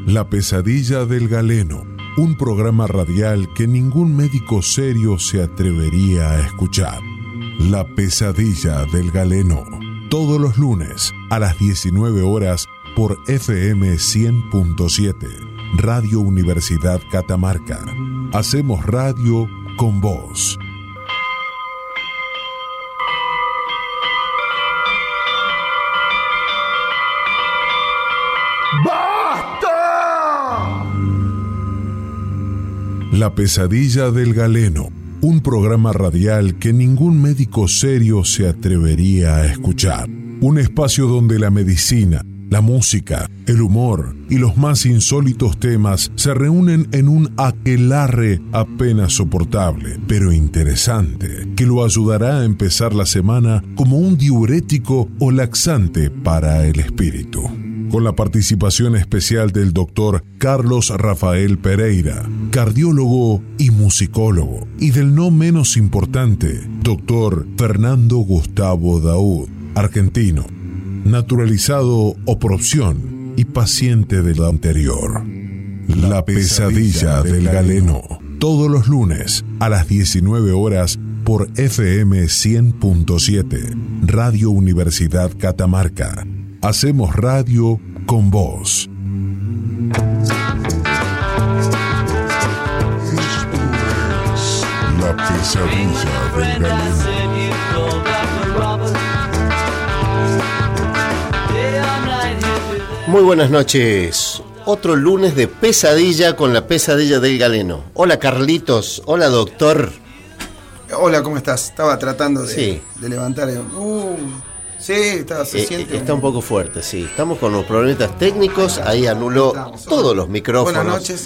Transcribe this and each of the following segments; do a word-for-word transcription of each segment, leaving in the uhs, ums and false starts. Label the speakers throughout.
Speaker 1: La pesadilla del galeno, un programa radial que ningún médico serio se atrevería a escuchar. La pesadilla del galeno, todos los lunes a las diecinueve horas por F M cien punto siete, Radio Universidad Catamarca. Hacemos radio con vos. La pesadilla del galeno, un programa radial que ningún médico serio se atrevería a escuchar. Un espacio donde la medicina, la música, el humor y los más insólitos temas se reúnen en un aquelarre apenas soportable, pero interesante, que lo ayudará a empezar la semana como un diurético o laxante para el espíritu. Con la participación especial del doctor Carlos Rafael Pereira, cardiólogo y musicólogo, y del no menos importante, doctor Fernando Gustavo Daud, argentino, naturalizado o por opción y paciente de lo anterior. La pesadilla del galeno, todos los lunes a las diecinueve horas por F M cien punto siete, Radio Universidad Catamarca. Hacemos radio con vos. La pesadilla del galeno.
Speaker 2: Muy buenas noches. Otro lunes de pesadilla con la pesadilla del galeno. Hola Carlitos, hola doctor.
Speaker 3: Hola, ¿cómo estás? Estaba tratando de,
Speaker 2: sí.
Speaker 3: de levantar. El... Uh, sí, está, se
Speaker 2: eh,
Speaker 3: siente.
Speaker 2: Está un poco fuerte, sí. Estamos con los problemas técnicos. Ahí anuló todos los micrófonos.
Speaker 3: Buenas noches.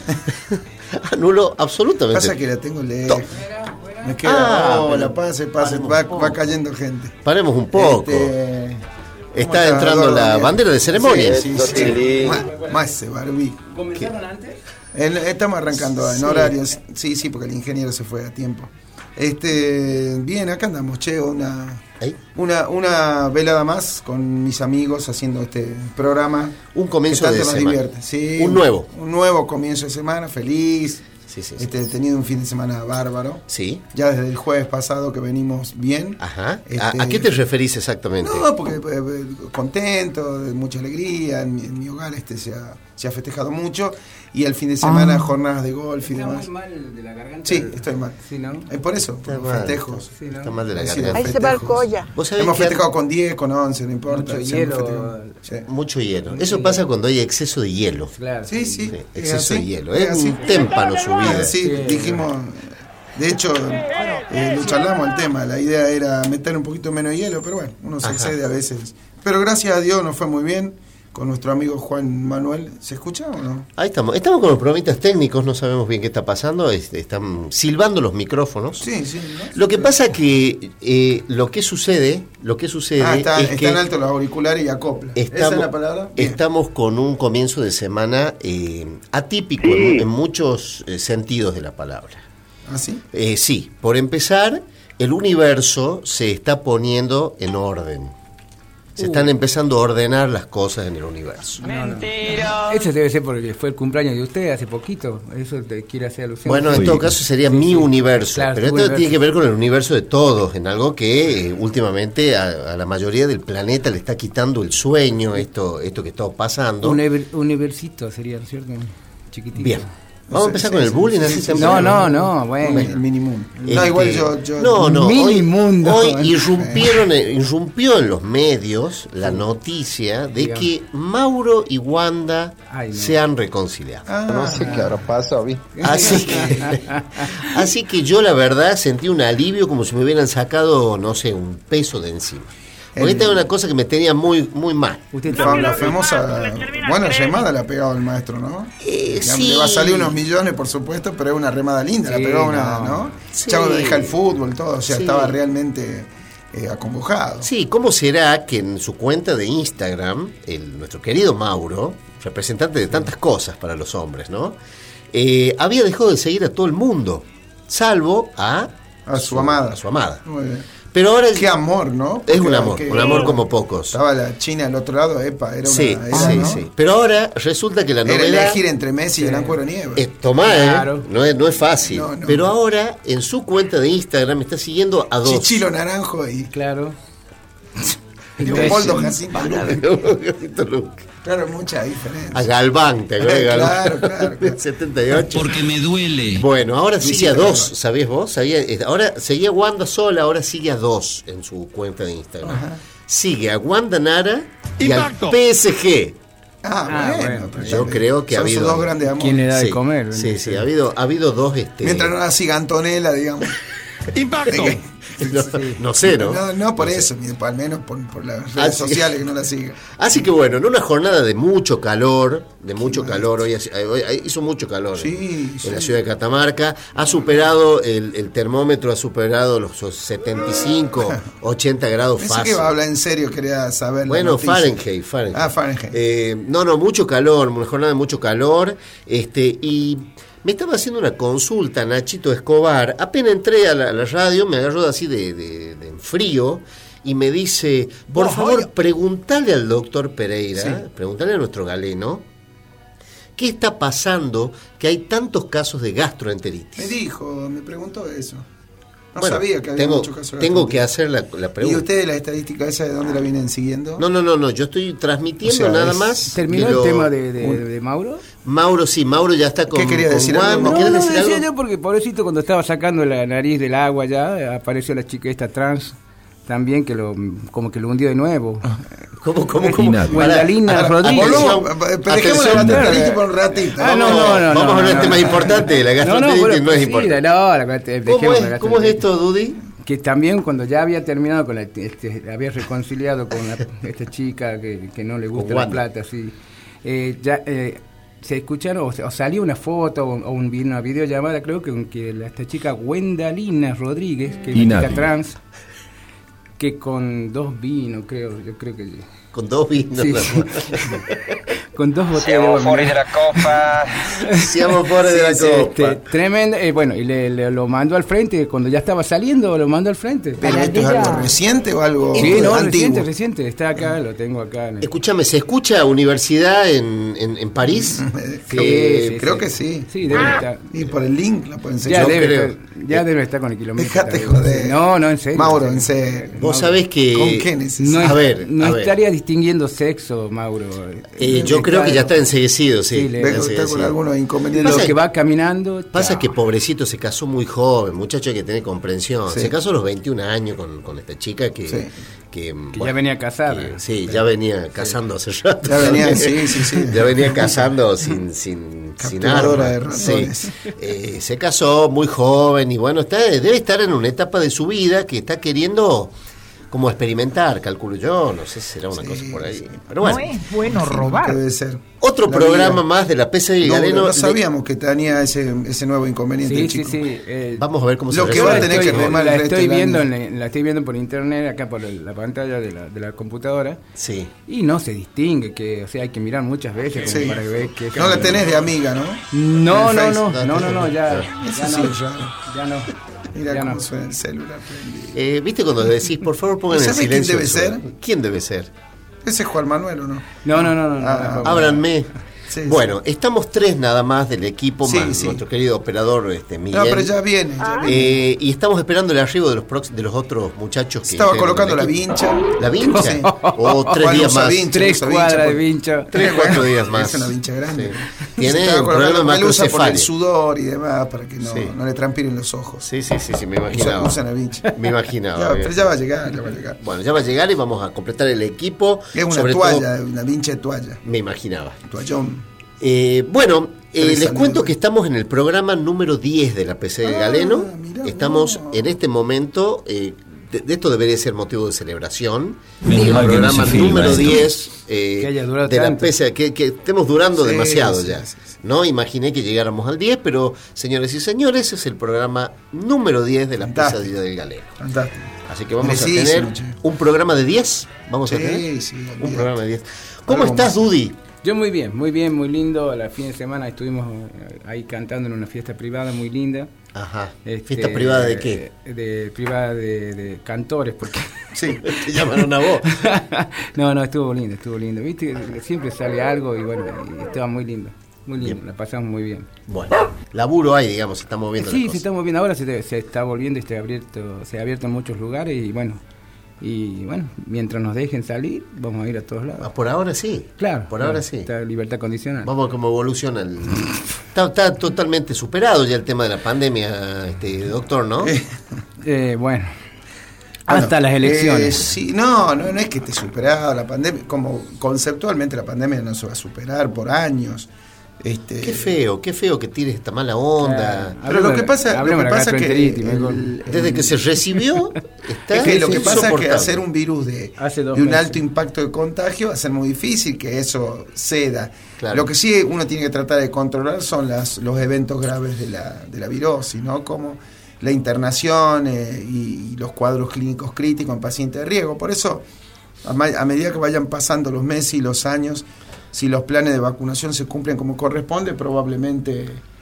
Speaker 2: Anuló absolutamente.
Speaker 3: Pasa que la tengo lejos. Me queda. Ah, hola, pase, pase. Va, va cayendo gente.
Speaker 2: Paremos un poco.
Speaker 3: Este...
Speaker 2: Está entrando la bien? bandera de ceremonia.
Speaker 3: Sí, sí, sí. sí. Más, más ese barbí.
Speaker 4: ¿Comenzaron antes?
Speaker 3: El, estamos arrancando en sí. horarios. Sí, sí, porque el ingeniero se fue a tiempo. Este, bien, acá andamos, che, una, una, una velada más con mis amigos haciendo este programa.
Speaker 2: Un comienzo de
Speaker 3: nos
Speaker 2: semana.
Speaker 3: Divierte. Sí,
Speaker 2: un nuevo.
Speaker 3: Un nuevo comienzo de semana, feliz.
Speaker 2: Sí, sí,
Speaker 3: este,
Speaker 2: sí.
Speaker 3: Tenido un fin de semana bárbaro.
Speaker 2: Sí.
Speaker 3: Ya desde el jueves pasado que venimos bien.
Speaker 2: Ajá.
Speaker 3: Este,
Speaker 2: ¿A, ¿A qué te referís exactamente?
Speaker 3: No, porque eh, contento, de mucha alegría. En mi, en mi hogar este se ha, se ha festejado mucho. Y el fin de semana, ah. jornadas de golf y
Speaker 4: ¿Está
Speaker 3: demás.
Speaker 4: muy mal de la garganta?
Speaker 3: Sí, estoy mal.
Speaker 4: Sí, ¿no?
Speaker 3: Eh, por eso, por los festejos.
Speaker 2: Sí, ¿no? Está mal de la
Speaker 3: sí,
Speaker 2: garganta.
Speaker 5: Ahí se va el colla.
Speaker 3: Hemos festejado con diez, con once, no importa.
Speaker 4: Mucho hielo.
Speaker 3: Sí.
Speaker 2: Mucho hielo. Eso pasa cuando hay exceso de hielo.
Speaker 4: Claro.
Speaker 3: Sí, sí.
Speaker 2: sí exceso de hielo.
Speaker 3: Es,
Speaker 2: es un témpano subido.
Speaker 3: Sí, sí, dijimos... De hecho, eh, lo charlamos el tema. La idea era meter un poquito menos de hielo, pero bueno, uno se excede a veces. Pero gracias a Dios nos fue muy bien. Con nuestro amigo Juan Manuel, ¿se escucha o no?
Speaker 2: Ahí estamos, estamos con los problemitas técnicos, no sabemos bien qué está pasando, están silbando los micrófonos.
Speaker 3: Sí, sí. ¿no?
Speaker 2: Lo que pasa que eh, lo que sucede, lo que sucede
Speaker 3: ah, está,
Speaker 2: es
Speaker 3: están
Speaker 2: que
Speaker 3: altos los auriculares y acopla.
Speaker 2: Estamos,
Speaker 3: ¿Esa es la palabra? Bien.
Speaker 2: Estamos con un comienzo de semana eh, atípico en, en muchos eh, sentidos de la palabra.
Speaker 3: ¿Ah, sí?
Speaker 2: Eh, sí, por empezar, el universo se está poniendo en orden. Se están empezando a ordenar las cosas en el universo.
Speaker 4: Mentira. Eso debe ser porque fue el cumpleaños de usted hace poquito. Eso te quiere hacer alusión.
Speaker 2: Bueno, en todo caso sería sí, mi sí. universo. Claro, pero esto universo. Tiene que ver con el universo de todos, en algo que eh, últimamente a, a la mayoría del planeta le está quitando el sueño, esto, esto que está pasando.
Speaker 4: Un ever, universito sería, ¿cierto? Chiquitito.
Speaker 2: Bien. Vamos a empezar sí, con el bullying,
Speaker 4: sí,
Speaker 2: así
Speaker 4: sí, No, no, no, bueno.
Speaker 3: El minimum.
Speaker 2: Este,
Speaker 3: no, igual yo... yo
Speaker 2: no, no,
Speaker 4: minimundo.
Speaker 2: Hoy, hoy irrumpieron, irrumpió en los medios la noticia de Digamos. que Mauro y Wanda Ay, no. se han reconciliado.
Speaker 6: Ah, no sé qué habrá pasado, ¿vi?
Speaker 2: Así que, así que yo la verdad sentí un alivio como si me hubieran sacado, no sé, un peso de encima. Porque esta es una cosa que me tenía muy muy mal.
Speaker 3: Usted no, la famosa, bueno, remada la ha pegado el maestro, ¿no?
Speaker 2: Eh, sí.
Speaker 3: Le va a salir unos millones, por supuesto, pero es una remada linda, sí, la pegó una, ¿no?
Speaker 2: Sí.
Speaker 3: Chavo deja el fútbol, todo, o sea, sí. estaba realmente eh, acongojado.
Speaker 2: Sí, ¿cómo será que en su cuenta de Instagram, el, nuestro querido Mauro, representante de tantas cosas para los hombres, ¿no? Eh, había dejado de seguir a todo el mundo, salvo a,
Speaker 3: a su, su amada.
Speaker 2: A su amada.
Speaker 3: Muy bien.
Speaker 2: Pero ahora
Speaker 3: qué amor, ¿no?
Speaker 2: Porque es un amor, un amor como pocos.
Speaker 3: Estaba la China al otro lado, epa, era
Speaker 2: sí,
Speaker 3: una era,
Speaker 2: sí,
Speaker 3: ¿no?
Speaker 2: sí. Pero ahora resulta que la
Speaker 3: era
Speaker 2: novela
Speaker 3: elegir entre Messi sí. y el Cuero Nieve.
Speaker 2: Eh, tomá,
Speaker 4: claro.
Speaker 2: eh, no es, no es fácil. No, no, pero
Speaker 3: no.
Speaker 2: ahora en su cuenta de Instagram está siguiendo a dos.
Speaker 3: Chichilo Naranjo y
Speaker 4: claro.
Speaker 3: Leopoldo Jacinto Luque. Claro, mucha diferencia.
Speaker 2: A Galván, ¿te acuerdas de Galván?
Speaker 3: Claro, claro, claro.
Speaker 2: setenta y ocho.
Speaker 5: Porque me duele.
Speaker 2: Bueno, ahora sigue a dos, ¿sabías vos? ¿Sabía? Ahora seguía Wanda sola, ahora sigue a dos en su cuenta de Instagram. Ajá. Sigue a Wanda Nara y Impacto. Al P S G.
Speaker 3: Ah, ah bueno,
Speaker 2: bueno yo creo que ha habido
Speaker 3: dos grandes amores.
Speaker 4: ¿Quién le da
Speaker 2: sí,
Speaker 4: de comer?
Speaker 2: Sí, sí, ha habido, ha habido dos. Este...
Speaker 3: Mientras no la siga Antonella, digamos.
Speaker 2: Impacto. No, sí. no sé, ¿no?
Speaker 3: No, no por
Speaker 2: no
Speaker 3: eso, sé. al menos por, por las redes Así, sociales que no la sigan.
Speaker 2: Así que bueno, en una jornada de mucho calor, de mucho sí, calor, hoy, hoy hizo mucho calor
Speaker 3: sí,
Speaker 2: en,
Speaker 3: sí.
Speaker 2: en la ciudad de Catamarca, ha superado, el, el termómetro ha superado los setenta y cinco, ochenta grados fácil.
Speaker 3: Pensé que va a hablar en serio, quería saber.
Speaker 2: Bueno, Fahrenheit, Fahrenheit.
Speaker 3: Ah, Fahrenheit.
Speaker 2: Eh, no, no, mucho calor, una jornada de mucho calor, este, y... Me estaba haciendo una consulta Nachito Escobar, apenas entré a la, a la radio, me agarró así de, de, de frío y me dice, por favor, oye. Preguntale al doctor Pereira, sí. preguntale a nuestro galeno, ¿qué está pasando que hay tantos casos de gastroenteritis?
Speaker 3: Me dijo, me preguntó eso. No
Speaker 2: bueno,
Speaker 3: sabía que había
Speaker 2: tengo,
Speaker 3: muchos casos de
Speaker 2: Tengo que hacer la, la pregunta.
Speaker 3: ¿Y ustedes la estadística esa de dónde la vienen siguiendo?
Speaker 2: No, no, no, no. Yo estoy transmitiendo o sea, nada es... más.
Speaker 4: ¿Terminó
Speaker 2: lo...
Speaker 4: el tema de, de, de, de Mauro?
Speaker 2: Mauro, sí, Mauro ya está con.
Speaker 3: ¿Qué quería decir?
Speaker 2: Juan,
Speaker 4: no,
Speaker 2: no,
Speaker 4: no,
Speaker 2: decir
Speaker 4: decía
Speaker 2: algo?
Speaker 4: yo porque pobrecito cuando estaba sacando la nariz del agua ya, apareció la chica esta trans también que lo como que lo hundió de nuevo.
Speaker 2: ¿Cómo, cómo, cómo?
Speaker 4: Wendalina Rodríguez.
Speaker 3: Dejemos la gastroenteritis por un ratito.
Speaker 4: Ah, no, no, no.
Speaker 2: Vamos
Speaker 4: no,
Speaker 2: a hablar
Speaker 4: no,
Speaker 2: del tema
Speaker 4: no.
Speaker 2: importante, la gastroenteritis no, no, no es
Speaker 4: sí,
Speaker 2: importante.
Speaker 4: No, la, te,
Speaker 2: ¿Cómo, es, ¿Cómo es esto, Dudy?
Speaker 4: Que también cuando ya había terminado con la, este, había reconciliado con la, esta chica que, que no le gusta la plata, sí, eh, ya eh, se escucharon o, o salió una foto o, o un, una videollamada, creo que, que la, esta chica Wendalina Rodríguez, que es una chica trans, que con dos vinos, creo, yo creo que
Speaker 2: con dos vinos,
Speaker 4: sí. Con dos botellas.
Speaker 7: Siamo fuori de la copa.
Speaker 2: Siamo fuori de la
Speaker 4: sí,
Speaker 2: copa.
Speaker 4: Este, tremendo. Eh, bueno, y le, le, lo mandó al frente. Cuando ya estaba saliendo, lo mandó al frente.
Speaker 3: ¿Pero esto es algo reciente o algo
Speaker 4: sí, no,
Speaker 3: antiguo?
Speaker 4: reciente, reciente. Está acá, lo tengo acá. En el...
Speaker 2: Escúchame, ¿se escucha universidad en, en, en París?
Speaker 3: Sí,
Speaker 2: eh,
Speaker 3: sí, creo
Speaker 4: sí.
Speaker 3: que sí.
Speaker 4: Sí, debe estar.
Speaker 3: Y por el link la pueden seguir.
Speaker 4: Ya,
Speaker 3: Yo
Speaker 4: debe,
Speaker 3: creo.
Speaker 4: estar, ya debe estar con el kilómetro.
Speaker 3: Dejate joder.
Speaker 4: No, no, en serio.
Speaker 3: Mauro, en serio.
Speaker 2: Vos
Speaker 3: Mauro.
Speaker 2: sabés que...
Speaker 3: ¿Con qué necesitas?
Speaker 4: No,
Speaker 2: a ver,
Speaker 4: no
Speaker 2: a
Speaker 4: estaría
Speaker 2: ver.
Speaker 4: distinguiendo sexo, Mauro.
Speaker 2: Eh, yo creo que ya está enseguecido, sí.
Speaker 4: Sí, le,
Speaker 3: Debe estar con algunos inconvenientes.
Speaker 4: Lo que va caminando.
Speaker 2: Pasa
Speaker 4: chao.
Speaker 2: que pobrecito se casó muy joven, muchacho, hay que tener comprensión.
Speaker 3: Sí.
Speaker 2: Se casó a los veintiún años con, con esta chica que...
Speaker 3: Sí.
Speaker 2: Que,
Speaker 4: que
Speaker 2: bueno,
Speaker 4: ya venía casada.
Speaker 2: Que, sí, ya venía casando hace rato.
Speaker 3: Ya venía, sí, sí, sí.
Speaker 2: Ya venía casando sin, sin, sin
Speaker 3: Capturadora
Speaker 2: arma.
Speaker 3: de
Speaker 2: Sí.
Speaker 3: ratones.
Speaker 2: Eh, se casó muy joven y bueno, está, debe estar en una etapa de su vida que está queriendo como experimentar, calculo yo, no sé si será una
Speaker 3: Sí,
Speaker 2: cosa por ahí.
Speaker 3: sí.
Speaker 2: Pero bueno.
Speaker 7: No es bueno robar.
Speaker 3: Debe ser.
Speaker 2: Otro
Speaker 3: La
Speaker 2: programa
Speaker 3: vida.
Speaker 2: más de la P C del
Speaker 3: No,
Speaker 2: Galeno.
Speaker 3: no sabíamos que tenía ese, ese nuevo inconveniente,
Speaker 4: Sí,
Speaker 3: chico.
Speaker 4: sí, sí. Eh,
Speaker 2: Vamos a ver cómo
Speaker 3: Lo
Speaker 2: se
Speaker 3: que
Speaker 2: resuelve.
Speaker 3: va a tener
Speaker 4: estoy,
Speaker 3: que remar
Speaker 4: la
Speaker 3: el resto
Speaker 4: estoy
Speaker 3: del
Speaker 4: viendo
Speaker 3: año.
Speaker 4: en la, la estoy viendo por internet acá por el- la pantalla de la, de la computadora
Speaker 2: Sí.
Speaker 4: y no se distingue, que o sea hay que mirar muchas veces como
Speaker 3: Sí.
Speaker 4: para ver que
Speaker 3: No la tenés de amiga, ¿no?
Speaker 4: no
Speaker 3: En
Speaker 4: no
Speaker 3: el
Speaker 4: no
Speaker 3: Face.
Speaker 4: no no no ya
Speaker 3: Eso
Speaker 4: ya
Speaker 3: sí
Speaker 4: no
Speaker 3: es raro.
Speaker 4: ya no
Speaker 3: Mira
Speaker 4: ya
Speaker 3: cómo
Speaker 4: no.
Speaker 3: suena el celular prendido.
Speaker 2: Eh, ¿Viste cuando decís, por favor, pongan en
Speaker 3: ¿Sabés quién
Speaker 2: silencio?
Speaker 3: debe
Speaker 2: el
Speaker 3: ser?
Speaker 2: celular? ¿Quién debe ser?
Speaker 3: ¿Ese es Juan Manuel o no?
Speaker 4: no no no no, no,
Speaker 3: Ah,
Speaker 4: no.
Speaker 2: Ábranme.
Speaker 3: Sí,
Speaker 2: Bueno, estamos tres nada más del equipo,
Speaker 3: Sí,
Speaker 2: más
Speaker 3: sí.
Speaker 2: nuestro querido operador este, Miguel.
Speaker 3: No, pero ya viene. Ya viene.
Speaker 2: Eh, y estamos esperando el arribo de los prox- de los otros muchachos que
Speaker 3: Estaba
Speaker 2: integran
Speaker 3: colocando
Speaker 2: el
Speaker 3: la
Speaker 2: equipo.
Speaker 3: vincha.
Speaker 2: ¿La vincha?
Speaker 3: Sí.
Speaker 2: O tres
Speaker 3: Juan
Speaker 2: días
Speaker 3: usa
Speaker 2: más.
Speaker 3: vincha,
Speaker 4: tres
Speaker 3: usa
Speaker 4: cuadras
Speaker 3: vincha
Speaker 4: de
Speaker 3: por-
Speaker 4: vincha
Speaker 2: Tres, cuatro días más.
Speaker 3: Es una vincha grande.
Speaker 2: Sí.
Speaker 3: Se
Speaker 2: Tiene
Speaker 3: estaba
Speaker 2: un problema de
Speaker 3: colocando- él usa por el
Speaker 2: macrocefalia.
Speaker 3: sudor y demás para que no,
Speaker 2: Sí.
Speaker 3: no le transpiren los ojos.
Speaker 2: Sí, sí, sí, sí, me
Speaker 3: Usa,
Speaker 2: imaginaba.
Speaker 3: usa la vincha.
Speaker 2: Me imaginaba.
Speaker 3: Ya,
Speaker 2: bien.
Speaker 3: pero ya va a llegar, ya va a llegar.
Speaker 2: Bueno, ya va a llegar y vamos a completar el equipo.
Speaker 3: Es una
Speaker 2: Sobre
Speaker 3: toalla,
Speaker 2: todo,
Speaker 3: una vincha de toalla.
Speaker 2: me imaginaba.
Speaker 3: Toallón.
Speaker 2: Eh, bueno, eh,
Speaker 3: Tres
Speaker 2: les
Speaker 3: años,
Speaker 2: cuento
Speaker 3: güey.
Speaker 2: que estamos en el programa número diez de la P C del
Speaker 3: Ah,
Speaker 2: Galeno.
Speaker 3: mirá
Speaker 2: Estamos
Speaker 3: vos.
Speaker 2: en este momento, eh, de, de esto debería ser motivo de celebración.
Speaker 5: Menos
Speaker 2: el
Speaker 5: mal que no
Speaker 2: programa
Speaker 5: se filma
Speaker 2: número
Speaker 5: esto.
Speaker 2: diez eh,
Speaker 4: Que haya durado
Speaker 2: de la
Speaker 4: tanto.
Speaker 2: P C, que, que estemos durando
Speaker 3: Sí,
Speaker 2: demasiado
Speaker 3: sí,
Speaker 2: ya.
Speaker 3: sí, sí.
Speaker 2: No imaginé que llegáramos al diez, pero señores y señores, es el programa número diez de la
Speaker 3: Fantástico.
Speaker 2: Pesadilla del Galeno.
Speaker 3: Fantástico.
Speaker 2: Así que vamos a
Speaker 3: Merecidísimo,
Speaker 2: tener
Speaker 3: che.
Speaker 2: un programa de diez. Vamos a
Speaker 3: Sí,
Speaker 2: tener
Speaker 3: sí,
Speaker 2: un
Speaker 3: olvídate.
Speaker 2: programa de diez. ¿Cómo
Speaker 3: Algo
Speaker 2: estás,
Speaker 3: más.
Speaker 2: Dudy?
Speaker 4: Yo muy bien, muy bien, muy lindo. La fin de semana estuvimos ahí cantando en una fiesta privada muy linda.
Speaker 2: Ajá.
Speaker 4: Este,
Speaker 2: ¿Fiesta privada de qué?
Speaker 4: De, de privada de, de cantores, porque
Speaker 2: sí, te llamaron a vos.
Speaker 4: no, no, estuvo lindo, estuvo lindo. Viste, siempre sale algo y bueno, y estaba muy lindo. Muy lindo, bien. La pasamos muy bien.
Speaker 2: Bueno, laburo hay, digamos, se está moviendo.
Speaker 4: Sí,
Speaker 2: la
Speaker 4: se está moviendo. Ahora se, se está volviendo, está abierto, se ha abierto en muchos lugares y bueno, y bueno, mientras nos dejen salir, vamos a ir a todos lados.
Speaker 2: Ah, por ahora sí.
Speaker 4: Claro.
Speaker 2: Por
Speaker 4: claro,
Speaker 2: ahora sí.
Speaker 4: Está libertad condicional.
Speaker 2: Vamos a ver cómo evoluciona el... Está, está totalmente superado ya el tema de la pandemia, este doctor, ¿no?
Speaker 4: eh, bueno. Hasta bueno, las elecciones.
Speaker 3: Eh, sí, no, no, no es que esté superado la pandemia, como conceptualmente la pandemia no se va a superar por años. Este,
Speaker 2: qué feo, qué feo que tires esta mala onda.
Speaker 3: Claro. Pero lo que pasa, lo que pasa es que el,
Speaker 2: el, desde que se recibió está
Speaker 3: es que lo que pasa es que hacer un virus de, de un
Speaker 4: meses.
Speaker 3: alto impacto de contagio va a ser muy difícil que eso ceda.
Speaker 2: Claro.
Speaker 3: Lo que sí uno tiene que tratar de controlar son las, los eventos graves de la, de la virosis, ¿no? Como la internación eh, y, y los cuadros clínicos críticos en pacientes de riesgo. Por eso, a, a medida que vayan pasando los meses y los años, si los planes de vacunación se cumplen como corresponde, probablemente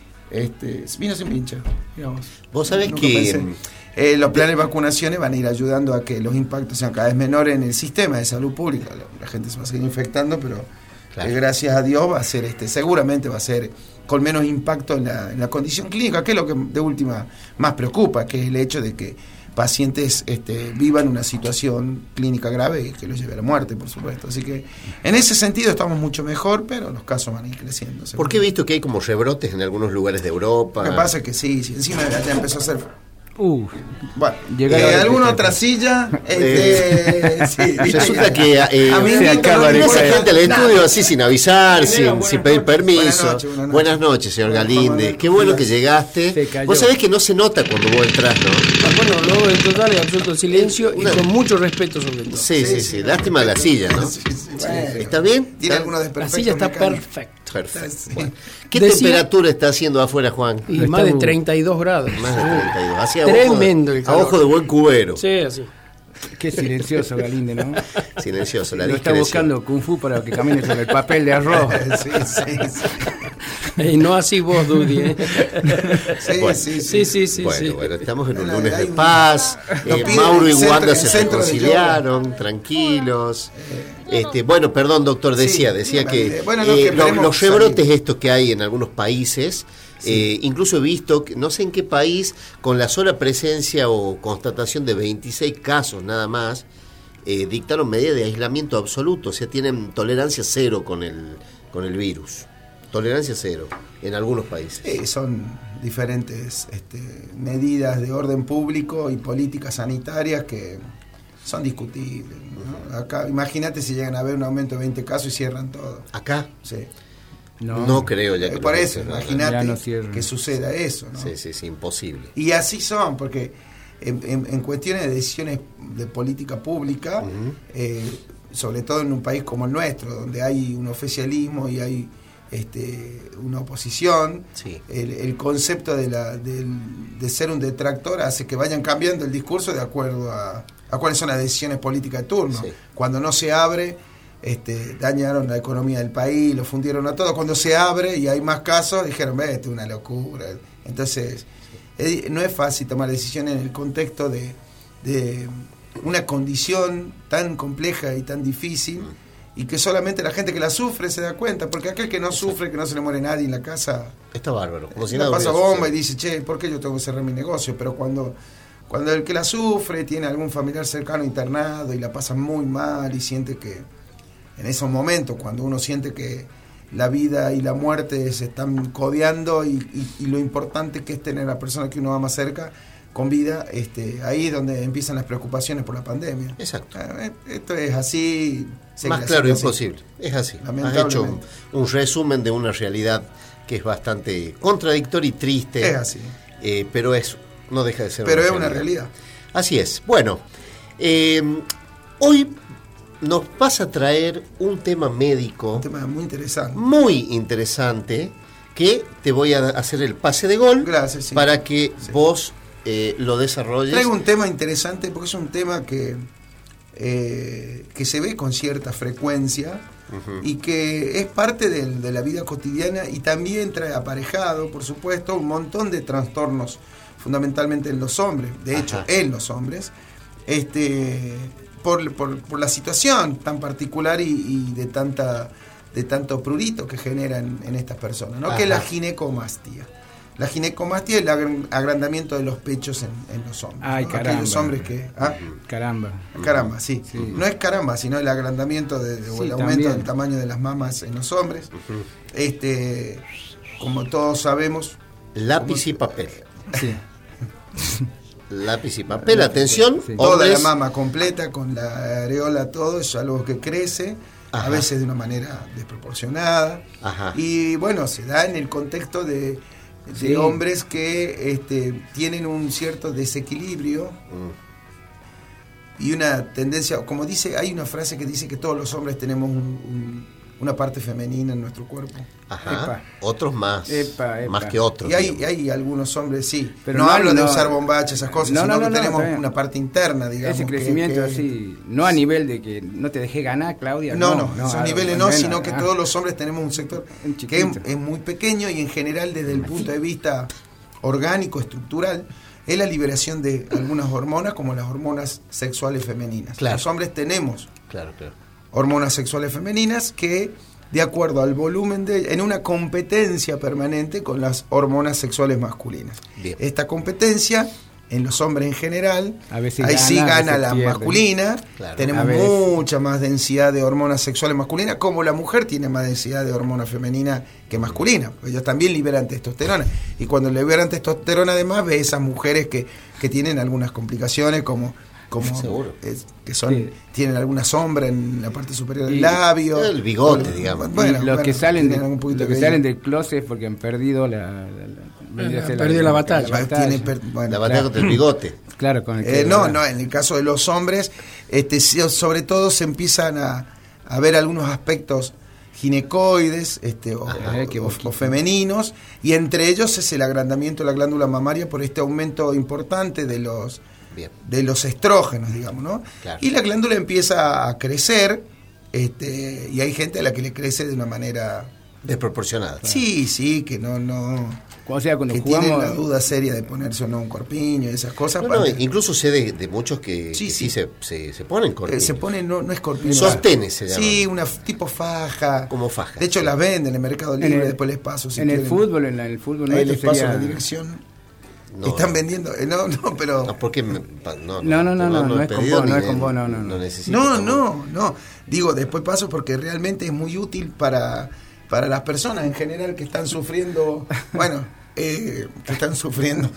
Speaker 3: este vino sin pincha, digamos.
Speaker 2: Vos sabés que
Speaker 3: eh, los planes de vacunaciones van a ir ayudando a que los impactos sean cada vez menores en el sistema de salud pública. La, la gente se va a seguir infectando, pero claro. eh, gracias a Dios va a ser este, seguramente va a ser con menos impacto en la, en la condición clínica, que es lo que de última más preocupa, que es el hecho de que pacientes este, vivan una situación clínica grave que los lleve a la muerte, por supuesto. Así que en ese sentido estamos mucho mejor, pero los casos van a ir creciendo.
Speaker 2: Porque he visto que hay como rebrotes en algunos lugares de Europa.
Speaker 3: Lo que pasa es que sí, sí encima ya empezó a ser...
Speaker 4: Uh,
Speaker 3: bueno, eh, alguna otra silla. Este,
Speaker 2: eh, sí, resulta que eh, a mí se acaba de caer gente al estudio así sin avisar, sin, sin pedir permiso. Buenas noches, buenas noches, buenas noches señor Galíndez. Qué bueno que llegaste. Vos sabés que no se nota cuando vos entras, ¿no?
Speaker 5: Bueno, luego de total y absoluto silencio y con mucho respeto sobre todo.
Speaker 2: Sí, sí, sí. Lástima de la silla, ¿no? ¿Está bien?
Speaker 3: ¿Tiene algunos desperfectos?
Speaker 5: La silla está perfecta.
Speaker 2: Perfecto. Bueno. ¿Qué Decía, temperatura está haciendo afuera, Juan?
Speaker 5: Y más de treinta y dos grados.
Speaker 2: Más de treinta y dos. Así a
Speaker 5: tremendo
Speaker 2: ojo de, a ojo de buen cubero.
Speaker 5: Sí, así.
Speaker 4: Qué silencioso, Galíndez, ¿no?
Speaker 2: Silencioso, la
Speaker 4: Lo está buscando Kung Fu para que camine sobre el papel de arroz.
Speaker 3: Sí, sí, sí.
Speaker 5: Y no así vos, Dudy, ¿eh?
Speaker 3: Sí,
Speaker 2: bueno,
Speaker 3: sí, sí,
Speaker 5: sí, sí,
Speaker 2: bueno,
Speaker 5: sí.
Speaker 2: bueno, estamos en un lunes de paz. Eh, Mauro y Wanda se reconciliaron, tranquilos. Este, bueno, perdón, doctor, decía, sí, decía que,
Speaker 3: bueno, no,
Speaker 2: eh,
Speaker 3: que
Speaker 2: lo, los rebrotes
Speaker 3: salir.
Speaker 2: estos que hay en algunos países, sí. eh, incluso he visto, no sé en qué país, con la sola presencia o constatación de veintiséis casos nada más, eh, dictaron medidas de aislamiento absoluto, o sea, tienen tolerancia cero con el, con el virus. Tolerancia cero en algunos países.
Speaker 3: Sí, son diferentes este, medidas de orden público y políticas sanitarias que son discutibles, ¿no? Acá, imagínate si llegan a haber un aumento de veinte casos y cierran todo.
Speaker 2: ¿Acá?
Speaker 3: Sí.
Speaker 2: No, no creo ya que
Speaker 3: eh, por eso, imagínate no que suceda eso, ¿no?
Speaker 2: Sí, sí, sí, imposible.
Speaker 3: Y así son, porque en, en, en cuestiones de decisiones de política pública, uh-huh. eh, sobre todo en un país como el nuestro, donde hay un oficialismo y hay este, una oposición,
Speaker 2: sí.
Speaker 3: el, el concepto de, la, de, de ser un detractor hace que vayan cambiando el discurso de acuerdo a, a cuáles son las decisiones políticas de turno. Sí. Cuando no se abre, este, dañaron la economía del país, lo fundieron a todo. Cuando se abre y hay más casos, dijeron, ve, esto es una locura. Entonces, es, no es fácil tomar decisiones en el contexto de, de una condición tan compleja y tan difícil, y que solamente la gente que la sufre se da cuenta, porque aquel que no sufre, que no se le muere nadie en la casa,
Speaker 2: está bárbaro, como si
Speaker 3: nada pasa
Speaker 2: hubiera
Speaker 3: bomba y dice, che, ¿por qué yo tengo que cerrar mi negocio? Pero cuando, cuando el que la sufre tiene algún familiar cercano internado y la pasa muy mal y siente que en esos momentos, cuando uno siente que la vida y la muerte se están codeando y, y, y lo importante que es tener a la persona que uno ama cerca con vida, este, ahí es donde empiezan las preocupaciones por la pandemia.
Speaker 2: Exacto.
Speaker 3: Eh, esto es así.
Speaker 2: Más claro imposible. Es así. Has hecho un, un resumen de una realidad que es bastante contradictoria y triste.
Speaker 3: Es así.
Speaker 2: Eh, pero es, no deja de ser
Speaker 3: pero
Speaker 2: una
Speaker 3: es
Speaker 2: realidad.
Speaker 3: una realidad.
Speaker 2: Así es. Bueno, eh, hoy nos vas a traer un tema médico.
Speaker 3: Un tema muy interesante.
Speaker 2: Muy interesante, que te voy a hacer el pase de gol.
Speaker 3: Gracias, sí.
Speaker 2: Para que
Speaker 3: sí.
Speaker 2: vos eh, lo desarrolles.
Speaker 3: Traigo un tema interesante porque es un tema que, eh, que se ve con cierta frecuencia uh-huh. y que es parte de, de la vida cotidiana y también trae aparejado, por supuesto, un montón de trastornos, fundamentalmente en los hombres, de hecho, Ajá. en los hombres, este, por, por, por la situación tan particular y, y de tanta de tanto prurito que genera en, en estas personas, ¿no? Que es la ginecomastia. La ginecomastia es el agrandamiento de los pechos en, en los hombres.
Speaker 4: Ay,
Speaker 3: ¿no?
Speaker 4: caramba.
Speaker 3: Aquellos hombres que... ¿ah?
Speaker 4: Caramba.
Speaker 3: Caramba, sí.
Speaker 4: sí.
Speaker 3: No es caramba, sino el agrandamiento de, de, o el
Speaker 4: sí,
Speaker 3: aumento
Speaker 4: también.
Speaker 3: del tamaño de las mamas en los hombres.
Speaker 2: Uh-huh.
Speaker 3: Este, como todos sabemos...
Speaker 2: Lápiz
Speaker 3: como,
Speaker 2: y papel.
Speaker 4: Sí.
Speaker 2: Lápiz y papel, atención.
Speaker 4: Sí.
Speaker 3: Toda
Speaker 2: hombres.
Speaker 3: la mama completa, con la areola, todo, es algo que crece, Ajá. a veces de una manera desproporcionada.
Speaker 2: Ajá.
Speaker 3: Y bueno, se da en el contexto de... de
Speaker 4: sí.
Speaker 3: hombres que este, tienen un cierto desequilibrio mm. y una tendencia, como dice, hay una frase que dice que todos los hombres tenemos un, un, una parte femenina en nuestro cuerpo.
Speaker 2: Ajá.
Speaker 4: Epa.
Speaker 2: Otros más,
Speaker 4: Epa, epa.
Speaker 2: más que otros.
Speaker 3: Y hay, hay algunos hombres, sí,
Speaker 4: pero
Speaker 3: no,
Speaker 4: no
Speaker 3: hablo
Speaker 4: no,
Speaker 3: de usar bombachas, esas cosas,
Speaker 4: no,
Speaker 3: sino
Speaker 4: no, no,
Speaker 3: que
Speaker 4: no,
Speaker 3: tenemos
Speaker 4: no,
Speaker 3: una parte interna, digamos.
Speaker 4: Ese crecimiento
Speaker 3: que, que,
Speaker 4: así, no a nivel de que no te dejé ganar, Claudia.
Speaker 3: No,
Speaker 4: no,
Speaker 3: no,
Speaker 4: no
Speaker 3: esos
Speaker 4: a,
Speaker 3: niveles
Speaker 4: a,
Speaker 3: no,
Speaker 4: menos,
Speaker 3: sino que
Speaker 4: ah.
Speaker 3: todos los hombres tenemos un sector
Speaker 4: un
Speaker 3: que es, es muy pequeño y en general desde el punto de vista orgánico, estructural, es la liberación de algunas hormonas como las hormonas sexuales femeninas.
Speaker 2: Claro.
Speaker 3: Los hombres tenemos
Speaker 2: claro, claro.
Speaker 3: hormonas sexuales femeninas que, de acuerdo al volumen de, en una competencia permanente con las hormonas sexuales masculinas.
Speaker 2: Bien.
Speaker 3: Esta competencia en los hombres en general,
Speaker 4: a veces
Speaker 3: ahí
Speaker 4: gana,
Speaker 3: sí gana
Speaker 4: a veces
Speaker 3: la
Speaker 4: pierde.
Speaker 3: masculina,
Speaker 2: Claro.
Speaker 3: tenemos mucha más densidad de hormonas sexuales masculinas, como la mujer tiene más densidad de hormonas femeninas que masculina, ellos también liberan testosterona, y cuando liberan testosterona además ve esas mujeres que, que tienen algunas complicaciones como como es, que son
Speaker 4: sí.
Speaker 3: tienen alguna sombra en la parte superior del
Speaker 4: y
Speaker 3: labio,
Speaker 2: el bigote,
Speaker 3: o,
Speaker 2: digamos.
Speaker 3: Bueno,
Speaker 4: y los
Speaker 3: bueno,
Speaker 4: que salen de,
Speaker 3: los
Speaker 4: que
Speaker 3: de
Speaker 4: salen del closet porque han perdido la, la, la,
Speaker 5: la, la perdido la batalla,
Speaker 3: la batalla. Tiene per, bueno,
Speaker 2: la batalla
Speaker 3: claro.
Speaker 2: contra el bigote.
Speaker 4: Claro, con el que,
Speaker 3: eh, no,
Speaker 4: ¿verdad?
Speaker 3: no, en el caso de los hombres, este, sobre todo se empiezan a, a ver algunos aspectos ginecoides este, o,
Speaker 2: Ajá,
Speaker 3: o, o, o femeninos, y entre ellos es el agrandamiento de la glándula mamaria por este aumento importante de los
Speaker 2: Bien.
Speaker 3: de los estrógenos, digamos, ¿no?
Speaker 2: Claro.
Speaker 3: Y la glándula empieza a crecer, este, y hay gente a la que le crece de una manera
Speaker 2: desproporcionada.
Speaker 3: sí, sí, que no, no,
Speaker 4: o sea, cuando
Speaker 3: que
Speaker 4: jugamos
Speaker 3: tienen la duda seria de ponerse o no un corpiño y esas cosas.
Speaker 2: No, no, incluso sé de, de muchos que sí, que sí, sí se, se, se ponen corpiños.
Speaker 3: Eh, se pone, no, no es corpiño.
Speaker 2: Sostenes se llama.
Speaker 3: Sí, una tipo faja.
Speaker 2: Como faja.
Speaker 3: De hecho,
Speaker 2: sí.
Speaker 3: las venden en el Mercado Libre,
Speaker 4: en el,
Speaker 3: después les paso. Si
Speaker 4: en
Speaker 3: quieren.
Speaker 4: el fútbol, en, la, en el fútbol
Speaker 3: Ahí les paso
Speaker 4: sería...
Speaker 3: la dirección.
Speaker 2: No,
Speaker 3: están vendiendo, eh, no, no, pero...
Speaker 2: No, porque me, no,
Speaker 4: no, no, no, no, no es con vos, no es con vos, no, no,
Speaker 2: no.
Speaker 3: No, no, no, digo, después paso porque realmente es muy útil para, para las personas en general que están sufriendo, bueno, eh, que están sufriendo...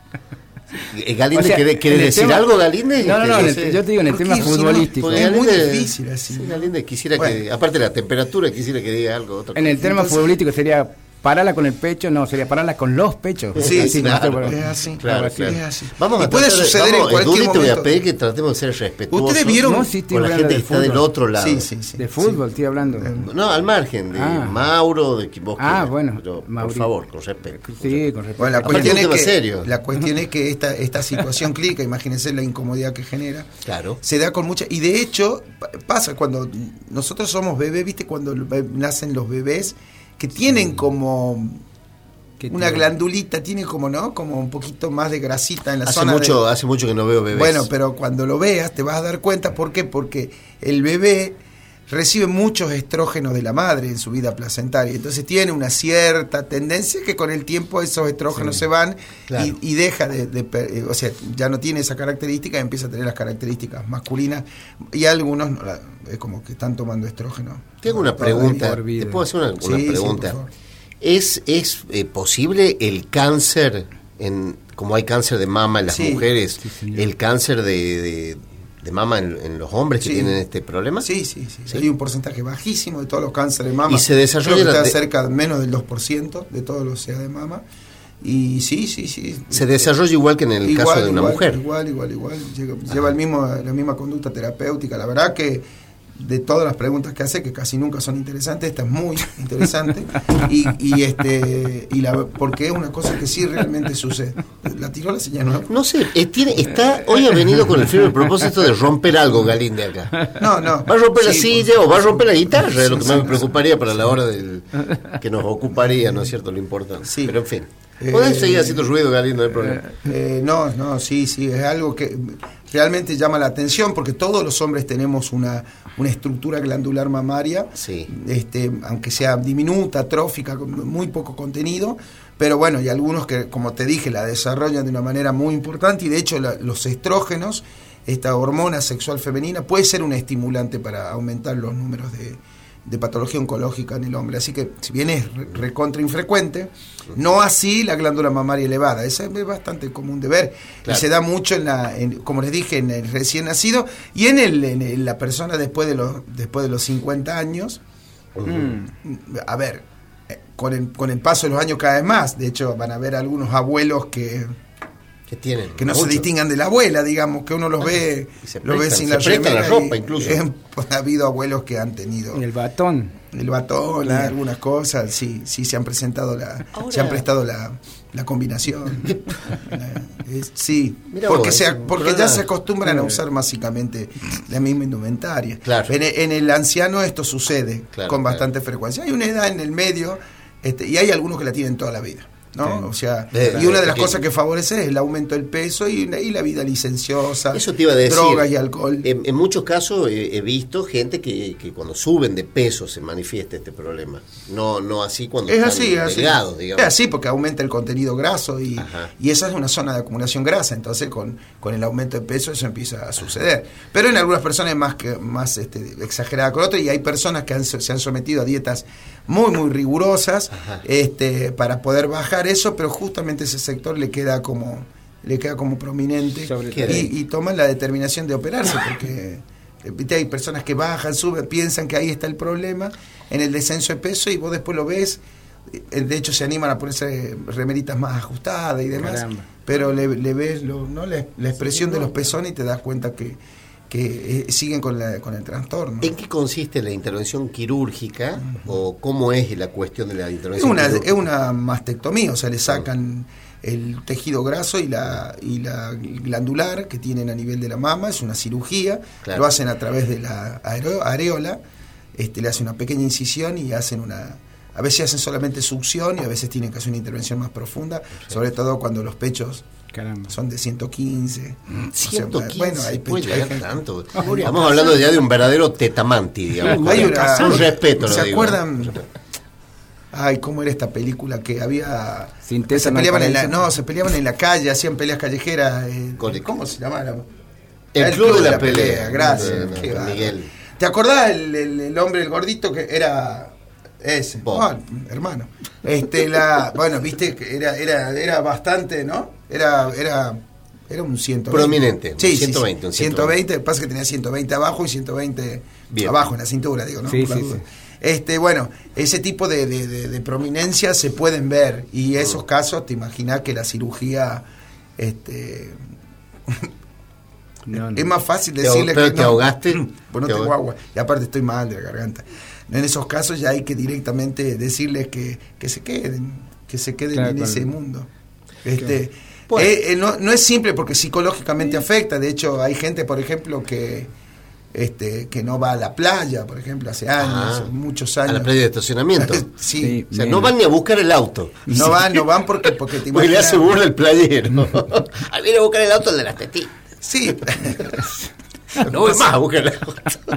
Speaker 2: ¿Galinde
Speaker 4: o sea,
Speaker 2: quiere, quiere decir
Speaker 4: tema,
Speaker 2: algo, Galinde?
Speaker 4: No, no, no,
Speaker 2: el,
Speaker 4: yo te digo en el tema futbolístico.
Speaker 3: No, es muy difícil así.
Speaker 2: Sí, Galinde quisiera
Speaker 3: bueno.
Speaker 2: que, aparte de la temperatura, quisiera que diga algo. Otra
Speaker 4: en el tema
Speaker 3: Entonces,
Speaker 4: futbolístico sería... Pararla con el pecho, no, sería pararla con los pechos.
Speaker 3: Sí,
Speaker 4: así,
Speaker 3: claro,
Speaker 4: no sé,
Speaker 3: es así,
Speaker 2: claro,
Speaker 3: así,
Speaker 2: claro.
Speaker 3: es así.
Speaker 2: Vamos
Speaker 3: y
Speaker 2: a
Speaker 3: puede
Speaker 2: tratar de,
Speaker 3: suceder
Speaker 2: vamos,
Speaker 3: en cualquier
Speaker 2: Edurne,
Speaker 3: momento.
Speaker 2: te voy a pedir que tratemos de ser respetuosos.
Speaker 3: Ustedes vieron
Speaker 4: no, sí,
Speaker 2: con la gente que está
Speaker 4: fútbol.
Speaker 2: del otro lado.
Speaker 3: Sí, sí, sí.
Speaker 4: De fútbol,
Speaker 3: sí.
Speaker 4: estoy hablando.
Speaker 2: No, al margen de
Speaker 4: Ah.
Speaker 2: Mauro, de que vos
Speaker 4: Ah,
Speaker 2: quieras,
Speaker 4: bueno,
Speaker 2: pero, por
Speaker 4: Mauri.
Speaker 2: favor, con respeto.
Speaker 4: Sí, con respeto.
Speaker 3: Bueno, la
Speaker 2: Aparte
Speaker 3: cuestión,
Speaker 2: es
Speaker 3: es
Speaker 2: un
Speaker 3: que,
Speaker 2: tema serio.
Speaker 3: la cuestión es que esta, esta situación clínica, imagínense la incomodidad que genera,
Speaker 2: Claro.
Speaker 3: se da con mucha... Y de hecho, pa- pasa cuando nosotros somos bebés, ¿viste? Cuando nacen los bebés, que tienen sí. como... una tiene? glandulita, tiene como, ¿no? Como un poquito más de grasita en la
Speaker 2: hace
Speaker 3: zona
Speaker 2: mucho,
Speaker 3: de...
Speaker 2: Hace mucho que no veo bebés.
Speaker 3: Bueno, pero cuando lo veas te vas a dar cuenta. ¿Por qué? Porque el bebé recibe muchos estrógenos de la madre en su vida placentaria. Entonces tiene una cierta tendencia que con el tiempo esos estrógenos sí, se van claro. y, y deja de, de... O sea, ya no tiene esa característica y empieza a tener las características masculinas. Y algunos es como que están tomando estrógeno.
Speaker 2: Tengo una pregunta. ¿Te puedo hacer una, una
Speaker 3: sí,
Speaker 2: pregunta?
Speaker 3: Sí,
Speaker 2: ¿Es, es eh, posible el cáncer, en como hay cáncer de mama en las
Speaker 3: sí,
Speaker 2: mujeres,
Speaker 3: sí,
Speaker 2: el cáncer de, de, de mama en, en los hombres que
Speaker 3: sí.
Speaker 2: tienen este problema?
Speaker 3: Sí, sí, sí, sí. Hay un porcentaje bajísimo de todos los cánceres de mama.
Speaker 2: Y se desarrolla...
Speaker 3: Creo que está
Speaker 2: de...
Speaker 3: cerca de menos del dos por ciento de todos los C A de mama. Y sí, sí, sí.
Speaker 2: Se desarrolla igual que en el
Speaker 3: igual,
Speaker 2: caso de una
Speaker 3: igual,
Speaker 2: mujer.
Speaker 3: Igual, igual, igual. Lleva, lleva el mismo, la misma conducta terapéutica. La verdad que de todas las preguntas que hace, que casi nunca son interesantes, esta es muy interesante, y, y este y la porque es una cosa que sí realmente sucede. ¿La tiró la señal? No,
Speaker 2: no sé, eh, tiene, está, hoy ha venido con el firme propósito de romper algo, Galín, de acá.
Speaker 3: No, no.
Speaker 2: ¿Va a romper
Speaker 3: sí,
Speaker 2: la silla pues, o va a romper la guitarra?
Speaker 3: Sí,
Speaker 2: es lo que
Speaker 3: sí,
Speaker 2: más
Speaker 3: sí,
Speaker 2: me preocuparía para la hora del que nos ocuparía, ¿no es cierto? Lo importante.
Speaker 3: Sí.
Speaker 2: Pero en fin. ¿Podés eh, seguir haciendo ruido, Galín, no hay problema?
Speaker 3: Eh, no, no, sí, sí, es algo que realmente llama la atención porque todos los hombres tenemos una, una estructura glandular mamaria,
Speaker 2: sí.
Speaker 3: este, aunque sea diminuta, atrófica, con muy poco contenido, pero bueno, y algunos que, como te dije, la desarrollan de una manera muy importante y de hecho la, los estrógenos, esta hormona sexual femenina, puede ser un estimulante para aumentar los números de, de patología oncológica en el hombre. Así que, si bien es re, recontra infrecuente, no así la glándula mamaria elevada. Esa es bastante común de ver. Claro. Y se da mucho, en la, en, como les dije, en el recién nacido y en, el, en, el, la persona después de los, después de los cincuenta años. Uh-huh. A ver, con el, con el paso de los años cada vez más. De hecho, van a ver algunos abuelos que...
Speaker 2: que tienen
Speaker 3: que no
Speaker 2: mucho.
Speaker 3: Se distingan de la abuela, digamos, que uno los ve, los ve sin
Speaker 2: se
Speaker 3: la remera,
Speaker 2: la ropa incluso.
Speaker 3: Eh, pues, ha habido abuelos que han tenido
Speaker 4: el batón,
Speaker 3: el batón
Speaker 4: claro.
Speaker 3: y algunas cosas, sí, sí se han presentado la, Ahora... se han prestado la, la combinación, eh, sí, Mirá porque vos, se, porque ya se acostumbran a usar básicamente la misma indumentaria.
Speaker 2: Claro.
Speaker 3: En, en el anciano esto sucede claro, con bastante claro. frecuencia. Hay una edad en el medio, este, y hay algunos que la tienen toda la vida. ¿No? Sí. O sea, eh, y una de las cosas que favorece es el aumento del peso y, y la vida licenciosa,
Speaker 2: eso te iba a decir,
Speaker 3: drogas y alcohol.
Speaker 2: En, en muchos casos he, he visto gente que, que cuando suben de peso se manifiesta este problema. No no así cuando
Speaker 3: es
Speaker 2: están
Speaker 3: así,
Speaker 2: delgados,
Speaker 3: así.
Speaker 2: digamos.
Speaker 3: Es así porque aumenta el contenido graso y, y esa es una zona de acumulación grasa. Entonces con, con el aumento de peso eso empieza a suceder. Pero en algunas personas es más, que, más este, exagerada con otras y hay personas que han, se han sometido a dietas muy muy rigurosas este, para poder bajar eso, pero justamente ese sector le queda como le queda como prominente y, y toman la determinación de operarse porque ¿viste? Hay personas que bajan, suben, piensan que ahí está el problema en el descenso de peso y vos después lo ves, de hecho se animan a ponerse remeritas más ajustadas y demás. Caramba. Pero le, le ves lo, ¿no? la, la expresión sí, de los pezones y te das cuenta que que eh, siguen con, la, con el trastorno.
Speaker 2: ¿En qué consiste la intervención quirúrgica uh-huh. o cómo es la cuestión de la intervención
Speaker 3: es una,
Speaker 2: quirúrgica?
Speaker 3: Es una mastectomía, o sea, le sacan uh-huh. el tejido graso y la, y la glandular que tienen a nivel de la mama, es una cirugía, claro. Lo hacen a través de la areola, este, le hacen una pequeña incisión y hacen una... A veces hacen solamente succión y a veces tienen que hacer una intervención más profunda, perfecto. Sobre todo cuando los pechos Caramba. Son de ciento quince.
Speaker 2: ciento quince.
Speaker 3: O sea, bueno, hay
Speaker 2: pecho, hay tanto. Estamos hablando ya de un verdadero tetamanti, digamos.
Speaker 3: Hay una,
Speaker 2: un respeto,
Speaker 3: ¿se
Speaker 2: lo digo.
Speaker 3: acuerdan? Ay, ¿cómo era esta película que había?
Speaker 4: Sin
Speaker 3: se peleaban en la, no, se peleaban en la calle, hacían peleas callejeras. Eh, ¿Cómo se llamaba?
Speaker 2: El, el club, club de la, la pelea. pelea.
Speaker 3: Gracias.
Speaker 2: No, no, Miguel.
Speaker 3: ¿Te acordás el, el, el hombre, el gordito que era ese? Oh, hermano. Este, la, bueno, viste que era, era, era bastante, ¿no? Era, era, era un ciento veinte.
Speaker 2: Prominente.
Speaker 3: Sí,
Speaker 2: ciento veinte.
Speaker 3: Sí, sí. ciento veinte, pasa que tenía ciento veinte abajo y ciento veinte Bien. Abajo en la cintura, digo, ¿no?
Speaker 4: Sí, sí, sí.
Speaker 3: Este, bueno, ese tipo de, de, de, de prominencia se pueden ver y esos uh. casos te imaginas que la cirugía este no, no. es más fácil decirle
Speaker 2: te,
Speaker 3: que
Speaker 2: te
Speaker 3: no,
Speaker 2: ahogaste
Speaker 3: pues no
Speaker 2: te
Speaker 3: tengo
Speaker 2: ahog...
Speaker 3: agua y aparte estoy mal de la garganta. En esos casos ya hay que directamente decirles que, que se queden, que se queden claro, en claro. ese mundo. Este, pues, eh, eh, no, no es simple porque psicológicamente afecta. De hecho, hay gente, por ejemplo, que este que no va a la playa, por ejemplo, hace años, ah, muchos años.
Speaker 2: A la playa de estacionamiento.
Speaker 3: sí,
Speaker 2: sí, o sea, no van ni a buscar el auto.
Speaker 3: No van, no van porque porque te
Speaker 2: imaginas. Le hace burla el playero. Ahí viene a buscar el auto el de las tetillas.
Speaker 3: Sí.
Speaker 2: No voy más a buscar el auto.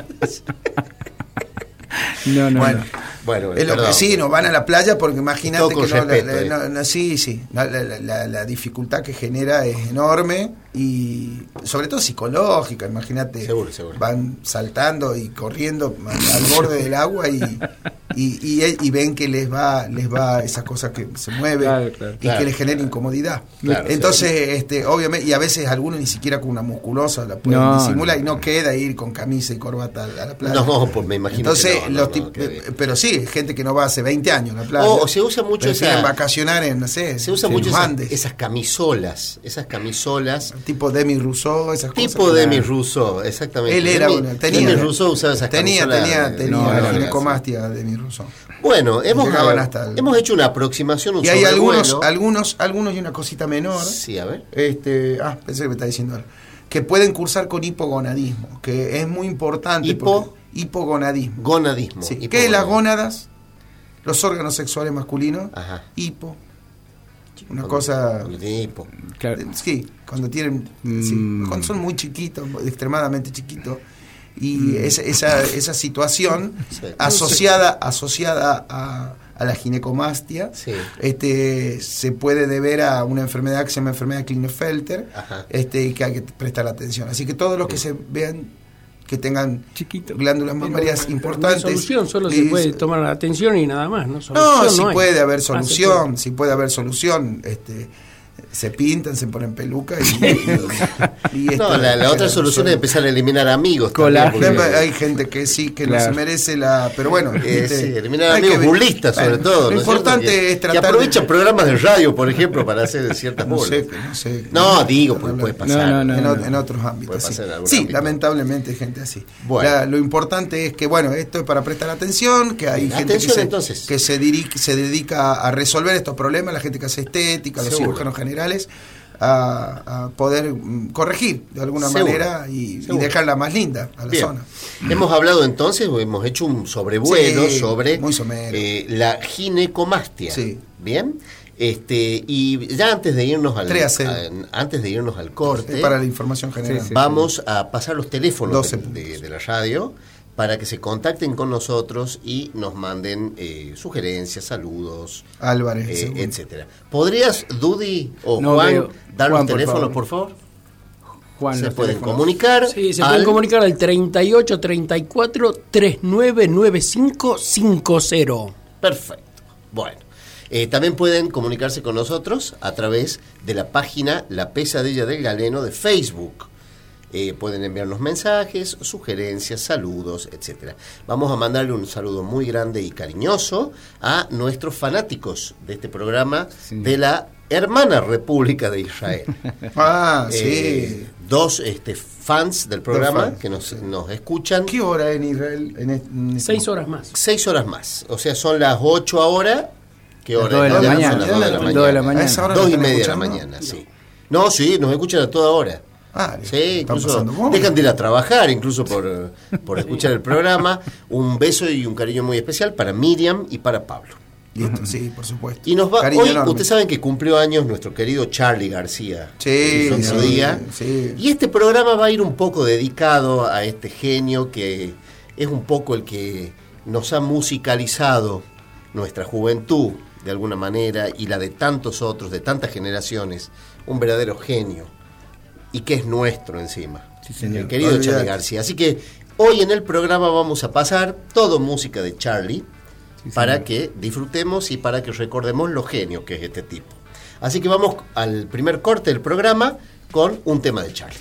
Speaker 4: No, no,
Speaker 3: bueno,
Speaker 4: no.
Speaker 2: Bueno,
Speaker 3: es lo que sí, no van a la playa porque imagínate que no,
Speaker 2: respeto,
Speaker 3: la, la, no, no, sí, sí, la, la, la, la dificultad que genera es enorme y sobre todo psicológica, imagínate,
Speaker 2: seguro, seguro.
Speaker 3: Van saltando y corriendo al borde del agua y, y, y, y ven que les va les va esas cosas que se mueven claro, claro, y claro, que les genera incomodidad. Claro, entonces, seguro. este obviamente, y a veces algunos ni siquiera con una musculosa la pueden no, disimular no. y no queda ir con camisa y corbata a la playa.
Speaker 2: No, pues me imagino
Speaker 3: entonces,
Speaker 2: que no,
Speaker 3: los
Speaker 2: no,
Speaker 3: tip-
Speaker 2: no, que...
Speaker 3: pero sí, Sí, gente que no va hace veinte años a la playa.
Speaker 2: O, o se usa mucho
Speaker 3: prefieren
Speaker 2: esa,
Speaker 3: vacacionar en, no sé,
Speaker 2: se usa
Speaker 3: en
Speaker 2: mucho
Speaker 3: los
Speaker 2: esas,
Speaker 3: Andes.
Speaker 2: esas camisolas, esas camisolas.
Speaker 3: Tipo Demi Rousseau, esas
Speaker 2: tipo
Speaker 3: cosas.
Speaker 2: Tipo Demi Rousseau, exactamente.
Speaker 3: Él era
Speaker 2: Demi,
Speaker 3: una, tenía.
Speaker 2: Demi Rousseau usaba esas
Speaker 3: tenía,
Speaker 2: camisolas.
Speaker 3: tenía,
Speaker 2: de,
Speaker 3: tenía,
Speaker 2: no,
Speaker 3: la
Speaker 2: no,
Speaker 3: ginecomastia de Demi Rousseau.
Speaker 2: Bueno, hemos,
Speaker 3: hasta el...
Speaker 2: hemos hecho una aproximación, un
Speaker 3: y hay
Speaker 2: sobrevuelo.
Speaker 3: algunos, algunos, algunos y una cosita menor.
Speaker 2: Sí, a ver.
Speaker 3: Este, ah, pensé que me está diciendo algo. Que pueden cursar con hipogonadismo, que es muy importante.
Speaker 2: Hipo,
Speaker 3: hipogonadismo.
Speaker 2: Gonadismo.
Speaker 3: Sí. ¿Qué es las gónadas? Los órganos sexuales masculinos.
Speaker 2: Ajá.
Speaker 3: Hipo. Una
Speaker 2: cuando,
Speaker 3: cosa.
Speaker 2: Cuando tiene hipo.
Speaker 3: Claro. Sí, cuando tienen. Mm. Sí, cuando son muy chiquitos, extremadamente chiquitos. Y mm. esa, esa, esa situación sí. asociada, asociada a, a la ginecomastia
Speaker 2: sí.
Speaker 3: este, se puede deber a una enfermedad que se llama enfermedad de Klinefelter, este, y que hay que prestar atención. Así que todos los que se vean que tengan
Speaker 4: Chiquito.
Speaker 3: glándulas mamarias
Speaker 5: pero,
Speaker 3: importantes.
Speaker 5: No hay solución, solo se puede tomar la atención y nada más. No,
Speaker 3: solución no, sí
Speaker 5: no
Speaker 3: puede haber solución, sí puede haber solución. Este, se pintan, se ponen peluca y, y, y
Speaker 2: no, la, la otra solución son... es empezar a eliminar amigos
Speaker 3: también, porque... hay gente que sí que claro. no se merece la, pero bueno,
Speaker 2: eh, este, sí, eliminar amigos burlistas sobre bueno, todo,
Speaker 3: lo
Speaker 2: ¿no
Speaker 3: importante es,
Speaker 2: que,
Speaker 3: es tratar
Speaker 2: que aprovechan
Speaker 3: de...
Speaker 2: programas de radio, por ejemplo, para hacer ciertas
Speaker 3: no
Speaker 2: burlas.
Speaker 3: sé, no sé
Speaker 2: no,
Speaker 3: no,
Speaker 2: digo, pues puede pasar
Speaker 3: no, no, no, en, en otros ámbitos sí, sí ámbito. Lamentablemente hay gente así. Bueno. La, lo importante es que bueno, esto es para prestar atención, que hay gente que, se,
Speaker 2: entonces.
Speaker 3: que se, diric, se dedica a resolver estos problemas, la gente que hace estética, los cirujanos generales. A, a poder corregir de alguna Seguro. manera y, y dejarla más linda a la Bien. zona.
Speaker 2: Hemos hablado entonces, hemos hecho un sobrevuelo
Speaker 3: sí,
Speaker 2: sobre
Speaker 3: muy
Speaker 2: eh, la ginecomastia.
Speaker 3: Sí.
Speaker 2: Bien. Este, y ya antes de irnos al
Speaker 3: a,
Speaker 2: antes de irnos al corte,
Speaker 3: sí, para la información general.
Speaker 2: Sí, sí, vamos sí. a pasar los teléfonos de, de, de la radio para que se contacten con nosotros y nos manden eh, sugerencias, saludos,
Speaker 3: Álvarez,
Speaker 2: eh, etcétera. ¿Podrías, Dudy o
Speaker 4: no
Speaker 2: Juan,
Speaker 4: veo.
Speaker 2: dar
Speaker 4: Juan,
Speaker 2: los teléfonos, por favor?
Speaker 4: Por favor? Juan,
Speaker 2: se pueden
Speaker 4: teléfonos.
Speaker 2: comunicar.
Speaker 5: Sí, se
Speaker 2: al...
Speaker 5: pueden comunicar al treinta y ocho, treinta y cuatro, treinta y nueve, noventa y cinco cincuenta.
Speaker 2: Perfecto. Bueno. Eh, también pueden comunicarse con nosotros a través de la página La Pesadilla del Galeno de Facebook. Eh, pueden enviarnos mensajes, sugerencias, saludos, etcétera. Vamos a mandarle un saludo muy grande y cariñoso a nuestros fanáticos de este programa sí. de la hermana República de Israel.
Speaker 3: Ah,
Speaker 2: eh,
Speaker 3: sí.
Speaker 2: Dos este, fans del programa fans, que nos, sí. nos escuchan.
Speaker 3: ¿Qué hora en Israel? En este, en
Speaker 5: Seis horas más.
Speaker 2: Seis horas más. O sea, son las ocho ahora. ¿Qué hora?
Speaker 4: Dos de la mañana.
Speaker 2: Dos de la mañana.
Speaker 4: Dos de la mañana.
Speaker 2: Dos y media de la mañana, sí. No, sí, nos escuchan a toda hora.
Speaker 3: Ah,
Speaker 2: sí, incluso dejan de ir a trabajar, incluso por, por escuchar el programa. Un beso y un cariño muy especial para Miriam y para Pablo.
Speaker 3: Listo, sí, por supuesto.
Speaker 2: Y nos va, hoy, enorme. Ustedes saben que cumplió años nuestro querido Charly García.
Speaker 3: Sí,
Speaker 2: el otro
Speaker 3: sí,
Speaker 2: día.
Speaker 3: Sí.
Speaker 2: Y este programa va a ir un poco dedicado a este genio que es un poco el que nos ha musicalizado nuestra juventud, de alguna manera, y la de tantos otros, de tantas generaciones. Un verdadero genio. Y que es nuestro encima,
Speaker 4: sí, señor.
Speaker 2: El querido Charly García. Así que hoy en el programa vamos a pasar todo música de Charly sí, para señor. que disfrutemos y para que recordemos lo genio que es este tipo. Así que vamos al primer corte del programa con un tema de Charly.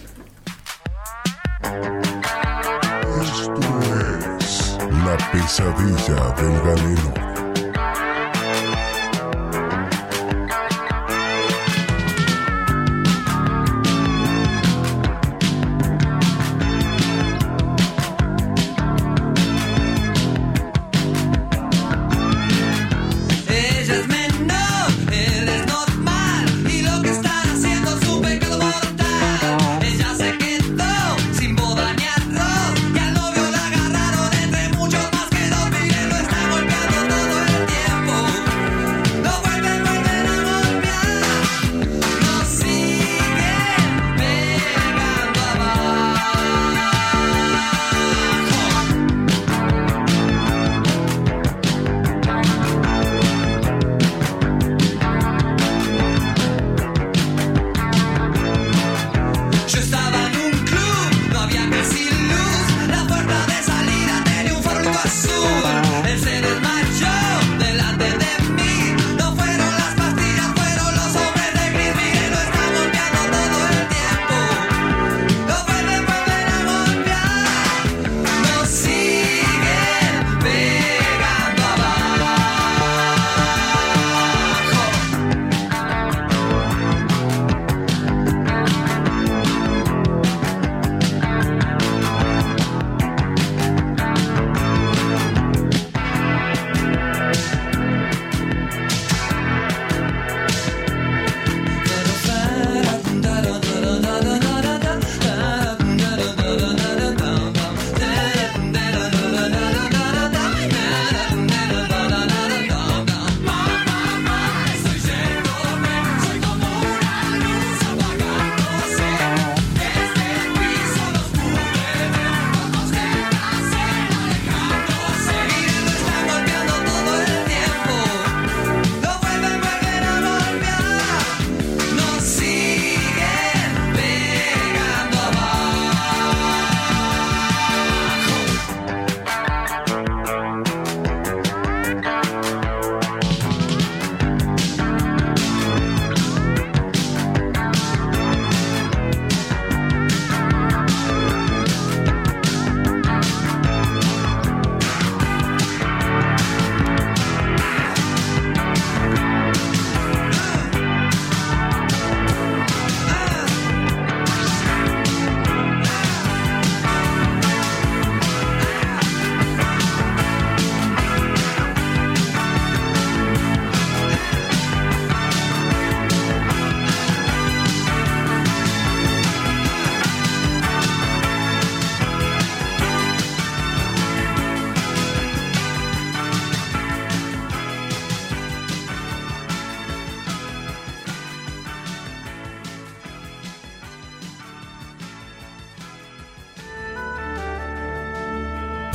Speaker 1: Esto es La Pesadilla del Galeno.
Speaker 8: Sin poder dañarlo, y al novio la agarraron entre muchos más que dormir, lo está golpeando todo.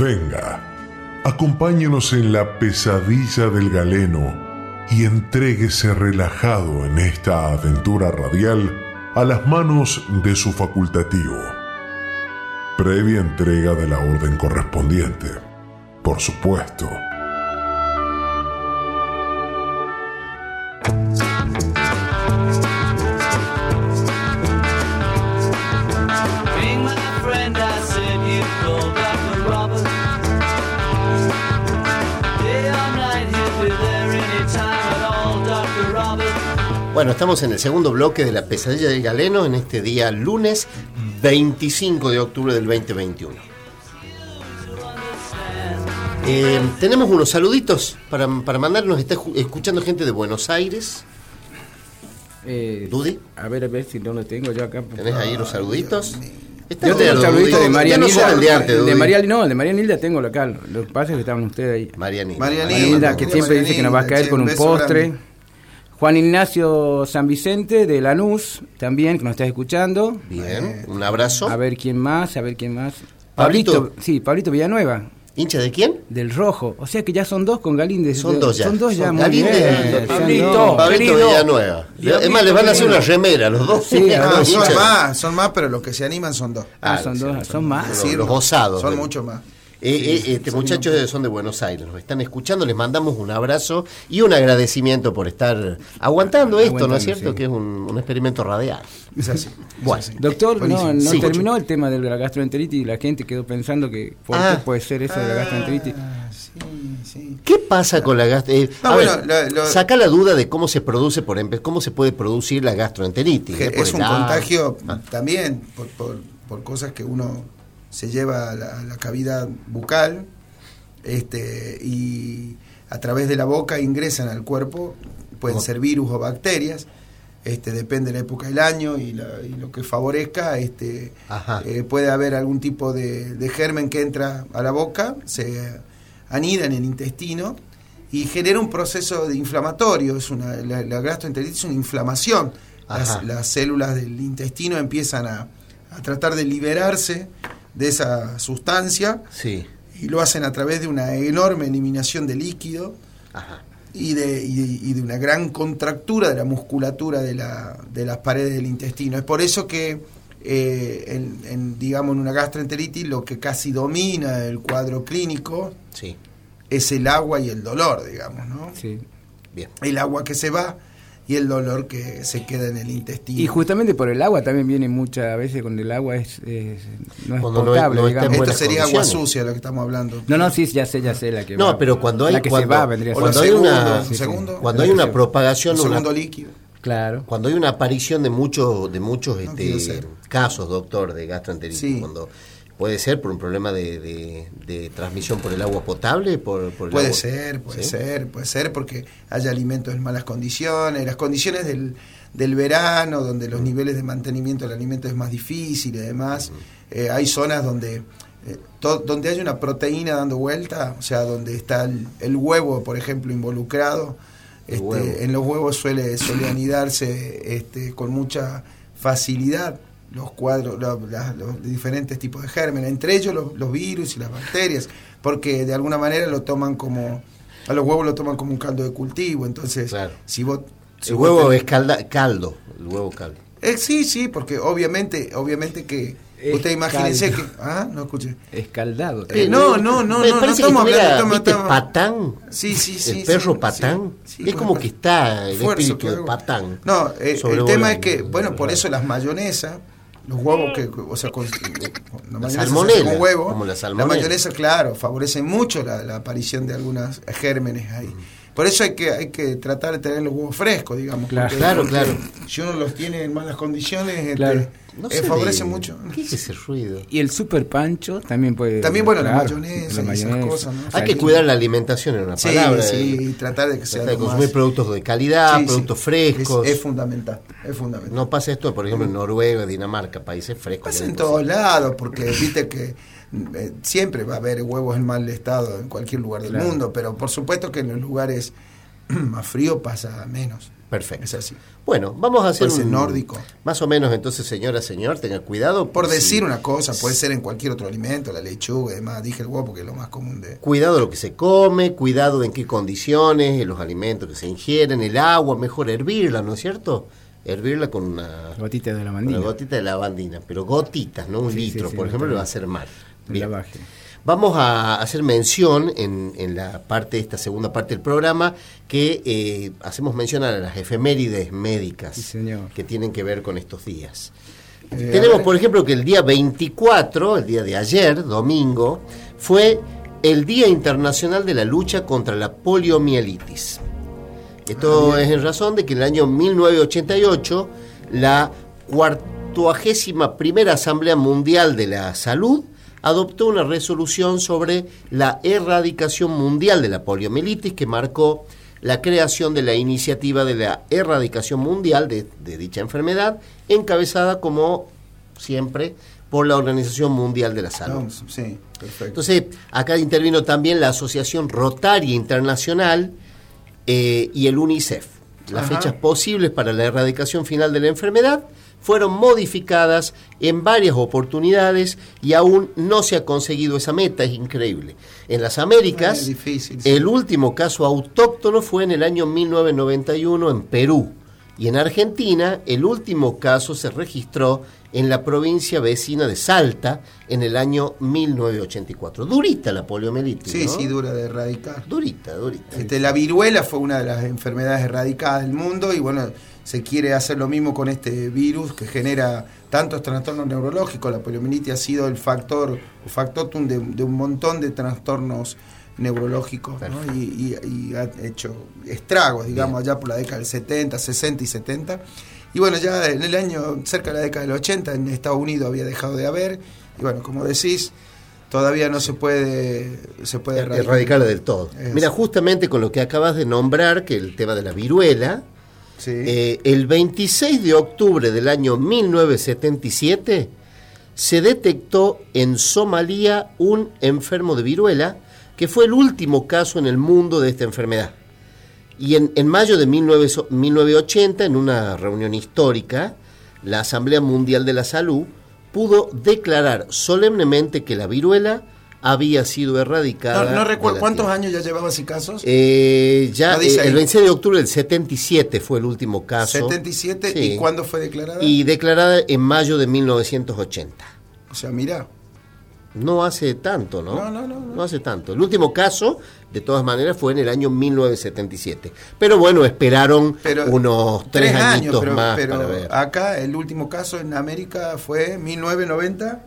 Speaker 1: Venga, acompáñenos en la pesadilla del galeno y entréguese relajado en esta aventura radial a las manos de su facultativo. Previa entrega de la orden correspondiente, por supuesto.
Speaker 2: Bueno, estamos en el segundo bloque de la pesadilla del galeno en este día lunes veinticinco de octubre del veinte veintiuno. Eh, tenemos unos saluditos para, para mandarnos. Está escuchando gente de Buenos Aires.
Speaker 4: Eh,
Speaker 2: ¿Dudy?
Speaker 4: A ver, a ver si no lo tengo yo acá.
Speaker 2: ¿Tenés ahí los saluditos?
Speaker 4: Yo tengo el saludito de María Nilda.
Speaker 2: De, arte,
Speaker 4: de María, no, el de María Nilda tengo local. Lo que pasa es que estaban ustedes ahí.
Speaker 2: María Nilda.
Speaker 3: María
Speaker 4: María Nilda, que siempre dice que nos va a caer con un postre. Grande. Juan Ignacio San Vicente de Lanús, también, que nos está escuchando.
Speaker 2: Bien, un abrazo.
Speaker 4: A ver quién más, a ver quién más.
Speaker 2: Pablito.
Speaker 4: Pablito, sí, Pablito Villanueva.
Speaker 2: ¿Hincha de quién?
Speaker 4: Del Rojo. O sea que ya son dos con Galíndez.
Speaker 2: Son dos ya.
Speaker 4: Son dos ya,
Speaker 2: son
Speaker 4: muy
Speaker 2: Galíndez,
Speaker 4: bien.
Speaker 2: Pablito, Pablito Villanueva. Es más, les van a hacer una remera los dos.
Speaker 4: Sí,
Speaker 3: no, son
Speaker 2: hinchas.
Speaker 3: más, son más, pero los que se animan son dos.
Speaker 4: Ah, son dos, son, son más.
Speaker 2: Los,
Speaker 3: Sí,
Speaker 2: los osados.
Speaker 3: Son
Speaker 2: de,
Speaker 3: mucho más.
Speaker 2: Eh,
Speaker 3: Sí,
Speaker 2: eh,
Speaker 3: sí,
Speaker 2: este
Speaker 3: son
Speaker 2: muchachos
Speaker 3: mucho.
Speaker 2: son de Buenos Aires, nos están escuchando, les mandamos un abrazo y un agradecimiento por estar aguantando esto,
Speaker 4: Aguantando,
Speaker 2: ¿no es cierto?
Speaker 4: sí.
Speaker 2: Que es un, un experimento radial.
Speaker 3: Es así.
Speaker 2: Bueno,
Speaker 3: es así.
Speaker 4: Doctor,
Speaker 3: Buenísimo.
Speaker 4: no, no
Speaker 2: Sí.
Speaker 4: terminó el tema de la gastroenteritis y la gente quedó pensando que por
Speaker 2: Ah.
Speaker 4: qué puede ser eso de la gastroenteritis.
Speaker 3: Ah, sí, sí.
Speaker 2: ¿qué pasa con la gastroenteritis?
Speaker 3: No, bueno, lo- lo-
Speaker 2: saca la duda de cómo se produce, por ejemplo, cómo se puede producir la gastroenteritis.
Speaker 3: Que
Speaker 2: ¿eh? Por
Speaker 3: es
Speaker 2: el
Speaker 3: un
Speaker 2: agua.
Speaker 3: contagio
Speaker 2: Ah.
Speaker 3: también por, por, por cosas que uno se lleva a la, a la cavidad bucal, este, y a través de la boca ingresan al cuerpo, pueden
Speaker 2: Oh.
Speaker 3: ser virus o bacterias, este, depende de la época del año y, la, y lo que favorezca, este,
Speaker 2: Ajá.
Speaker 3: eh, puede haber algún tipo de, de germen que entra a la boca, se anida en el intestino y genera un proceso de inflamatorio. Es una, la, la gastroenteritis es una inflamación.
Speaker 2: Ajá.
Speaker 3: Las, las células del intestino empiezan a, a tratar de liberarse de esa sustancia
Speaker 2: Sí.
Speaker 3: y lo hacen a través de una enorme eliminación de líquido
Speaker 2: Ajá.
Speaker 3: y de, y de, y de una gran contractura de la musculatura de, la, de las paredes del intestino. Es por eso que, eh, en, en, digamos, en una gastroenteritis lo que casi domina el cuadro clínico
Speaker 2: Sí.
Speaker 3: es el agua y el dolor, digamos, ¿no?
Speaker 4: Sí.
Speaker 2: Bien.
Speaker 3: El agua que se va y el dolor que se queda en el intestino.
Speaker 4: Y justamente por el agua también viene muchas veces con el agua es, es no es
Speaker 2: Cuando no es-
Speaker 4: potable,
Speaker 2: no está en
Speaker 4: digamos.
Speaker 2: buenas
Speaker 3: Esto sería agua
Speaker 2: condiciones.
Speaker 3: sucia lo que estamos hablando.
Speaker 4: No, no, sí, ya sé, ya sé la que
Speaker 2: No,
Speaker 4: va.
Speaker 2: pero cuando hay-
Speaker 4: la que
Speaker 2: cuando-
Speaker 4: se va vendría a
Speaker 3: O
Speaker 4: ser.
Speaker 3: lo
Speaker 2: Cuando hay
Speaker 3: segundo,
Speaker 2: una-
Speaker 3: un
Speaker 4: sí, sí.
Speaker 3: segundo,
Speaker 2: Cuando hay una
Speaker 3: un
Speaker 2: propagación, una,
Speaker 3: segundo líquido.
Speaker 4: Claro.
Speaker 2: cuando hay una aparición de muchos de muchos
Speaker 3: No quiero
Speaker 2: este,
Speaker 3: ser.
Speaker 2: casos, doctor, de gastroenteritis,
Speaker 3: Sí.
Speaker 2: cuando puede ser por un problema de, de, de transmisión por el agua potable, por, por el
Speaker 3: Puede
Speaker 2: agua-
Speaker 3: ser, puede
Speaker 2: ¿Sí?
Speaker 3: ser, puede ser porque haya alimentos en malas condiciones, las condiciones del, del verano, donde los niveles de mantenimiento del alimento es más difícil y demás. Eh, hay zonas donde eh, to- donde hay una proteína dando vuelta, o sea, donde está el, el huevo, por ejemplo, involucrado.
Speaker 2: El
Speaker 3: Este,
Speaker 2: huevo.
Speaker 3: en los huevos suele, suele anidarse este, con mucha facilidad los cuadros, la- la- los diferentes tipos de gérmenes, entre ellos los, los virus y las bacterias, porque de alguna manera lo toman como, a los huevos lo toman como un caldo de cultivo, entonces
Speaker 2: Claro.
Speaker 3: si vos... si
Speaker 2: El
Speaker 3: vos
Speaker 2: huevo
Speaker 3: tenés-
Speaker 2: es calda, caldo, el huevo caldo.
Speaker 3: Eh, sí, sí, porque obviamente, obviamente que
Speaker 4: Es
Speaker 3: usted imagínese que...
Speaker 4: caldo.
Speaker 3: Ah, no escuché.
Speaker 4: Escaldado.
Speaker 3: Eh, no, no, no,
Speaker 2: Me
Speaker 3: no,
Speaker 2: parece
Speaker 3: no estamos
Speaker 2: que tuviera,
Speaker 3: hablando,
Speaker 2: ¿viste,
Speaker 3: estamos-
Speaker 2: Patán?
Speaker 3: Sí, sí, sí.
Speaker 2: El perro
Speaker 3: sí,
Speaker 2: Patán.
Speaker 3: sí, sí,
Speaker 2: es como
Speaker 3: bueno,
Speaker 2: que está el
Speaker 3: esfuerzo
Speaker 2: espíritu
Speaker 3: que
Speaker 2: de
Speaker 3: hago.
Speaker 2: Patán.
Speaker 3: No, eh, el
Speaker 2: sobrevolando.
Speaker 3: tema es que, bueno, por eso las mayonesas, los huevos que, o sea, con, con- la mayonesa se hace
Speaker 2: salmonela,
Speaker 3: con huevo,
Speaker 2: como la salmonela.
Speaker 3: mayonesa, claro, favorecen mucho la, la aparición de algunas gérmenes ahí. Por eso hay que hay que tratar de tener los huevos frescos, digamos.
Speaker 4: Claro.
Speaker 3: porque-
Speaker 2: Claro,
Speaker 3: porque
Speaker 2: claro.
Speaker 3: Si uno los tiene en malas condiciones, este,
Speaker 4: Claro.
Speaker 2: No
Speaker 3: eh,
Speaker 2: sé
Speaker 3: favorece
Speaker 2: de-
Speaker 3: mucho.
Speaker 2: ¿Qué es ese ruido?
Speaker 4: Y el super pancho también puede.
Speaker 3: También, bueno, la
Speaker 4: claro,
Speaker 3: mayonesa
Speaker 4: la
Speaker 3: y esas
Speaker 4: mayonesa.
Speaker 3: cosas, ¿no?
Speaker 4: O
Speaker 2: Hay
Speaker 4: sea,
Speaker 2: que cuidar la alimentación en una
Speaker 3: Sí,
Speaker 2: palabra.
Speaker 3: sí,
Speaker 2: eh,
Speaker 3: y tratar de que sea
Speaker 2: tratar de
Speaker 3: lo
Speaker 2: consumir
Speaker 3: más-
Speaker 2: productos de calidad,
Speaker 3: Sí, sí.
Speaker 2: productos frescos.
Speaker 3: Es, es fundamental, es fundamental.
Speaker 2: No pasa esto, por ejemplo, en Noruega, Dinamarca, países frescos.
Speaker 3: Pasa
Speaker 2: que
Speaker 3: en
Speaker 2: ven
Speaker 3: todos
Speaker 2: cosas.
Speaker 3: lados, porque viste que eh, siempre va a haber huevos en mal estado en cualquier lugar del
Speaker 4: Claro.
Speaker 3: mundo, pero por supuesto que en los lugares más fríos pasa menos.
Speaker 2: Perfecto.
Speaker 3: Es así.
Speaker 2: Bueno, vamos a hacer
Speaker 3: Puede ser
Speaker 2: un
Speaker 3: nórdico.
Speaker 2: Más o menos, entonces, señora, señor, tenga cuidado.
Speaker 3: Por decir
Speaker 2: sí.
Speaker 3: una cosa, puede ser en cualquier otro alimento, la lechuga y demás. Dije el huevo porque es lo más común de...
Speaker 2: Cuidado lo que se come, cuidado en qué condiciones, en los alimentos que se ingieren, el agua, mejor hervirla, ¿no es cierto? Hervirla con una
Speaker 4: gotita de lavandina.
Speaker 2: Una gotita de lavandina, pero gotitas, no un
Speaker 4: sí,
Speaker 2: litro,
Speaker 4: sí, sí,
Speaker 2: por
Speaker 4: no
Speaker 2: ejemplo, le va a
Speaker 4: también.
Speaker 2: hacer mal.
Speaker 4: La baje.
Speaker 2: Vamos a hacer mención en, en la parte, esta segunda parte del programa, que eh, hacemos mención a las efemérides médicas
Speaker 4: Sí, señor.
Speaker 2: que tienen que ver con estos días.
Speaker 3: Eh,
Speaker 2: Tenemos,
Speaker 3: ver.
Speaker 2: por ejemplo, que el día veinticuatro, el día de ayer, domingo, fue el Día Internacional de la Lucha contra la Poliomielitis. Esto
Speaker 3: Ah,
Speaker 2: es en razón de que en el año mil novecientos ochenta y ocho, la cuartuagésima primera Asamblea Mundial de la Salud adoptó una resolución sobre la erradicación mundial de la poliomielitis que marcó la creación de la iniciativa de la erradicación mundial de, de dicha enfermedad, encabezada como siempre por la Organización Mundial de la Salud.
Speaker 3: No, sí, perfecto.
Speaker 2: Entonces, acá intervino también la Asociación Rotaria Internacional eh, y el UNICEF. Las
Speaker 3: Ajá.
Speaker 2: fechas posibles para la erradicación final de la enfermedad fueron modificadas en varias oportunidades y aún no se ha conseguido esa meta, es increíble. En las Américas,
Speaker 3: Es difícil, sí.
Speaker 2: el último caso autóctono fue en el año mil novecientos noventa y uno en Perú, y en Argentina el último caso se registró en la provincia vecina de Salta en el año mil novecientos ochenta y cuatro. Durita la poliomielitis,
Speaker 3: Sí,
Speaker 2: ¿no?
Speaker 3: sí, dura de erradicar.
Speaker 2: Durita, durita.
Speaker 3: Este, la viruela fue una de las enfermedades erradicadas del mundo y bueno, se quiere hacer lo mismo con este virus que genera tantos trastornos neurológicos. La poliomielitis ha sido el factor, el factotum de, de un montón de trastornos neurológicos, ¿no? y, y, y ha hecho estragos, digamos,
Speaker 2: Bien.
Speaker 3: allá por la década del setenta, sesenta y setenta. Y bueno, ya en el año, cerca de la década del ochenta, en Estados Unidos había dejado de haber. Y bueno, como decís, todavía no se puede, se puede erradicar.
Speaker 2: Erradicarla del todo.
Speaker 3: Es-
Speaker 2: Mira, justamente con lo que acabas de nombrar, que el tema de la viruela,
Speaker 3: Sí.
Speaker 2: eh, el veintiséis de octubre del año mil novecientos setenta y siete se detectó en Somalia un enfermo de viruela, que fue el último caso en el mundo de esta enfermedad. Y en, en mayo de mil novecientos ochenta, en una reunión histórica, la Asamblea Mundial de la Salud pudo declarar solemnemente que la viruela había sido erradicada.
Speaker 3: No, no
Speaker 2: de
Speaker 3: recuerdo
Speaker 2: la
Speaker 3: cuántos
Speaker 2: tierra.
Speaker 3: años ya llevaba así casos.
Speaker 2: Eh, ya
Speaker 3: No dice
Speaker 2: eh,
Speaker 3: ahí.
Speaker 2: el veintiséis de octubre del setenta y siete fue el último caso.
Speaker 3: setenta y siete,
Speaker 2: Sí.
Speaker 3: ¿y cuándo fue declarada?
Speaker 2: Y declarada en mayo de mil novecientos ochenta.
Speaker 3: O sea, mira,
Speaker 2: No hace tanto, ¿no?
Speaker 3: No, no, no, no.
Speaker 2: No hace tanto. El último caso, de todas maneras, fue en el año mil novecientos setenta y siete. Pero bueno, esperaron
Speaker 3: pero
Speaker 2: unos tres,
Speaker 3: tres
Speaker 2: añitos
Speaker 3: años, pero,
Speaker 2: más
Speaker 3: pero
Speaker 2: para ver.
Speaker 3: acá el último caso en América fue mil novecientos noventa.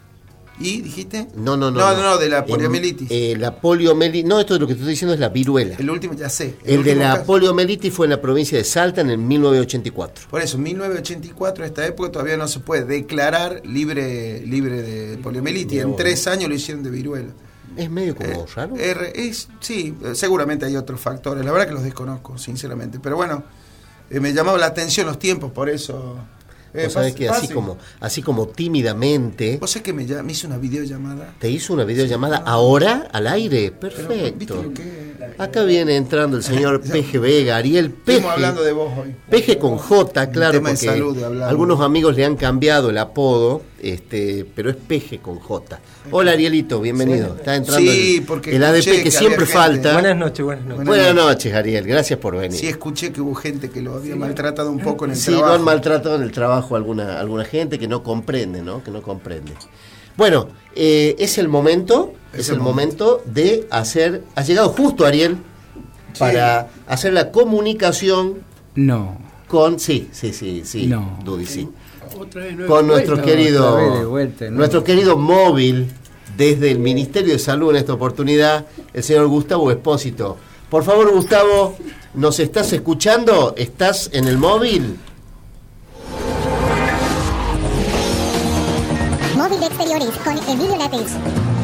Speaker 3: ¿Y dijiste?
Speaker 2: No, no, no.
Speaker 3: No, no, no, de la
Speaker 2: En-
Speaker 3: poliomielitis.
Speaker 2: eh, la poliomielitis. No, esto es lo que te estoy diciendo es la viruela.
Speaker 3: El último, ya sé.
Speaker 2: El, de
Speaker 3: último
Speaker 2: la
Speaker 3: caso.
Speaker 2: poliomielitis fue en la provincia de Salta en el mil novecientos ochenta y cuatro.
Speaker 3: Por eso, mil novecientos ochenta y cuatro, esta época todavía no se puede declarar libre, libre de poliomielitis.
Speaker 2: Mira
Speaker 3: En
Speaker 2: vos.
Speaker 3: tres años lo hicieron de viruela.
Speaker 2: Es medio como
Speaker 3: Eh,
Speaker 2: raro.
Speaker 3: R- es, sí, eh, seguramente hay otros factores. La verdad que los desconozco, sinceramente. Pero bueno, eh, me llamaba la atención los tiempos, por eso. Eh,
Speaker 2: Vos sabés
Speaker 3: pase-
Speaker 2: que así
Speaker 3: pase.
Speaker 2: como, así como tímidamente
Speaker 3: Vos sabés que me, ya- me hizo una videollamada.
Speaker 2: te hizo una videollamada ahora al aire.
Speaker 3: Pero, ¿viste
Speaker 2: Perfecto.
Speaker 3: lo que-
Speaker 2: Acá viene entrando el señor P G Vega, Ariel Peje.
Speaker 3: Estamos hablando de vos hoy.
Speaker 2: Peje con J,
Speaker 3: Un
Speaker 2: claro,
Speaker 3: tema de
Speaker 2: porque
Speaker 3: salud hablamos.
Speaker 2: algunos amigos le han cambiado el apodo, este, pero es Peje con J. Hola Arielito, bienvenido. Está entrando
Speaker 3: Sí,
Speaker 2: el,
Speaker 3: porque
Speaker 2: el A D
Speaker 3: escuché
Speaker 2: P que,
Speaker 3: que
Speaker 2: siempre
Speaker 3: había gente.
Speaker 2: falta.
Speaker 5: Buenas noches, buenas noches.
Speaker 2: Buenas noches, Ariel, gracias por venir.
Speaker 3: Sí, escuché que hubo gente que lo había maltratado un poco en el
Speaker 2: Sí,
Speaker 3: trabajo.
Speaker 2: lo han maltratado en el trabajo alguna, alguna gente que no comprende, ¿no? Que no comprende. Bueno, eh, es el momento, es, el momento. de hacer. Ha llegado justo Ariel para hacer la comunicación
Speaker 4: No.
Speaker 2: con. Sí, sí, sí, sí.
Speaker 4: No.
Speaker 2: Dudy, sí.
Speaker 5: Otra vez, nueve
Speaker 2: Con nuestro
Speaker 4: No,
Speaker 2: querido.
Speaker 4: otra vez de vuelta, ¿no?
Speaker 2: Nuestro querido móvil desde el Ministerio de Salud en esta oportunidad, el señor Gustavo Espósito. Por favor, Gustavo, ¿nos estás escuchando? ¿Estás en el móvil?
Speaker 8: Móvil de exteriores con Emilio Látex.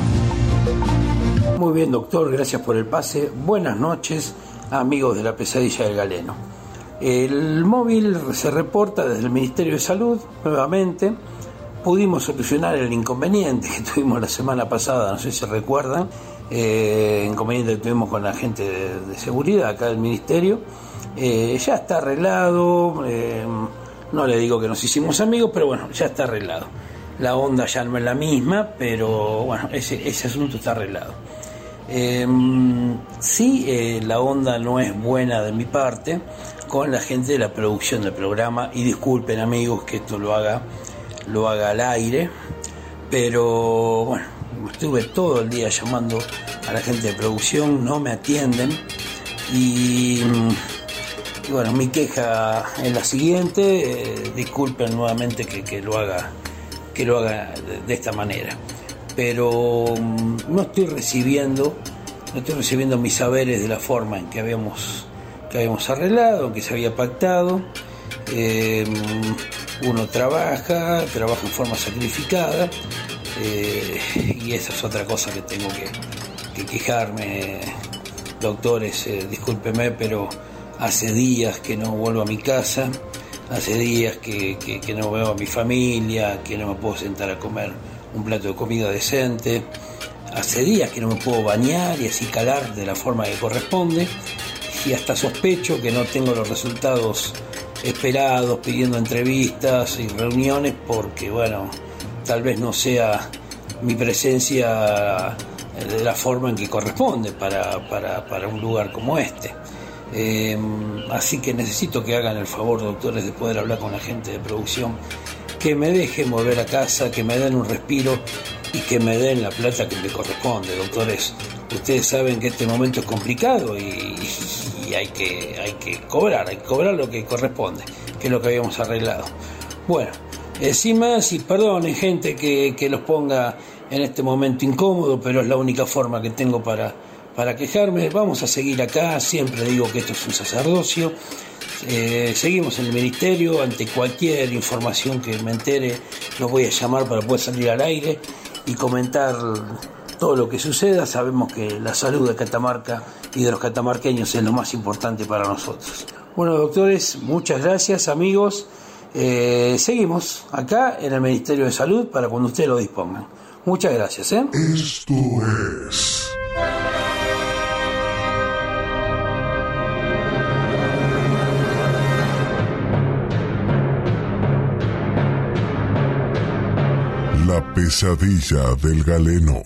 Speaker 9: Muy bien, doctor, gracias por el pase. Buenas noches, amigos de la pesadilla del galeno. El móvil se reporta desde el Ministerio de Salud, nuevamente. Pudimos solucionar el inconveniente que tuvimos la semana pasada, no sé si recuerdan, eh, inconveniente que tuvimos con la gente de, de seguridad acá del Ministerio. Eh, ya está arreglado, eh, no le digo que nos hicimos amigos, pero bueno, ya está arreglado. La onda ya no es la misma, pero bueno, ese, ese asunto está arreglado. Eh, sí, eh, la onda no es buena de mi parte con la gente de la producción del programa, y disculpen amigos que esto lo haga, lo haga al aire, pero bueno, estuve todo el día llamando a la gente de producción, no me atienden, y... Y bueno, mi queja es la siguiente, eh, disculpen nuevamente que, que lo haga, que lo haga de, de esta manera, pero um, no estoy recibiendo, no estoy recibiendo mis saberes de la forma en que habíamos, que habíamos arreglado, que se había pactado. Eh, uno trabaja, trabaja en forma sacrificada, eh, y esa es otra cosa que tengo que, que quejarme, doctores, eh, discúlpeme, pero hace días que no vuelvo a mi casa, hace días que, que, que no veo a mi familia, que no me puedo sentar a comer un plato de comida decente, hace días que no me puedo bañar y así calar de la forma que corresponde, y hasta sospecho que no tengo los resultados esperados, pidiendo entrevistas y reuniones, porque bueno, tal vez no sea mi presencia de la forma en que corresponde para, para, para un lugar como este. Eh, así que necesito que hagan el favor, doctores, de poder hablar con la gente de producción, que me dejen volver a casa, que me den un respiro y que me den la plata que me corresponde. Doctores, ustedes saben que este momento es complicado y, y hay que hay que cobrar, hay que cobrar lo que corresponde, que es lo que habíamos arreglado. Bueno, eh, sin más, y perdonen gente que, que los ponga en este momento incómodo, pero es la única forma que tengo para Para quejarme. Vamos a seguir acá, siempre digo que esto es un sacerdocio, eh, seguimos en el ministerio, ante cualquier información que me entere los voy a llamar para poder salir al aire y comentar todo lo que suceda. Sabemos que la salud de Catamarca y de los catamarqueños es lo más importante para nosotros. Bueno, doctores, muchas gracias, amigos, eh, seguimos acá en el Ministerio de Salud para cuando ustedes lo dispongan. Muchas gracias, ¿eh?
Speaker 1: Esto es... La pesadilla del galeno.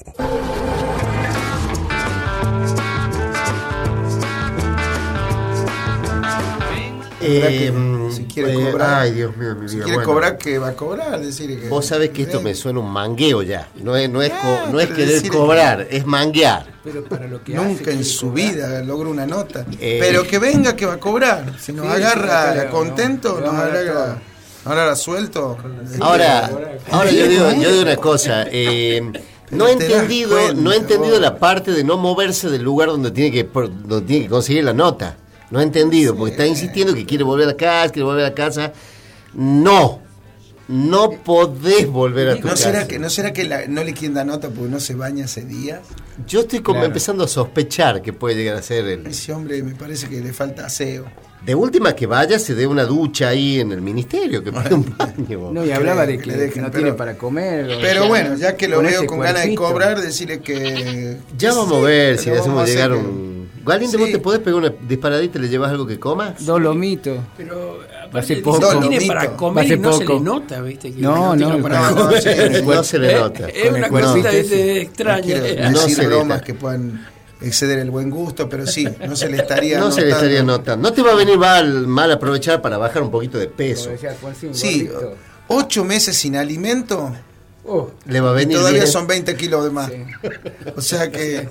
Speaker 2: Eh,
Speaker 3: si quiere
Speaker 2: eh,
Speaker 3: cobrar,
Speaker 2: ay, Dios mío, mi vida.
Speaker 3: Si quiere
Speaker 2: bueno,
Speaker 3: cobrar, que va a cobrar. Decir que,
Speaker 2: vos sabés que esto
Speaker 3: eh,
Speaker 2: me suena un mangueo ya. No es, no es, co, no es
Speaker 3: pero
Speaker 2: querer
Speaker 3: decir
Speaker 2: cobrar, es manguear.
Speaker 4: Pero para lo que
Speaker 3: Nunca
Speaker 4: hace,
Speaker 3: en su
Speaker 4: cobrar.
Speaker 3: vida logró una nota.
Speaker 2: Eh,
Speaker 3: Pero que venga, que va a cobrar. Si nos
Speaker 4: Sí,
Speaker 3: agarra
Speaker 4: sí, claro,
Speaker 3: contento,
Speaker 4: no,
Speaker 3: nos
Speaker 4: le vamos a dar
Speaker 3: agarra,
Speaker 4: todo.
Speaker 3: ahora suelto.
Speaker 2: Ahora, ahora yo digo, yo digo una cosa. Eh, no he
Speaker 3: Te das
Speaker 2: entendido,
Speaker 3: cuenta,
Speaker 2: no he entendido
Speaker 3: vos.
Speaker 2: la parte de no moverse del lugar donde tiene que, por- donde tiene que conseguir la nota. No he entendido, porque está insistiendo que quiere volver a casa, quiere volver a casa. No, no podés volver a tu
Speaker 3: ¿No
Speaker 2: casa.
Speaker 3: será que, no, será que la- no le quieren dar nota porque no se baña hace días?
Speaker 2: Yo estoy como
Speaker 4: Claro.
Speaker 2: empezando a sospechar que puede llegar a ser el...
Speaker 3: Ese hombre me parece que le falta aseo.
Speaker 2: De última que vaya, se dé una ducha ahí en el ministerio, que pide un baño.
Speaker 4: No, y hablaba de
Speaker 3: que
Speaker 4: que,
Speaker 3: le dejen,
Speaker 4: que no
Speaker 3: pero-
Speaker 4: tiene para comer. o
Speaker 3: Pero
Speaker 4: sea,
Speaker 3: bueno, ya que lo
Speaker 4: con
Speaker 3: veo
Speaker 4: ese
Speaker 3: con ganas de
Speaker 4: cuerpito.
Speaker 3: cobrar, decirle que...
Speaker 2: Ya vamos a ver si le hacemos llegar
Speaker 3: un...
Speaker 2: un... Galindo,
Speaker 3: Sí.
Speaker 2: ¿vos te podés pegar una disparadita y le llevas algo que comas?
Speaker 4: Dos lomitos.
Speaker 5: Pero
Speaker 4: Hace
Speaker 5: aparte
Speaker 4: poco.
Speaker 5: dice que tiene
Speaker 3: Dolomito.
Speaker 5: para comer
Speaker 4: Hace
Speaker 5: y no se
Speaker 4: poco.
Speaker 5: le nota, ¿viste? Que
Speaker 4: No,
Speaker 5: tiene
Speaker 4: no,
Speaker 5: para
Speaker 3: no,
Speaker 5: comer.
Speaker 3: no, sí,
Speaker 2: No se le nota.
Speaker 5: Es
Speaker 4: Con
Speaker 5: una
Speaker 4: el
Speaker 5: cosita
Speaker 4: cuerpito
Speaker 5: ¿viste?
Speaker 3: No
Speaker 5: extraña.
Speaker 3: quiero
Speaker 2: No
Speaker 3: decir
Speaker 2: se le
Speaker 3: bromas
Speaker 2: está.
Speaker 3: que puedan exceder el buen gusto, pero sí, no se le estaría
Speaker 2: No se le
Speaker 3: notando.
Speaker 2: estaría notando. No te va a venir mal, mal aprovechar para bajar un poquito de peso.
Speaker 4: Como decía Alfonsín,
Speaker 3: Sí,
Speaker 4: gordito.
Speaker 3: ocho meses sin alimento
Speaker 4: Oh,
Speaker 2: Le va a
Speaker 3: y
Speaker 2: venir
Speaker 3: todavía
Speaker 2: bien.
Speaker 3: son veinte kilos de más.
Speaker 4: sí.
Speaker 3: O sea que,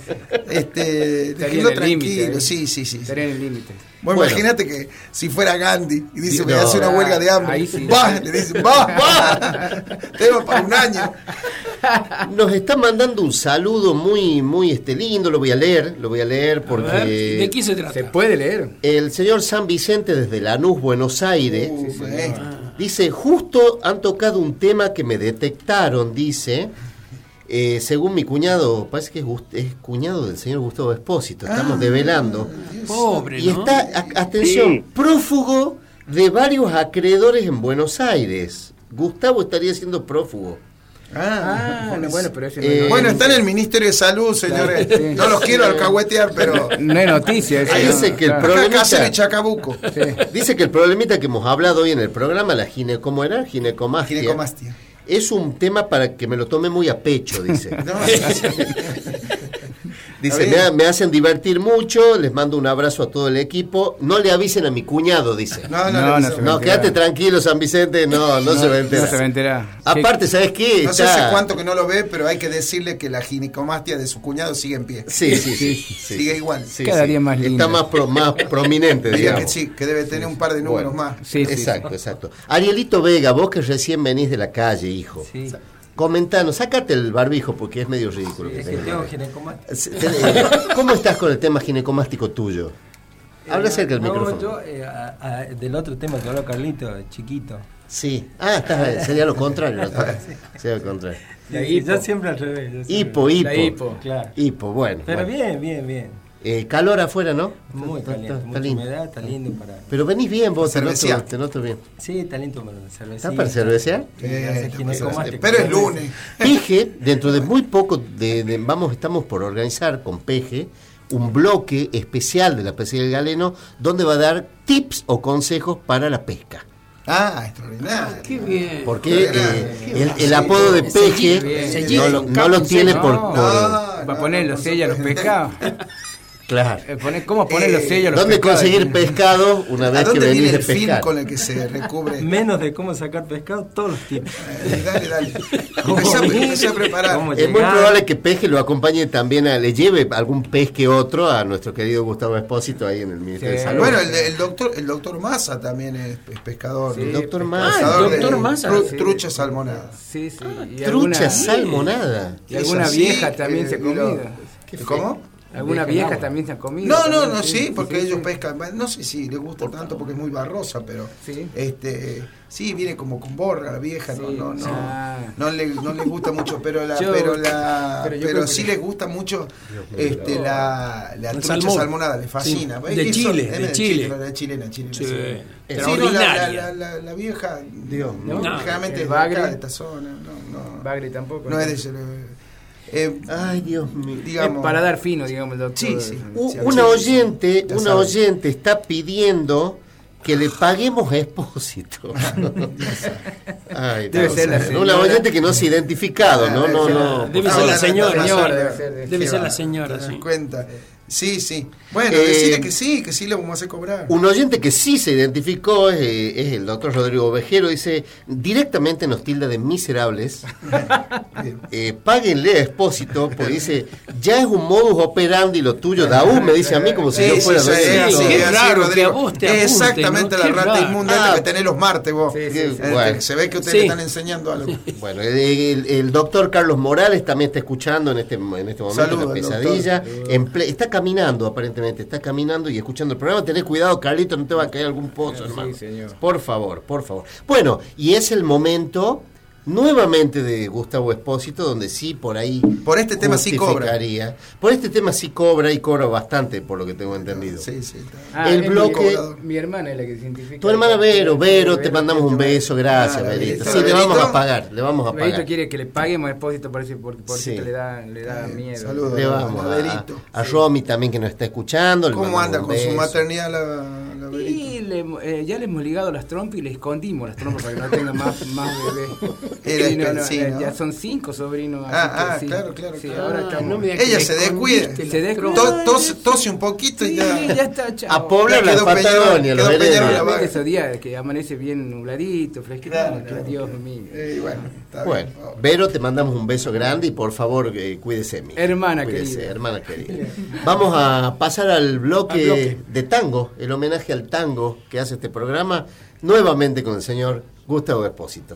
Speaker 3: este,
Speaker 4: Estaría
Speaker 3: déjenlo
Speaker 4: en el límite,
Speaker 3: tranquilo,
Speaker 4: ¿eh?
Speaker 3: sí, sí, sí.
Speaker 4: Estaría en el límite.
Speaker 3: Bueno,
Speaker 2: Bueno.
Speaker 3: imagínate que si fuera Gandhi y dice,
Speaker 2: Sí,
Speaker 3: voy a
Speaker 2: no.
Speaker 3: hacer una huelga de hambre,
Speaker 4: Ahí sí.
Speaker 3: va, le dicen, va, va, tengo para un año.
Speaker 2: Nos está mandando un saludo muy, muy este lindo, lo voy a leer, lo voy a leer
Speaker 5: A ver,
Speaker 2: porque
Speaker 5: ¿de qué se trata?
Speaker 4: ¿Se puede leer?
Speaker 2: el señor San Vicente desde Lanús, Buenos Aires,
Speaker 3: Uh, eh.
Speaker 2: dice, justo han tocado un tema que me detectaron, dice, eh, según mi cuñado, parece que es, Gust- es cuñado del señor Gustavo Espósito, estamos
Speaker 3: Ah,
Speaker 2: develando.
Speaker 5: Pobre,
Speaker 2: Y
Speaker 5: ¿no?
Speaker 2: está, a- atención, prófugo de varios acreedores en Buenos Aires. Gustavo estaría siendo prófugo.
Speaker 3: Ah,
Speaker 4: Ah, no, bueno, pero ese
Speaker 2: Eh,
Speaker 4: no,
Speaker 3: bueno, está en el Ministerio de Salud, señores.
Speaker 4: Sí.
Speaker 3: No los quiero alcahuetear, pero.
Speaker 4: no es noticia. ese,
Speaker 2: Ahí
Speaker 4: no,
Speaker 2: dice que el
Speaker 4: claro.
Speaker 2: pro-
Speaker 3: Acá Cáceres y Chacabuco.
Speaker 4: Sí.
Speaker 2: Dice que el problemita que hemos hablado hoy en el programa, la gine, ¿cómo era? Ginecomastia.
Speaker 3: Ginecomastia.
Speaker 2: Es un tema para que me lo tome muy a pecho, dice.
Speaker 3: No,
Speaker 2: Dice,
Speaker 3: Está
Speaker 2: me,
Speaker 3: bien.
Speaker 2: ha- me hacen divertir mucho, les mando un abrazo a todo el equipo. No le avisen a mi cuñado, dice.
Speaker 3: no, no,
Speaker 4: No,
Speaker 3: no,
Speaker 4: no
Speaker 3: no,
Speaker 4: se
Speaker 2: No,
Speaker 4: me
Speaker 2: quédate
Speaker 4: entera.
Speaker 2: tranquilo, San Vicente. No, no, se va a enterar.
Speaker 4: No se va a enterar.
Speaker 2: Aparte, ¿sabes qué?
Speaker 3: no sé
Speaker 2: Está-
Speaker 3: hace cuánto que no lo ve, pero hay que decirle que la ginecomastia de su cuñado sigue en pie.
Speaker 2: Sí, sí, sí. sí,
Speaker 3: Sigue igual.
Speaker 2: sí,
Speaker 4: Cada
Speaker 2: sí.
Speaker 4: día más
Speaker 2: Está
Speaker 4: linda.
Speaker 2: más, pro- más prominente,
Speaker 3: Diga
Speaker 2: digamos.
Speaker 3: que sí, que debe tener un par de números
Speaker 2: Bueno.
Speaker 3: más.
Speaker 4: Sí, sí,
Speaker 2: Exacto, exacto. Arielito Vega, vos que recién venís de la calle, hijo.
Speaker 10: Sí,
Speaker 2: Comentanos, sácate el barbijo porque es medio ridículo. que
Speaker 10: es que
Speaker 2: tengas.
Speaker 10: tengo ginecomastia.
Speaker 2: Se- te- eh, ¿Cómo estás con el tema ginecomástico tuyo? Habla
Speaker 10: Eh,
Speaker 2: cerca del
Speaker 10: no,
Speaker 2: micrófono.
Speaker 10: yo, eh, a- a- del otro tema que habló Carlito, chiquito.
Speaker 2: Sí. Ah, estás, sería lo contrario. ¿no? Sería lo contrario.
Speaker 10: La
Speaker 5: hipo.
Speaker 10: Yo siempre al revés. yo siempre-
Speaker 2: Hipo, hipo.
Speaker 4: La hipo.
Speaker 10: Claro.
Speaker 2: Hipo, bueno.
Speaker 10: Pero
Speaker 2: bueno.
Speaker 10: bien, bien, bien.
Speaker 2: Eh, calor afuera, ¿no?
Speaker 10: Muy
Speaker 2: Está-
Speaker 10: caliente,
Speaker 2: está-
Speaker 10: mucha
Speaker 2: está lindo.
Speaker 10: humedad, está lindo para...
Speaker 2: Pero venís bien vos, te noto,
Speaker 3: Cervecear.
Speaker 2: te noto bien.
Speaker 10: Sí, está lindo para la cerveza.
Speaker 2: ¿Estás para cervecear?
Speaker 3: Eh,
Speaker 10: ginecomastia.
Speaker 3: pero es lunes.
Speaker 2: Peje, dentro de muy poco, de, de- vamos, estamos por organizar con Peje un bloque especial de la pesca del galeno donde va a dar tips o consejos para la pesca.
Speaker 3: Ah, extraordinario.
Speaker 5: Qué bien.
Speaker 2: Porque
Speaker 3: Qué
Speaker 2: eh, el, el apodo de Peje
Speaker 5: Sellito.
Speaker 2: no, lo- no lo tiene por...
Speaker 4: No.
Speaker 2: por-
Speaker 4: Va a poner los sellos a los pescados.
Speaker 2: claro.
Speaker 4: Eh, poner- ¿Cómo poner los
Speaker 3: Eh,
Speaker 4: sellos a los
Speaker 2: ¿Dónde
Speaker 4: pescados?
Speaker 2: conseguir pescado una
Speaker 3: ¿A
Speaker 2: vez que
Speaker 3: dónde
Speaker 2: venís
Speaker 3: viene
Speaker 2: de
Speaker 3: el film
Speaker 2: pescar?
Speaker 3: con el que se recubre?
Speaker 10: Menos de cómo sacar pescado, todos los tiempos.
Speaker 3: Eh, dale, dale. Empecé a, empecé a preparar.
Speaker 10: ¿Cómo
Speaker 2: Es muy
Speaker 10: llegar?
Speaker 2: probable que Peje lo acompañe también, a, le lleve algún pez que otro a nuestro querido Gustavo Espósito ahí en el Ministerio
Speaker 4: Sí.
Speaker 2: de Salud.
Speaker 3: Bueno, el, el doctor el doctor Massa también es, es pescador.
Speaker 4: Sí,
Speaker 2: el doctor
Speaker 4: pescador.
Speaker 2: Massa.
Speaker 5: Ah,
Speaker 3: Pescador
Speaker 5: el doctor
Speaker 3: de
Speaker 5: Massa,
Speaker 3: tru-
Speaker 4: sí.
Speaker 3: Trucha salmonada.
Speaker 4: Sí, sí. Y
Speaker 2: Trucha
Speaker 4: alguna,
Speaker 2: salmonada.
Speaker 4: y alguna
Speaker 3: Es así,
Speaker 4: vieja también
Speaker 3: eh,
Speaker 4: se ha
Speaker 3: y lo-
Speaker 4: comido.
Speaker 3: ¿Cómo?
Speaker 4: Alguna
Speaker 5: Vieja
Speaker 4: vieja
Speaker 5: en agua.
Speaker 4: también se ha comido.
Speaker 3: No, no,
Speaker 4: también,
Speaker 3: no, sí, porque
Speaker 4: sí,
Speaker 3: ellos
Speaker 4: sí.
Speaker 3: pescan. No sé si les gusta tanto porque es muy barrosa, pero
Speaker 4: Sí.
Speaker 3: este sí viene como con borra la vieja, no,
Speaker 4: Sí.
Speaker 3: no, no,
Speaker 4: Ah.
Speaker 3: no le, no les gusta mucho, pero la,
Speaker 4: Yo-
Speaker 3: pero la,
Speaker 4: pero yo
Speaker 3: pero
Speaker 4: creo
Speaker 3: sí
Speaker 4: que-
Speaker 3: les gusta mucho este la, la
Speaker 5: El
Speaker 3: trucha
Speaker 5: salmón.
Speaker 3: salmonada, les fascina.
Speaker 5: Sí.
Speaker 3: Es
Speaker 5: De
Speaker 3: que
Speaker 5: Chile,
Speaker 3: son-
Speaker 5: de
Speaker 3: es
Speaker 5: Chile.
Speaker 3: La chilena, chilena.
Speaker 5: Sí.
Speaker 3: Sí.
Speaker 5: Extraordinaria.
Speaker 3: Sí, no, la, la, la, la vieja,
Speaker 2: Dios
Speaker 3: no,
Speaker 5: mío.
Speaker 3: generalmente
Speaker 4: El
Speaker 3: es de acá,
Speaker 4: bagre.
Speaker 3: de esta zona, no, no,
Speaker 4: Bagre tampoco.
Speaker 3: no es de ese, eh,
Speaker 2: Ay, Dios mío.
Speaker 3: digamos,
Speaker 4: Es para dar fino, digamos, el doctor.
Speaker 3: Sí, sí.
Speaker 2: U-
Speaker 3: Sí,
Speaker 2: una
Speaker 3: sí,
Speaker 2: oyente,
Speaker 3: ya
Speaker 2: una
Speaker 3: saben.
Speaker 2: oyente está pidiendo que le paguemos a Expósito. Ay,
Speaker 4: Debe
Speaker 2: Dios
Speaker 4: ser la
Speaker 2: mío.
Speaker 4: señora.
Speaker 2: Una oyente que no se ha identificado, no, no, no.
Speaker 5: Debe
Speaker 3: Ah,
Speaker 5: ser la
Speaker 3: la
Speaker 5: señora.
Speaker 4: señora, debe ser de-
Speaker 5: Debe
Speaker 3: qué
Speaker 5: ser
Speaker 3: va,
Speaker 5: la señora,
Speaker 3: ¿te das
Speaker 5: sí.
Speaker 3: cuenta? Sí, sí. Bueno,
Speaker 2: Eh,
Speaker 3: decirle que sí, que sí le vamos a hacer cobrar.
Speaker 2: Un oyente que sí se identificó es, eh, es el doctor Rodrigo Ovejero, dice, directamente nos tilda de miserables, eh, páguenle a Expósito, porque dice, ya es un modus operandi lo tuyo, Daú me dice a mí como si
Speaker 3: Sí,
Speaker 2: yo
Speaker 3: sí,
Speaker 2: fuera
Speaker 3: sí,
Speaker 2: dueño de
Speaker 3: es
Speaker 2: todo.
Speaker 3: así,
Speaker 5: Qué
Speaker 3: es así,
Speaker 5: raro que
Speaker 3: Rodrigo.
Speaker 5: a vos te apunten,
Speaker 3: Exactamente
Speaker 5: ¿no?
Speaker 3: la
Speaker 5: Qué
Speaker 3: rata
Speaker 5: raro.
Speaker 3: inmunda
Speaker 2: Ah.
Speaker 3: esta que tenés los martes vos.
Speaker 4: Sí, sí,
Speaker 3: Eh,
Speaker 4: sí.
Speaker 2: Bueno.
Speaker 3: Se ve que ustedes
Speaker 5: Sí.
Speaker 3: le están enseñando algo.
Speaker 2: Bueno, el, el doctor Carlos Morales también está escuchando en este, en este momento
Speaker 3: Saludos,
Speaker 2: la pesadilla.
Speaker 3: doctor.
Speaker 2: En ple- está caminando, aparentemente, está caminando y escuchando el programa. Tenés cuidado, Carlito, no te va a caer algún pozo,
Speaker 4: Sí,
Speaker 2: hermano.
Speaker 4: señor.
Speaker 2: Por favor, por favor. Bueno, y es el momento nuevamente de Gustavo Espósito, donde sí, por ahí.
Speaker 3: Por este tema sí cobra.
Speaker 2: justificaría. Por este tema sí cobra y cobra bastante, por lo que tengo entendido.
Speaker 3: Sí, sí. está.
Speaker 4: Ah,
Speaker 2: El
Speaker 4: es
Speaker 2: bloque-
Speaker 4: Mi, mi hermana es la que se identifica.
Speaker 2: Tu hermana Vero, Vero, te mandamos un
Speaker 4: Vero,
Speaker 2: beso, gracias,
Speaker 3: Ah, la
Speaker 2: Verito.
Speaker 3: Verito.
Speaker 2: Sí, le
Speaker 3: ¿Verito?
Speaker 2: vamos a pagar, le vamos a
Speaker 4: Verito
Speaker 2: pagar.
Speaker 4: quiere que le paguemos a Expósito, parece, porque por
Speaker 2: Sí.
Speaker 4: eso le da, le da
Speaker 3: Eh,
Speaker 4: miedo.
Speaker 3: saludos.
Speaker 2: Le vamos
Speaker 3: a
Speaker 2: a,
Speaker 3: Verito.
Speaker 2: a Romy también que nos está escuchando. le
Speaker 3: ¿Cómo
Speaker 2: mandamos
Speaker 3: anda
Speaker 2: un
Speaker 3: con su
Speaker 2: beso.
Speaker 3: maternidad la, la Verito?
Speaker 4: Y le, eh, ya le hemos ligado las trompas y le escondimos las trompas para que no tenga más, más bebés.
Speaker 3: Era
Speaker 4: Sí, no, no,
Speaker 3: sí,
Speaker 4: eh,
Speaker 3: ¿no?
Speaker 4: Ya son cinco sobrinos. así
Speaker 3: Ah,
Speaker 4: que
Speaker 3: ah,
Speaker 4: sí.
Speaker 3: claro, claro,
Speaker 4: Sí,
Speaker 3: claro.
Speaker 4: ahora
Speaker 5: Ah,
Speaker 4: estamos.
Speaker 5: no me digas que
Speaker 3: Ella
Speaker 5: le
Speaker 3: se
Speaker 5: escondiste
Speaker 3: descuida.
Speaker 5: la
Speaker 4: Se descuida.
Speaker 5: trompa.
Speaker 3: To- tos- Tose un poquito y
Speaker 4: Sí,
Speaker 3: ya.
Speaker 4: ya está, chao.
Speaker 2: A Pobla
Speaker 3: Ya
Speaker 2: la
Speaker 3: quedó
Speaker 2: Patagonia,
Speaker 3: Peñarol,
Speaker 2: los
Speaker 3: quedó
Speaker 2: heredes.
Speaker 3: Peñarol la
Speaker 4: Realmente
Speaker 3: vaga.
Speaker 4: esos días que amanece bien nubladito, fresquito.
Speaker 3: Claro,
Speaker 4: no,
Speaker 3: claro.
Speaker 4: Dios mío.
Speaker 3: Eh, bueno, está
Speaker 2: Bueno,
Speaker 3: bien.
Speaker 2: Vero, te mandamos un beso grande y por favor eh, cuídese, mi
Speaker 4: Hermana
Speaker 2: Cuídese,
Speaker 4: querida.
Speaker 2: hermana querida. Vamos a pasar al bloque,
Speaker 5: Al bloque.
Speaker 2: de tango, el homenaje al tango que hace este programa, nuevamente con el señor Gustavo Espósito.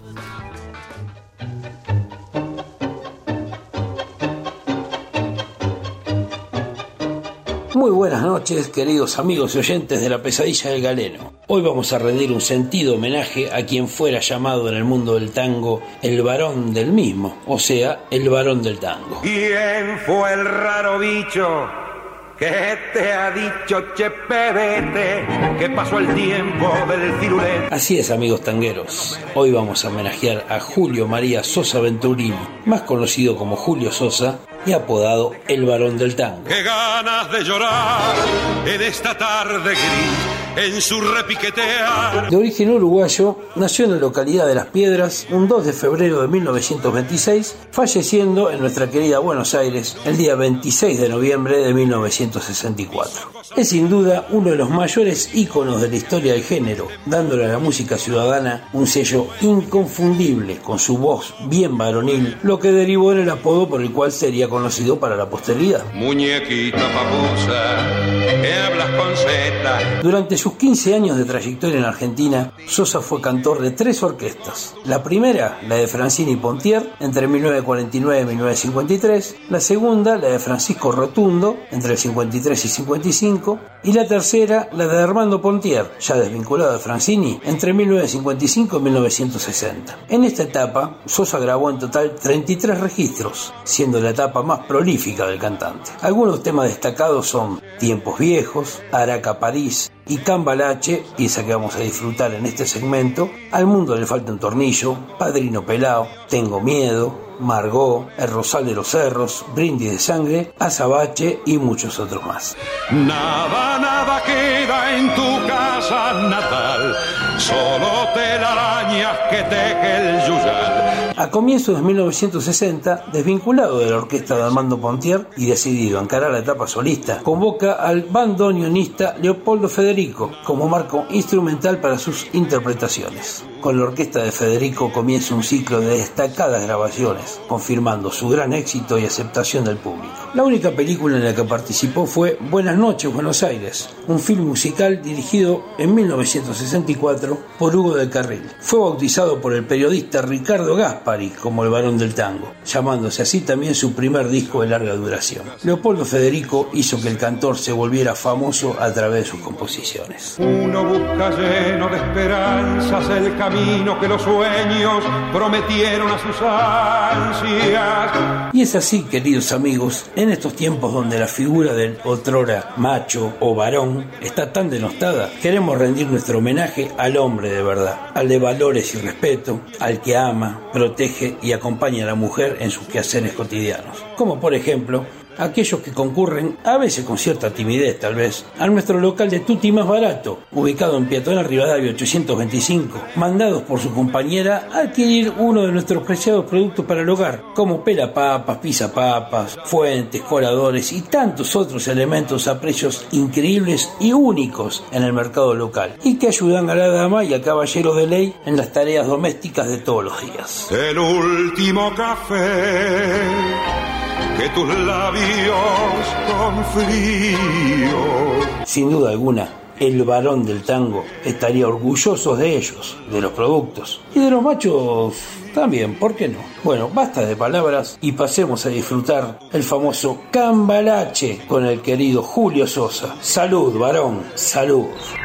Speaker 9: Muy buenas noches, queridos amigos y oyentes de La Pesadilla del Galeno. Hoy vamos a rendir un sentido homenaje a quien fuera llamado en el mundo del tango el varón del mismo, o sea, el varón del tango.
Speaker 11: ¿Quién fue el raro bicho ¿Qué te ha dicho Chepevete? Que pasó el tiempo del cirulete.
Speaker 9: Así es, amigos tangueros. Hoy vamos a homenajear a Julio María Sosa Venturini, más conocido como Julio Sosa y apodado el Varón del Tango.
Speaker 11: Qué ganas de llorar en esta tarde gris, en su repiquetear.
Speaker 9: De origen uruguayo, nació en la localidad de Las Piedras un dos de febrero de mil novecientos veintiséis, falleciendo en nuestra querida Buenos Aires el día veintiséis de noviembre de mil novecientos sesenta y cuatro. Es sin duda uno de los mayores íconos de la historia del género, dándole a la música ciudadana un sello inconfundible con su voz bien varonil, lo que derivó en el apodo por el cual sería conocido para la posteridad.
Speaker 11: Muñequita papusa, que hablas con zeta.
Speaker 9: Durante sus quince años de trayectoria en Argentina, Sosa fue cantor de tres orquestas. La primera, la de Francini Pontier, entre mil novecientos cuarenta y nueve y mil novecientos cincuenta y tres. La segunda, la de Francisco Rotundo, entre el cincuenta y tres y cincuenta y cinco. Y la tercera, la de Armando Pontier, ya desvinculado de Francini, entre mil novecientos cincuenta y cinco y mil novecientos sesenta. En esta etapa, Sosa grabó en total treinta y tres registros, siendo la etapa más prolífica del cantante. Algunos temas destacados son Tiempos Viejos, Araca París y Cambalache, pieza que vamos a disfrutar en este segmento, Al Mundo le falta un tornillo, Padrino Pelao, Tengo Miedo, Margot, El Rosal de los Cerros, Brindis de Sangre, Azabache y muchos otros más.
Speaker 11: Nada, nada queda en tu casa natal, solo telarañas que teje el yuyal.
Speaker 9: A comienzos de mil novecientos sesenta, desvinculado de la orquesta de Armando Pontier y decidido a encarar la etapa solista, convoca al bandoneonista Leopoldo Federico como marco instrumental para sus interpretaciones. Con la orquesta de Federico comienza un ciclo de destacadas grabaciones, confirmando su gran éxito y aceptación del público. La única película en la que participó fue Buenas noches, Buenos Aires, un film musical dirigido en mil novecientos sesenta y cuatro por Hugo del Carril. Fue bautizado por el periodista Ricardo Gaspari como el Varón del Tango, llamándose así también su primer disco de larga duración. Leopoldo Federico hizo que el cantor se volviera famoso a través de sus composiciones.
Speaker 11: Uno busca lleno de esperanzas el camino que los sueños prometieron a sus ansias.
Speaker 9: Y es así, queridos amigos, en estos tiempos donde la figura del otrora macho o varón está tan denostada, queremos rendir nuestro homenaje al hombre de verdad, al de valores y respeto, al que ama, protege y acompaña a la mujer en sus quehaceres cotidianos, como por ejemplo aquellos que concurren, a veces con cierta timidez tal vez, a nuestro local de tutti más barato, ubicado en Peatonal Rivadavia ochocientos veinticinco, mandados por su compañera a adquirir uno de nuestros preciados productos para el hogar, como pelapapas, pisapapas, fuentes, coladores y tantos otros elementos a precios increíbles y únicos en el mercado local, y que ayudan a la dama y al caballero de ley en las tareas domésticas de todos los días.
Speaker 11: El último café que tus labios con frío.
Speaker 9: Sin duda alguna, el Varón del Tango estaría orgulloso de ellos, de los productos y de los machos también, ¿por qué no? Bueno, basta de palabras y pasemos a disfrutar el famoso Cambalache con el querido Julio Sosa. Salud, varón, salud.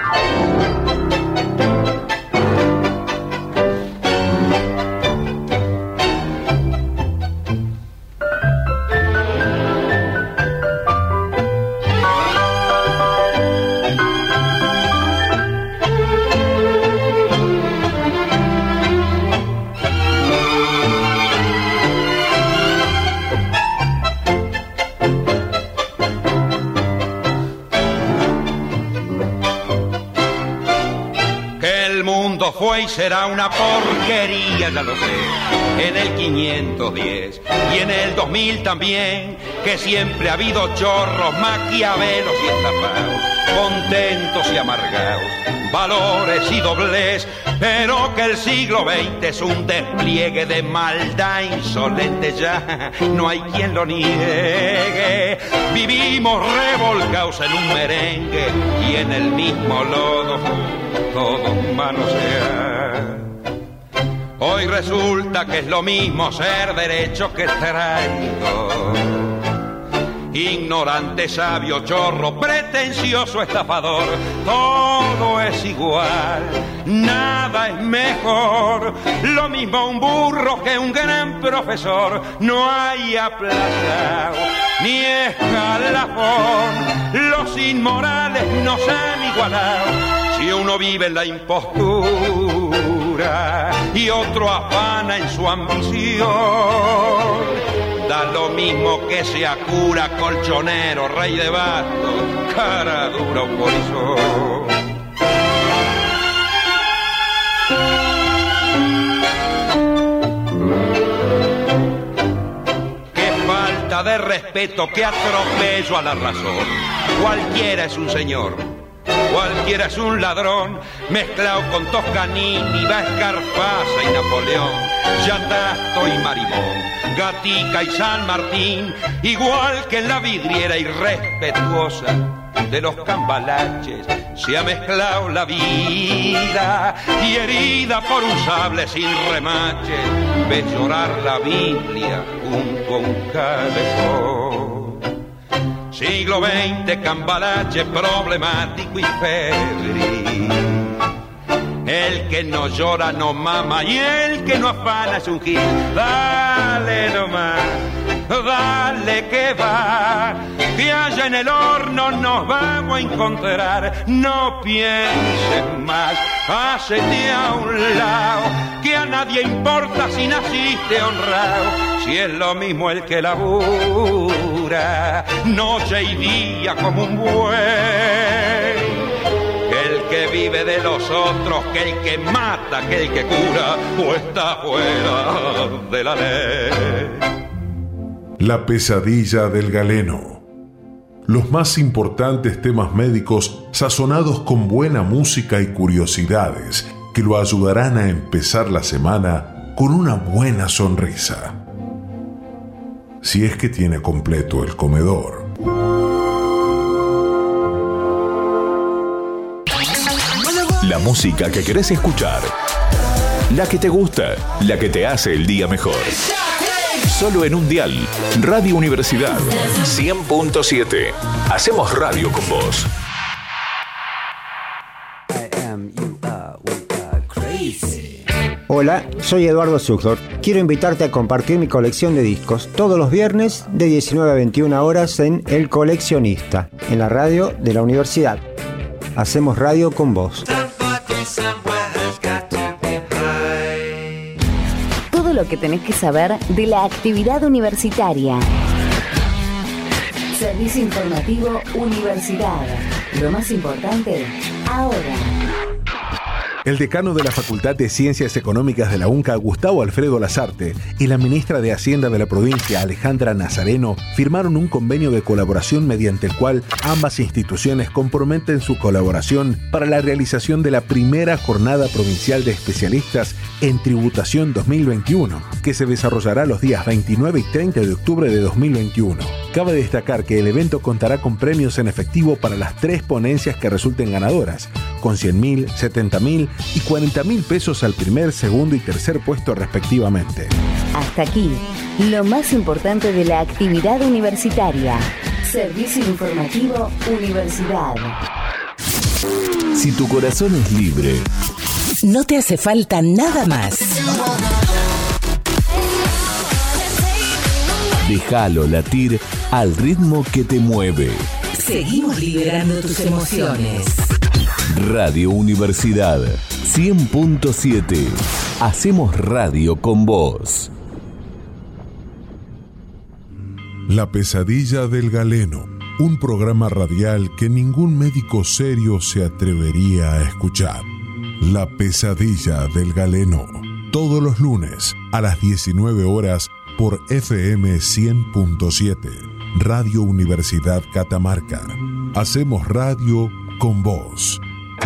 Speaker 11: Fue y será una porquería, ya lo sé, en el quinientos diez y en el dos mil también, que siempre ha habido chorros, maquiavelos y estafados, contentos y amargados, valores y doblez, pero que el siglo veinte es un despliegue de maldad insolente, ya no hay quien lo niegue. Vivimos revolcados en un merengue y en el mismo lodo todos manosear. Hoy resulta que es lo mismo ser derecho que traidor. ignorante, sabio, chorro, pretencioso, estafador, todo es igual, nada es mejor, lo mismo un burro que un gran profesor, no hay aplazado ni escalafón, los inmorales nos han igualado, si uno vive en la impostura y otro afana en su ambición, da lo mismo que sea cura, colchonero, rey de bastos, cara dura o polizón. Qué falta de respeto, qué atropello a la razón. Cualquiera es un señor, cualquiera es un ladrón, mezclado con Toscanini, Escarpasa y Napoleón, Yatasto y Marimón, Gatica y San Martín, igual que en la vidriera irrespetuosa de los cambalaches, se ha mezclado la vida y herida por un sable sin remache, ves llorar la Biblia junto a un calefón. Siglo veinte, cambalache problemático y febril. El que no llora no mama y el que no afana es un gil. Dale nomás, dale que va, que allá en el horno nos vamos a encontrar. No pienses más, hacete a un lado, que a nadie importa si naciste honrado, si es lo mismo el que labura noche y día como un buey, el que vive de los otros, que el que mata, que el que cura, o está fuera de la ley.
Speaker 1: La pesadilla del galeno. Los más importantes temas médicos sazonados con buena música y curiosidades que lo ayudarán a empezar la semana con una buena sonrisa. Si es que tiene completo el comedor.
Speaker 12: La música que querés escuchar, la que te gusta, la que te hace el día mejor. Solo en un dial, Radio Universidad cien punto siete. Hacemos radio con vos.
Speaker 13: Hola, soy Eduardo Zuckdorf. Quiero invitarte a compartir mi colección de discos todos los viernes de diecinueve a veintiuna horas en El Coleccionista, en la radio de la universidad. Hacemos radio con vos.
Speaker 14: Todo lo que tenés que saber de la actividad universitaria. Servicio informativo Universidad. Lo más importante, ahora.
Speaker 15: El decano de la Facultad de Ciencias Económicas de la UNCA, Gustavo Alfredo Lazarte, y la ministra de Hacienda de la provincia, Alejandra Nazareno, firmaron un convenio de colaboración mediante el cual ambas instituciones comprometen su colaboración para la realización de la primera Jornada Provincial de Especialistas en Tributación dos mil veintiuno, que se desarrollará los días veintinueve y treinta de octubre de dos mil veintiuno. Cabe destacar que el evento contará con premios en efectivo para las tres ponencias que resulten ganadoras, con cien mil, setenta mil y cuarenta mil pesos al primer, segundo y tercer puesto respectivamente.
Speaker 14: Hasta aquí, lo más importante de la actividad universitaria. Servicio informativo Universidad.
Speaker 12: Si tu corazón es libre,
Speaker 16: no te hace falta nada más.
Speaker 12: Déjalo latir al ritmo que te mueve.
Speaker 16: Seguimos liberando tus emociones.
Speaker 12: Radio Universidad cien punto siete. Hacemos radio con vos.
Speaker 1: La pesadilla del galeno, un programa radial que ningún médico serio se atrevería a escuchar. La pesadilla del galeno, todos los lunes a las diecinueve horas por F M cien punto siete, Radio Universidad Catamarca. Hacemos radio con vos.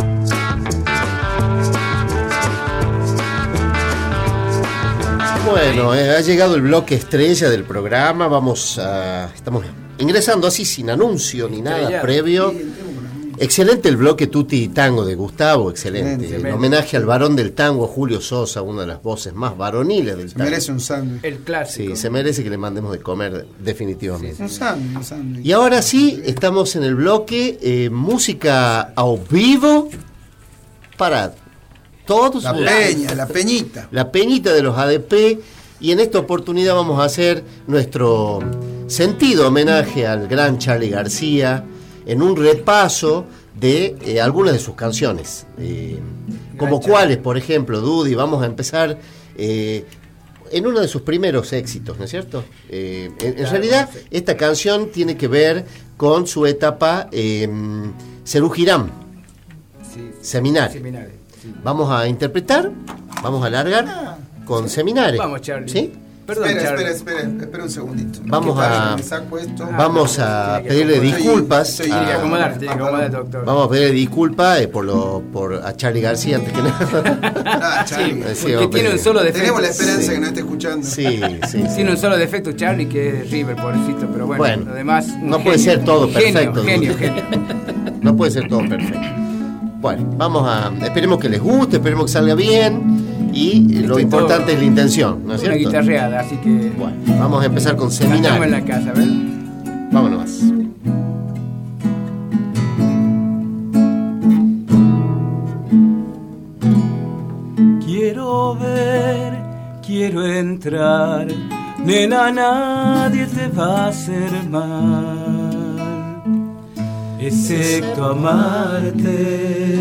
Speaker 2: Bueno, eh, ha llegado el bloque estrella del programa. Vamos a... Estamos ingresando así sin anuncio ni nada
Speaker 4: Estrella.
Speaker 2: previo. Excelente el bloque Tutti y Tango de Gustavo, excelente.
Speaker 3: Excelente.
Speaker 2: En homenaje al varón del tango, Julio Sosa, una de las voces más varoniles del
Speaker 3: Se
Speaker 2: tango.
Speaker 3: merece un sándwich.
Speaker 4: El clásico.
Speaker 2: Sí, se merece que le mandemos de comer definitivamente.
Speaker 3: Un sándwich, un sándwich.
Speaker 2: Y ahora sí, estamos en el bloque eh, música a vivo para todos.
Speaker 3: La peña, la peñita.
Speaker 2: La peñita de los A D P. Y en esta oportunidad vamos a hacer nuestro sentido homenaje al gran Charly García en un repaso de eh, algunas de sus canciones. Eh, como cuáles, por ejemplo, Dudy, vamos a empezar eh, en uno de sus primeros éxitos, ¿no es cierto? Eh, en, en
Speaker 4: Claro,
Speaker 2: realidad,
Speaker 4: sí.
Speaker 2: esta canción tiene que ver con su etapa eh, Serú Girán,
Speaker 4: Sí,
Speaker 2: Seminares.
Speaker 4: Seminares, sí.
Speaker 2: Vamos a interpretar, vamos a alargar con Seminares.
Speaker 4: Vamos, Charly.
Speaker 2: ¿Sí?
Speaker 4: Perdón,
Speaker 3: espera,
Speaker 4: Charly.
Speaker 3: espera, espera, espera un segundito.
Speaker 2: Vamos
Speaker 3: ¿Qué tal?
Speaker 2: a-
Speaker 3: Me saco esto.
Speaker 2: Vamos a pedirle disculpas.
Speaker 3: Estoy-
Speaker 4: Tiene que
Speaker 2: a-
Speaker 4: acomodar, tiene que acomodar, doctor.
Speaker 2: Vamos a pedirle disculpas eh, por lo por a Charly García antes que nada.
Speaker 3: Ah, Charly.
Speaker 2: Sí,
Speaker 4: Porque
Speaker 2: vamos a
Speaker 4: tiene un
Speaker 2: pedir-
Speaker 4: solo defecto.
Speaker 3: Tenemos la esperanza
Speaker 2: Sí.
Speaker 3: que nos esté escuchando.
Speaker 2: Sí, sí, sí.
Speaker 4: Tiene un solo defecto Charly, que es River, pobrecito, pero bueno,
Speaker 2: Bueno,
Speaker 4: lo demás... un
Speaker 2: no puede
Speaker 4: genio.
Speaker 2: ser todo
Speaker 4: Genio,
Speaker 2: perfecto,
Speaker 4: Genio,
Speaker 2: Dudy.
Speaker 4: genio.
Speaker 2: No puede ser todo perfecto. Bueno, vamos a esperemos que les guste, esperemos que salga bien y eh, lo
Speaker 4: Esto es
Speaker 2: importante
Speaker 4: todo
Speaker 2: es la intención, ¿no es
Speaker 4: Una
Speaker 2: cierto?
Speaker 4: guitarreada, así que...
Speaker 2: Bueno, vamos a empezar con
Speaker 4: Cantamos en
Speaker 2: Seminares.
Speaker 4: la casa, ¿ves?
Speaker 2: Vámonos.
Speaker 10: Quiero ver, quiero entrar, nena, nadie te va a hacer mal, excepto amarte.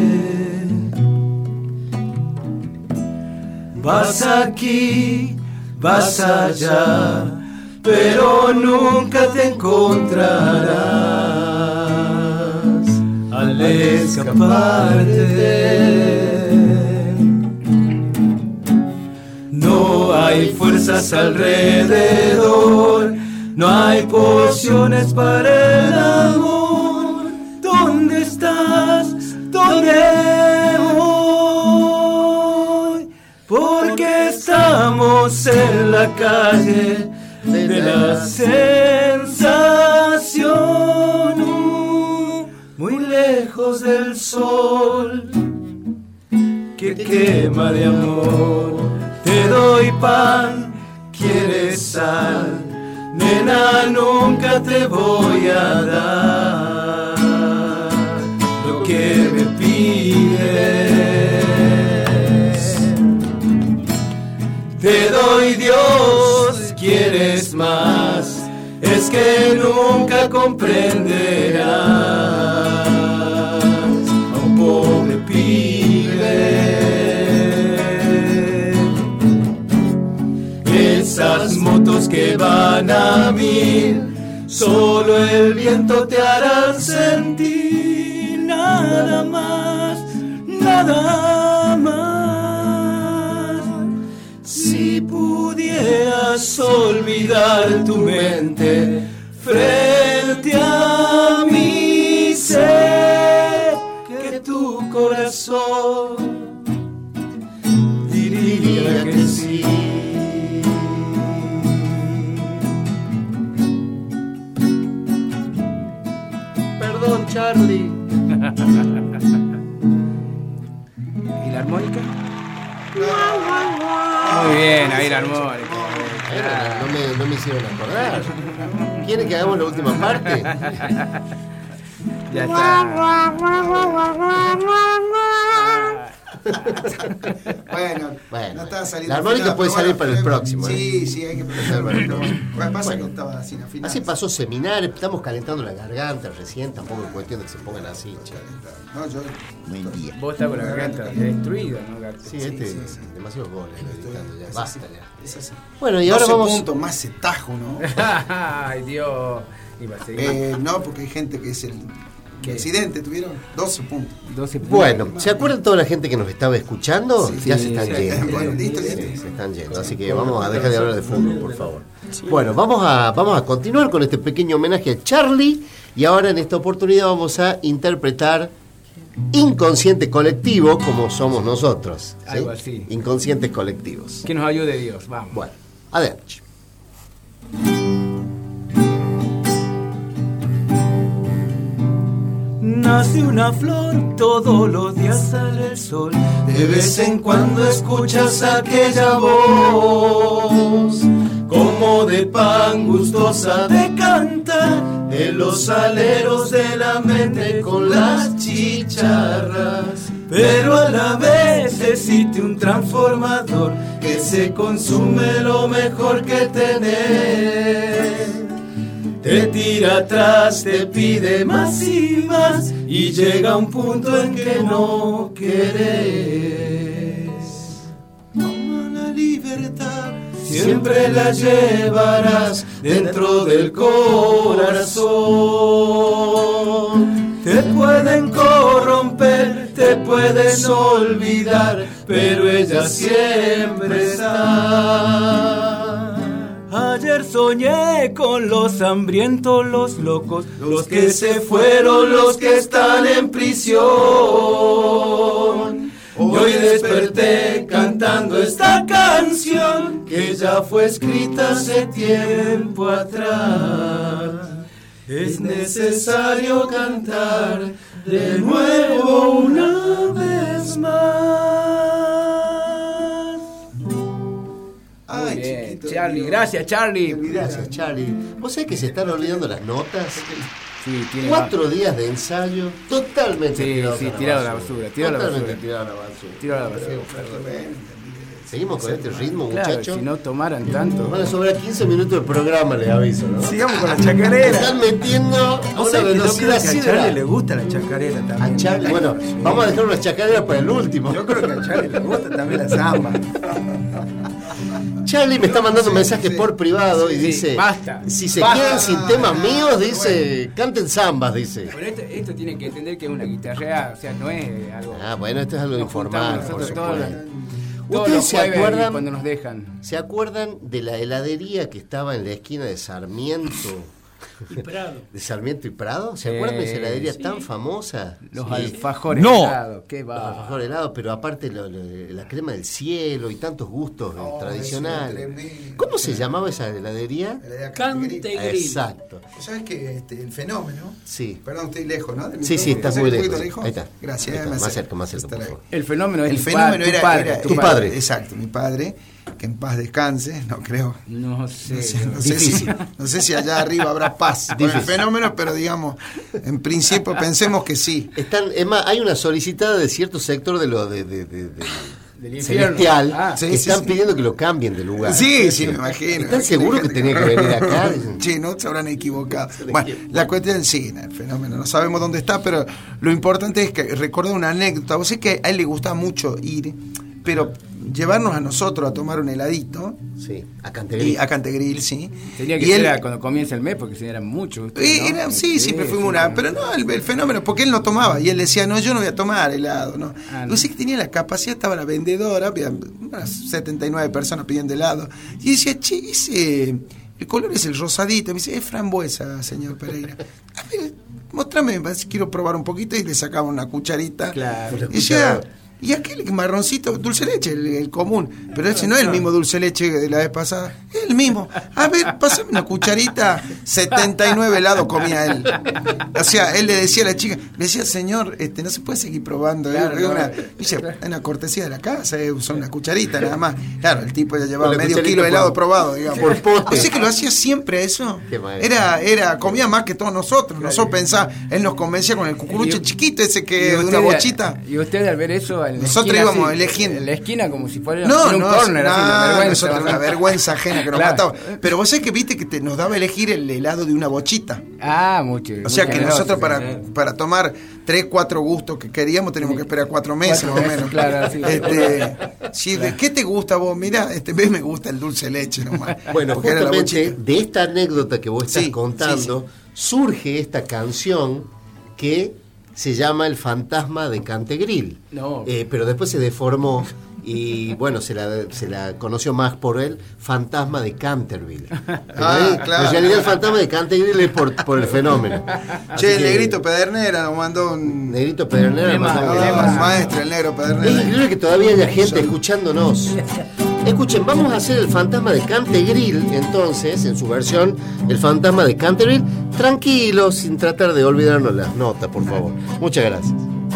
Speaker 10: Vas aquí, vas allá, pero nunca te encontrarás al escaparte. No hay fuerzas alrededor, no hay pociones para el amor. ¿Dónde estás? ¿Dónde voy? Porque estamos en la calle de la sensación, muy lejos del sol que quema de amor. Te doy pan, quieres sal, nena, nunca te voy a dar lo que me pides. Te doy Dios, quieres más, es que nunca comprenderás a un pobre pibe. Esas motos que van a mil, solo el viento te hará sentir, nada más, nada más. Si pudieras olvidar tu mente frente a mí, sé que tu corazón diría que sí.
Speaker 2: Perdón, Charly.
Speaker 4: ¿Y la armónica? Muy bien, ahí la armónica.
Speaker 2: Era, no, me, no me hicieron acordar. ¿Quieren que hagamos la última parte?
Speaker 4: Ya está.
Speaker 3: Bueno,
Speaker 2: Bueno,
Speaker 3: no estaba saliendo.
Speaker 2: la armónica
Speaker 3: afinada,
Speaker 2: puede
Speaker 3: pero
Speaker 2: salir
Speaker 3: bueno,
Speaker 2: para el
Speaker 3: eh,
Speaker 2: próximo,
Speaker 3: Sí,
Speaker 2: ¿eh?
Speaker 3: sí, hay que prepararlo.
Speaker 2: Para el
Speaker 3: Lo
Speaker 2: próximo.
Speaker 3: que pasa es
Speaker 2: Bueno.
Speaker 3: que estaba sin afinar.
Speaker 2: Así pasó Seminares, estamos calentando la garganta recién, tampoco es cuestión de que se pongan así, Charly.
Speaker 3: No, yo.
Speaker 2: Buen día.
Speaker 4: Vos estás con la garganta destruida, ¿no, Gato?
Speaker 2: Sí, este, demasiados goles, gritando ya, basta ya.
Speaker 3: Es así.
Speaker 2: Bueno, y ahora
Speaker 3: doce
Speaker 2: vamos...
Speaker 3: puntos más ese tajo, ¿no?
Speaker 4: Ay, Dios. Iba a seguir.
Speaker 3: Eh, no, porque hay gente que es el presidente, tuvieron doce puntos.
Speaker 4: doce puntos.
Speaker 2: Bueno, ¿se acuerdan toda la gente que nos estaba escuchando?
Speaker 3: Sí,
Speaker 2: ya
Speaker 3: sí,
Speaker 2: se están
Speaker 3: sí.
Speaker 2: yendo.
Speaker 3: Bueno, listo,
Speaker 2: Sí,
Speaker 3: listo.
Speaker 2: se están yendo, así que vamos a dejar de hablar de fútbol, por favor. Bueno, vamos a, vamos a continuar con este pequeño homenaje a Charly y ahora en esta oportunidad vamos a interpretar Inconsciente Colectivo como somos nosotros. ¿sí?
Speaker 4: Algo así.
Speaker 2: Inconscientes colectivos.
Speaker 4: Que nos ayude Dios, vamos.
Speaker 2: Bueno, adelante.
Speaker 10: No
Speaker 17: nace una flor, todos los días sale el sol. De vez en cuando escuchas aquella voz, como de pan gustosa de cantar, en los aleros de la mente con las chicharras. Pero a la vez existe un transformador que se consume lo mejor que tenés. Te tira atrás, te pide más y más, y llega un punto en que no querés. Como la libertad siempre la llevarás dentro del corazón. Te pueden corromper, te puedes olvidar, pero ella siempre está. Ayer soñé con los hambrientos, los locos, los que se fueron, los que están en prisión. Hoy desperté cantando esta canción que ya fue escrita hace tiempo atrás. Es necesario cantar de nuevo una vez más.
Speaker 4: Ay, chiquito, Charlie, gracias Charlie.
Speaker 2: Gracias Charlie. ¿Vos sabés que se están olvidando las notas?
Speaker 4: Sí, tiene
Speaker 2: Cuatro
Speaker 4: más.
Speaker 2: días de ensayo, totalmente
Speaker 4: Sí,
Speaker 2: tirado
Speaker 4: sí,
Speaker 2: a la
Speaker 4: tirado a la
Speaker 2: basura.
Speaker 4: basura, tirado a la
Speaker 2: Totalmente
Speaker 4: basura.
Speaker 2: tirado a la basura.
Speaker 4: Tirado a la basura.
Speaker 2: Seguimos con este ritmo,
Speaker 4: Claro,
Speaker 2: muchachos.
Speaker 4: si no tomaran tanto.
Speaker 2: Van a sobrar quince minutos del programa, les aviso, ¿no?
Speaker 3: Sigamos con la chacarera.
Speaker 2: Están metiendo a una velocidad
Speaker 3: que a Charlie
Speaker 2: sideral.
Speaker 3: le gusta la chacarera también.
Speaker 2: A Charlie, bueno, vamos a dejar una chacarera para el último.
Speaker 3: Yo creo que a Charlie le gusta también la samba.
Speaker 2: Charlie me está mandando mensajes por privado y
Speaker 4: Sí,
Speaker 2: dice,
Speaker 4: basta,
Speaker 2: si se
Speaker 4: basta.
Speaker 2: quedan sin temas míos, dice, canten zambas, dice.
Speaker 4: Pero esto, esto tienen que entender que es una guitarra, o sea, no es algo.
Speaker 2: Ah, bueno, esto es algo
Speaker 4: Nos
Speaker 2: informal,
Speaker 4: juntamos
Speaker 2: por
Speaker 4: nosotros todos
Speaker 2: supuesto.
Speaker 4: los- todos
Speaker 2: ¿Ustedes
Speaker 4: los
Speaker 2: se
Speaker 4: jueves
Speaker 2: acuerdan?
Speaker 4: cuando nos dejan.
Speaker 2: ¿Se acuerdan de la heladería que estaba en la esquina de Sarmiento?
Speaker 5: Y Prado.
Speaker 2: ¿De Sarmiento y Prado? ¿Se acuerdan de esa heladería
Speaker 5: sí.
Speaker 2: tan famosa?
Speaker 4: Los
Speaker 2: Sí.
Speaker 4: alfajores
Speaker 2: No.
Speaker 4: helados, qué
Speaker 2: Los
Speaker 4: va.
Speaker 2: alfajores helados, pero aparte lo- lo- la crema del cielo y tantos gustos eh, tradicionales. ¿Cómo se llamaba esa heladería?
Speaker 5: Cantegril.
Speaker 2: Exacto.
Speaker 3: ¿Sabes que este, el fenómeno?
Speaker 2: Sí.
Speaker 3: Perdón, estoy lejos, ¿no? Del
Speaker 2: Sí, sí,
Speaker 3: micrófono.
Speaker 2: estás muy
Speaker 3: ¿Un
Speaker 2: lejos.
Speaker 3: poquito lejos?
Speaker 2: Ahí está.
Speaker 3: Gracias.
Speaker 2: Ahí está,
Speaker 3: me
Speaker 2: más
Speaker 3: acerco.
Speaker 2: cerca, más cerca, por favor.
Speaker 4: El fenómeno es
Speaker 3: El
Speaker 4: tu
Speaker 3: fenómeno
Speaker 4: pa- tu
Speaker 3: era,
Speaker 4: padre,
Speaker 3: era-
Speaker 4: tu
Speaker 3: era-
Speaker 2: padre.
Speaker 3: Exacto, mi padre, que en paz descanse, no creo.
Speaker 4: No sé.
Speaker 3: No sé, no
Speaker 4: no.
Speaker 3: sé si, no sé si allá arriba habrá paz con el
Speaker 2: Difícil.
Speaker 3: fenómeno, pero digamos, en principio pensemos que sí.
Speaker 2: Están, es más, hay una solicitada de cierto sector de lo de, de- de- de-
Speaker 4: Del infierno.
Speaker 2: celestial
Speaker 4: Ah,
Speaker 2: que
Speaker 3: sí, sí,
Speaker 2: están
Speaker 3: sí.
Speaker 2: pidiendo que lo cambien de lugar.
Speaker 3: Sí, sí, me imagino.
Speaker 2: ¿Están seguros que tenía que venir acá?
Speaker 3: Sí, no se habrán equivocado. Bueno, la cuestión sí, el fenómeno, no sabemos dónde está, pero lo importante es que recuerdo una anécdota. Vos sé que a él le gustaba mucho ir, pero llevarnos a nosotros a tomar un heladito.
Speaker 2: Sí, a Cantegril.
Speaker 3: Y a Cantegril, sí.
Speaker 4: Tenía que
Speaker 3: Y
Speaker 4: ser
Speaker 3: él-
Speaker 4: a cuando comienza el mes, porque si eran muchos. ustedes,
Speaker 3: Eh,
Speaker 4: ¿no?
Speaker 3: era- sí, siempre fuimos una. Pero no, el, el fenómeno, porque él no tomaba. Y él decía, no, yo no voy a tomar helado. No.
Speaker 4: Ah, no.
Speaker 3: Yo sé que tenía la capacidad, estaba la vendedora, había unas setenta y nueve personas pidiendo helado. Y decía, che, ese. El color es el rosadito. Me dice, es frambuesa, señor Pereira. A ver, mostrame, quiero probar un poquito. Y le sacaba una cucharita.
Speaker 4: Claro.
Speaker 3: Y decía. Y aquel marroncito, dulce leche, el, el común. Pero ese no es el mismo dulce leche de la vez pasada. Es el mismo. A ver, pásame una cucharita. setenta y nueve helados comía él. O sea, él le decía a la chica, le decía, señor, este no se puede seguir probando.
Speaker 4: Claro,
Speaker 3: es una,
Speaker 4: claro.
Speaker 3: dice, es una cortesía de la casa, eh, son una cucharita nada más. Claro, el tipo ya llevaba
Speaker 2: Con la
Speaker 3: medio
Speaker 2: cucharita
Speaker 3: kilo de helado
Speaker 2: por-
Speaker 3: probado, digamos.
Speaker 2: por pote.
Speaker 3: O sea que lo hacía siempre eso.
Speaker 2: Qué maestro.
Speaker 3: Era, era, comía más que todos nosotros. Nosotros pensábamos, él nos convencía con el cucurucho
Speaker 4: Y-
Speaker 3: chiquito ese
Speaker 4: Y
Speaker 3: que de una
Speaker 4: ustedes-
Speaker 3: bochita.
Speaker 4: Y ustedes al ver eso, en la
Speaker 3: Nosotros
Speaker 4: esquina,
Speaker 3: íbamos
Speaker 4: así,
Speaker 3: eligiendo.
Speaker 4: en la esquina como si fuera
Speaker 3: No,
Speaker 4: un
Speaker 3: no,
Speaker 4: corner,
Speaker 3: no,
Speaker 4: así, una vergüenza.
Speaker 3: nosotros una vergüenza ajena que nos
Speaker 4: Claro.
Speaker 3: mataba. Pero vos sabés que viste que te, nos daba a elegir el helado de una bochita.
Speaker 4: Ah, mucho.
Speaker 3: O sea
Speaker 4: muy
Speaker 3: que
Speaker 4: generoso,
Speaker 3: nosotros
Speaker 4: sí.
Speaker 3: para, para tomar tres, cuatro gustos que queríamos tenemos que esperar cuatro meses
Speaker 4: Cuatro
Speaker 3: más o
Speaker 4: meses,
Speaker 3: menos.
Speaker 4: claro, sí.
Speaker 3: Este, sí, ¿de qué te gusta vos? Mirá, este vez me gusta el dulce leche nomás.
Speaker 2: Bueno,
Speaker 3: Porque era la
Speaker 2: justamente
Speaker 3: bochita.
Speaker 2: de esta anécdota que vos estás
Speaker 3: Sí,
Speaker 2: contando, surge esta canción que se llama El fantasma de Cantegril.
Speaker 4: No.
Speaker 2: Eh, pero después se deformó y bueno, se la, se la conoció más por el fantasma de Canterville. Pero
Speaker 3: Ah,
Speaker 2: ahí,
Speaker 3: claro.
Speaker 2: En realidad el fantasma de Cantegril es por, por el fenómeno. Así
Speaker 3: Che, el
Speaker 2: que-
Speaker 3: negrito Pedernera nos mandó un,
Speaker 2: Negrito Pedernera
Speaker 4: Lema,
Speaker 2: mandó un-
Speaker 3: ah,
Speaker 4: lema.
Speaker 3: un maestro, el negro
Speaker 2: Es
Speaker 3: Pedernera.
Speaker 2: increíble que todavía haya gente escuchándonos. Escuchen, vamos a hacer el fantasma de Cantegril, entonces, en su versión, el fantasma de Cantegril, tranquilo, sin tratar de olvidarnos las notas, por favor. Muchas gracias.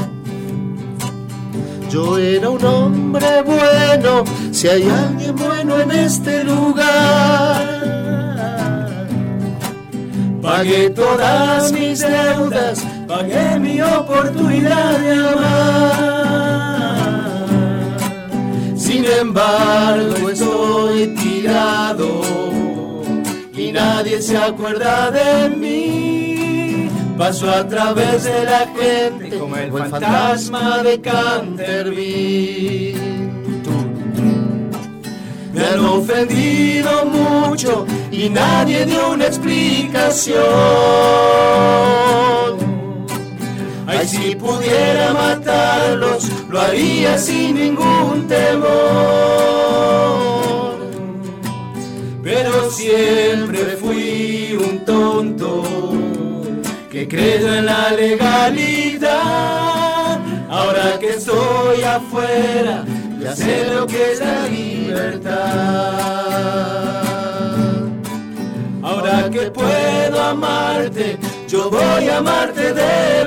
Speaker 2: Yo era un hombre bueno, si hay alguien bueno en este lugar. Pagué todas mis deudas, pagué mi oportunidad de amar. Sin embargo estoy tirado y nadie se acuerda de mí. Paso a través de la gente como el fantasma de Canterville. Me han ofendido mucho y nadie dio una explicación. Ay, si pudiera matarlos, lo haría sin ningún temor. Pero siempre fui un tonto que creyó en la legalidad. Ahora que estoy afuera, ya sé lo que es la libertad. Ahora que puedo amarte, yo voy a amarte de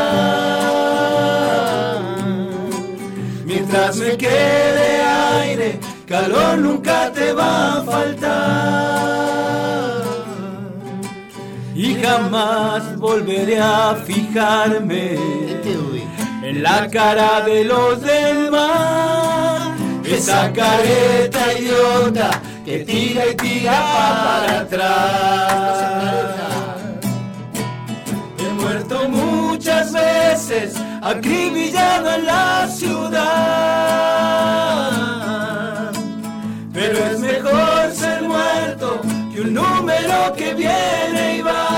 Speaker 2: verdad. Mientras me quede aire, calor nunca te va a faltar. Y jamás volveré a fijarme en la cara de los demás. Esa careta idiota que tira y tira para atrás. He muerto muchas veces, acribillado en la ciudad. Pero es mejor ser muerto que un número que viene y va.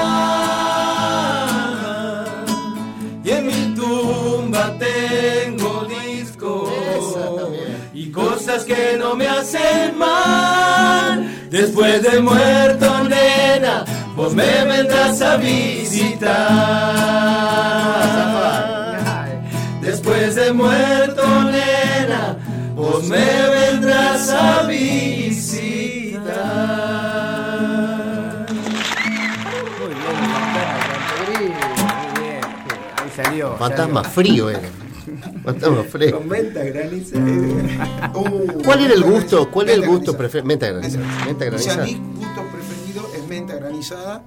Speaker 2: Y en mi tumba tengo discos y cosas que no me hacen mal. Después de muerto, nena, vos me vendrás a visitar. Después de muerto, nena, vos me vendrás a visitar.
Speaker 4: Muy bien, ahí salió.
Speaker 2: Fantasma frío era. Fantasma frío.
Speaker 3: Con menta granizada.
Speaker 2: Uh, ¿Cuál era el gusto? ¿Cuál era el gusto preferido? Menta granizada. Menta granizada.
Speaker 3: O sea, mi gusto preferido es menta granizada,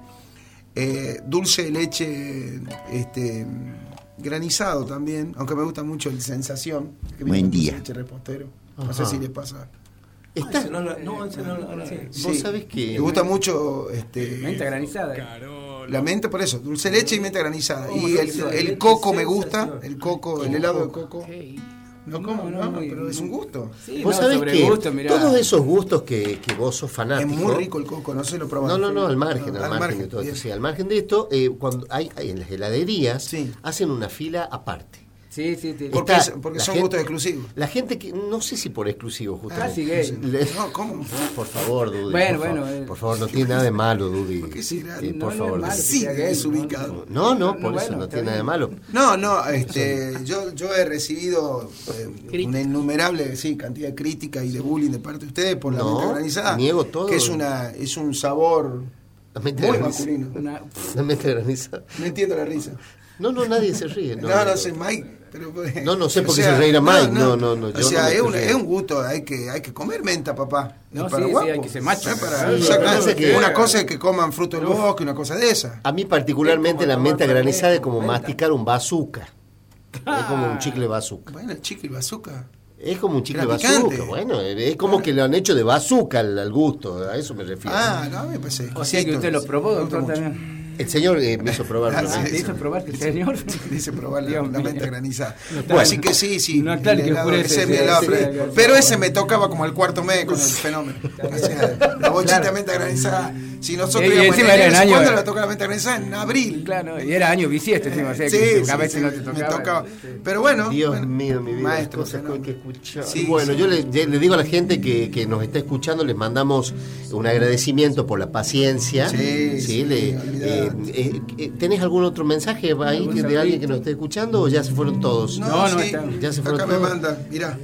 Speaker 3: eh, dulce de leche, este, granizado también, aunque me gusta mucho el sensación. Que
Speaker 18: Buen día.
Speaker 3: Leche repostero. No
Speaker 2: Ajá.
Speaker 3: sé si les pasa.
Speaker 2: Está.
Speaker 10: No, no, no, no, no, sí.
Speaker 2: Vos
Speaker 3: Sí.
Speaker 2: sabés que
Speaker 3: Me gusta mucho este,
Speaker 4: Menta granizada.
Speaker 3: la menta, por eso, dulce de leche y menta granizada.
Speaker 10: ¿Cómo
Speaker 3: Y
Speaker 10: se
Speaker 3: el,
Speaker 10: hizo?
Speaker 3: el
Speaker 10: Leche
Speaker 3: coco me
Speaker 10: sensación.
Speaker 3: gusta, el coco, el helado de coco. No, ¿cómo?
Speaker 4: No,
Speaker 3: No,
Speaker 4: no, muy-
Speaker 3: pero es un gusto.
Speaker 4: Sí,
Speaker 2: vos
Speaker 4: no,
Speaker 2: sabés
Speaker 4: sobre
Speaker 2: que
Speaker 4: gusto, mirá.
Speaker 2: todos esos gustos que, que vos sos fanático.
Speaker 3: Es muy rico el coco, no sé lo probaste.
Speaker 2: No, no, no, al margen,
Speaker 3: No,
Speaker 2: al, margen, de todo
Speaker 3: bien.
Speaker 2: esto. Sí, al margen de esto, eh, cuando hay, hay en las heladerías
Speaker 3: Sí.
Speaker 2: hacen una fila aparte.
Speaker 4: Sí, sí, sí.
Speaker 3: Porque,
Speaker 2: Está-
Speaker 3: es- porque
Speaker 2: la
Speaker 3: son
Speaker 2: gente-
Speaker 3: gustos exclusivos.
Speaker 2: La gente que, no sé si por exclusivo, justamente.
Speaker 4: Casi gay.
Speaker 2: Le-
Speaker 3: No, ¿cómo?
Speaker 2: Por favor, Dudy.
Speaker 4: Bueno,
Speaker 2: por,
Speaker 4: bueno,
Speaker 2: favor,
Speaker 4: eh.
Speaker 2: por favor, no tiene nada de malo, Dudy.
Speaker 3: Porque sí,
Speaker 2: Sí,
Speaker 4: no,
Speaker 2: por
Speaker 4: no
Speaker 2: favor.
Speaker 4: es malo.
Speaker 2: Dudy.
Speaker 3: Sí,
Speaker 4: que sea gay,
Speaker 3: es ubicado.
Speaker 2: No, no,
Speaker 4: No,
Speaker 2: por
Speaker 4: no,
Speaker 2: eso
Speaker 4: bueno,
Speaker 2: no
Speaker 4: está
Speaker 2: tiene nada de
Speaker 4: bien.
Speaker 2: malo.
Speaker 3: No, no, este, yo, yo he recibido eh, una innumerable sí, cantidad de críticas y de bullying de parte de ustedes por la
Speaker 2: No,
Speaker 3: menta granizada.
Speaker 2: niego todo.
Speaker 3: Que es una, es un sabor
Speaker 2: La menta
Speaker 3: muy
Speaker 2: granizada.
Speaker 3: masculino.
Speaker 4: Una-
Speaker 2: La menta granizada.
Speaker 3: No entiendo la risa.
Speaker 2: No, no, nadie se ríe. No,
Speaker 3: No, no, sé, Mike. Pero,
Speaker 2: No, no sé por qué se reirá Mike. No, no, no, yo
Speaker 3: O sea,
Speaker 2: no me
Speaker 3: es,
Speaker 2: estoy
Speaker 3: un, es
Speaker 2: riendo.
Speaker 3: un gusto, hay que, hay que comer menta, papá.
Speaker 4: No,
Speaker 3: Es para
Speaker 4: sí, sí,
Speaker 3: guapo.
Speaker 4: hay que ser macho.
Speaker 3: Es para-
Speaker 2: Sí, lo que
Speaker 3: exactamente.
Speaker 2: pasa es que-
Speaker 3: Una cosa es que coman fruto del bosque, una cosa de esa.
Speaker 2: A mí particularmente
Speaker 4: Es
Speaker 2: la
Speaker 4: como
Speaker 2: menta
Speaker 4: tomar
Speaker 2: granizada es
Speaker 4: fresco,
Speaker 2: como
Speaker 4: menta.
Speaker 2: masticar un bazooka. Es como un chicle bazooka.
Speaker 3: Bueno, el chicle y bazooka.
Speaker 2: Es como un chicle
Speaker 3: Era
Speaker 2: bazooka.
Speaker 3: picante.
Speaker 2: Bueno, es como que lo han hecho de bazooka al, al gusto. A eso me refiero.
Speaker 3: Ah, no, me parece.
Speaker 4: O sea que usted lo probó,
Speaker 3: Me gusta
Speaker 4: doctor,
Speaker 3: mucho.
Speaker 4: también.
Speaker 2: El señor eh, me hizo probar.
Speaker 3: Ah,
Speaker 2: una
Speaker 3: sí,
Speaker 2: vez.
Speaker 4: ¿Te hizo probar el señor?
Speaker 3: Dice probar la,
Speaker 4: Dios
Speaker 3: la
Speaker 4: mío.
Speaker 3: menta granizada.
Speaker 4: No,
Speaker 3: Bueno, así que sí, sí.
Speaker 4: no, claro
Speaker 3: el
Speaker 4: que
Speaker 3: helado,
Speaker 4: oscurece,
Speaker 3: ese es mi
Speaker 4: sí,
Speaker 3: helado
Speaker 4: sí,
Speaker 3: preferido.
Speaker 4: sí,
Speaker 3: Pero
Speaker 4: sí.
Speaker 3: ese me tocaba como el cuarto mes con el fenómeno. O sea, la bolsita de menta granizada. Si nosotros
Speaker 4: Y- y
Speaker 3: íbamos
Speaker 4: encima
Speaker 3: en
Speaker 4: era en
Speaker 3: enero,
Speaker 4: año-
Speaker 3: ¿cuándo le toca la menta granizada? En abril.
Speaker 4: Claro, y era año bisiesto encima, o sea,
Speaker 3: Sí,
Speaker 4: que
Speaker 3: sí,
Speaker 4: a veces
Speaker 3: sí,
Speaker 4: no te
Speaker 3: me
Speaker 4: tocaba.
Speaker 3: tocaba. Pero bueno.
Speaker 2: Dios
Speaker 3: bueno,
Speaker 2: mío, mi vida.
Speaker 3: maestro,
Speaker 2: Cosas que hay que
Speaker 3: fenómeno.
Speaker 2: escuchar.
Speaker 3: Sí,
Speaker 2: bueno,
Speaker 3: sí.
Speaker 2: yo le, ya le digo a la gente que, que nos está escuchando, les mandamos un agradecimiento por la paciencia.
Speaker 3: Sí, sí,
Speaker 2: le-
Speaker 3: olvidate.
Speaker 2: eh, eh, eh, ¿Tenés algún otro mensaje ahí que- de alguien que nos esté escuchando o ya se fueron todos?
Speaker 3: No,
Speaker 4: No, no,
Speaker 3: sí,
Speaker 4: está-
Speaker 2: ya se fueron
Speaker 3: acá me
Speaker 2: todos.
Speaker 3: manda, mirá.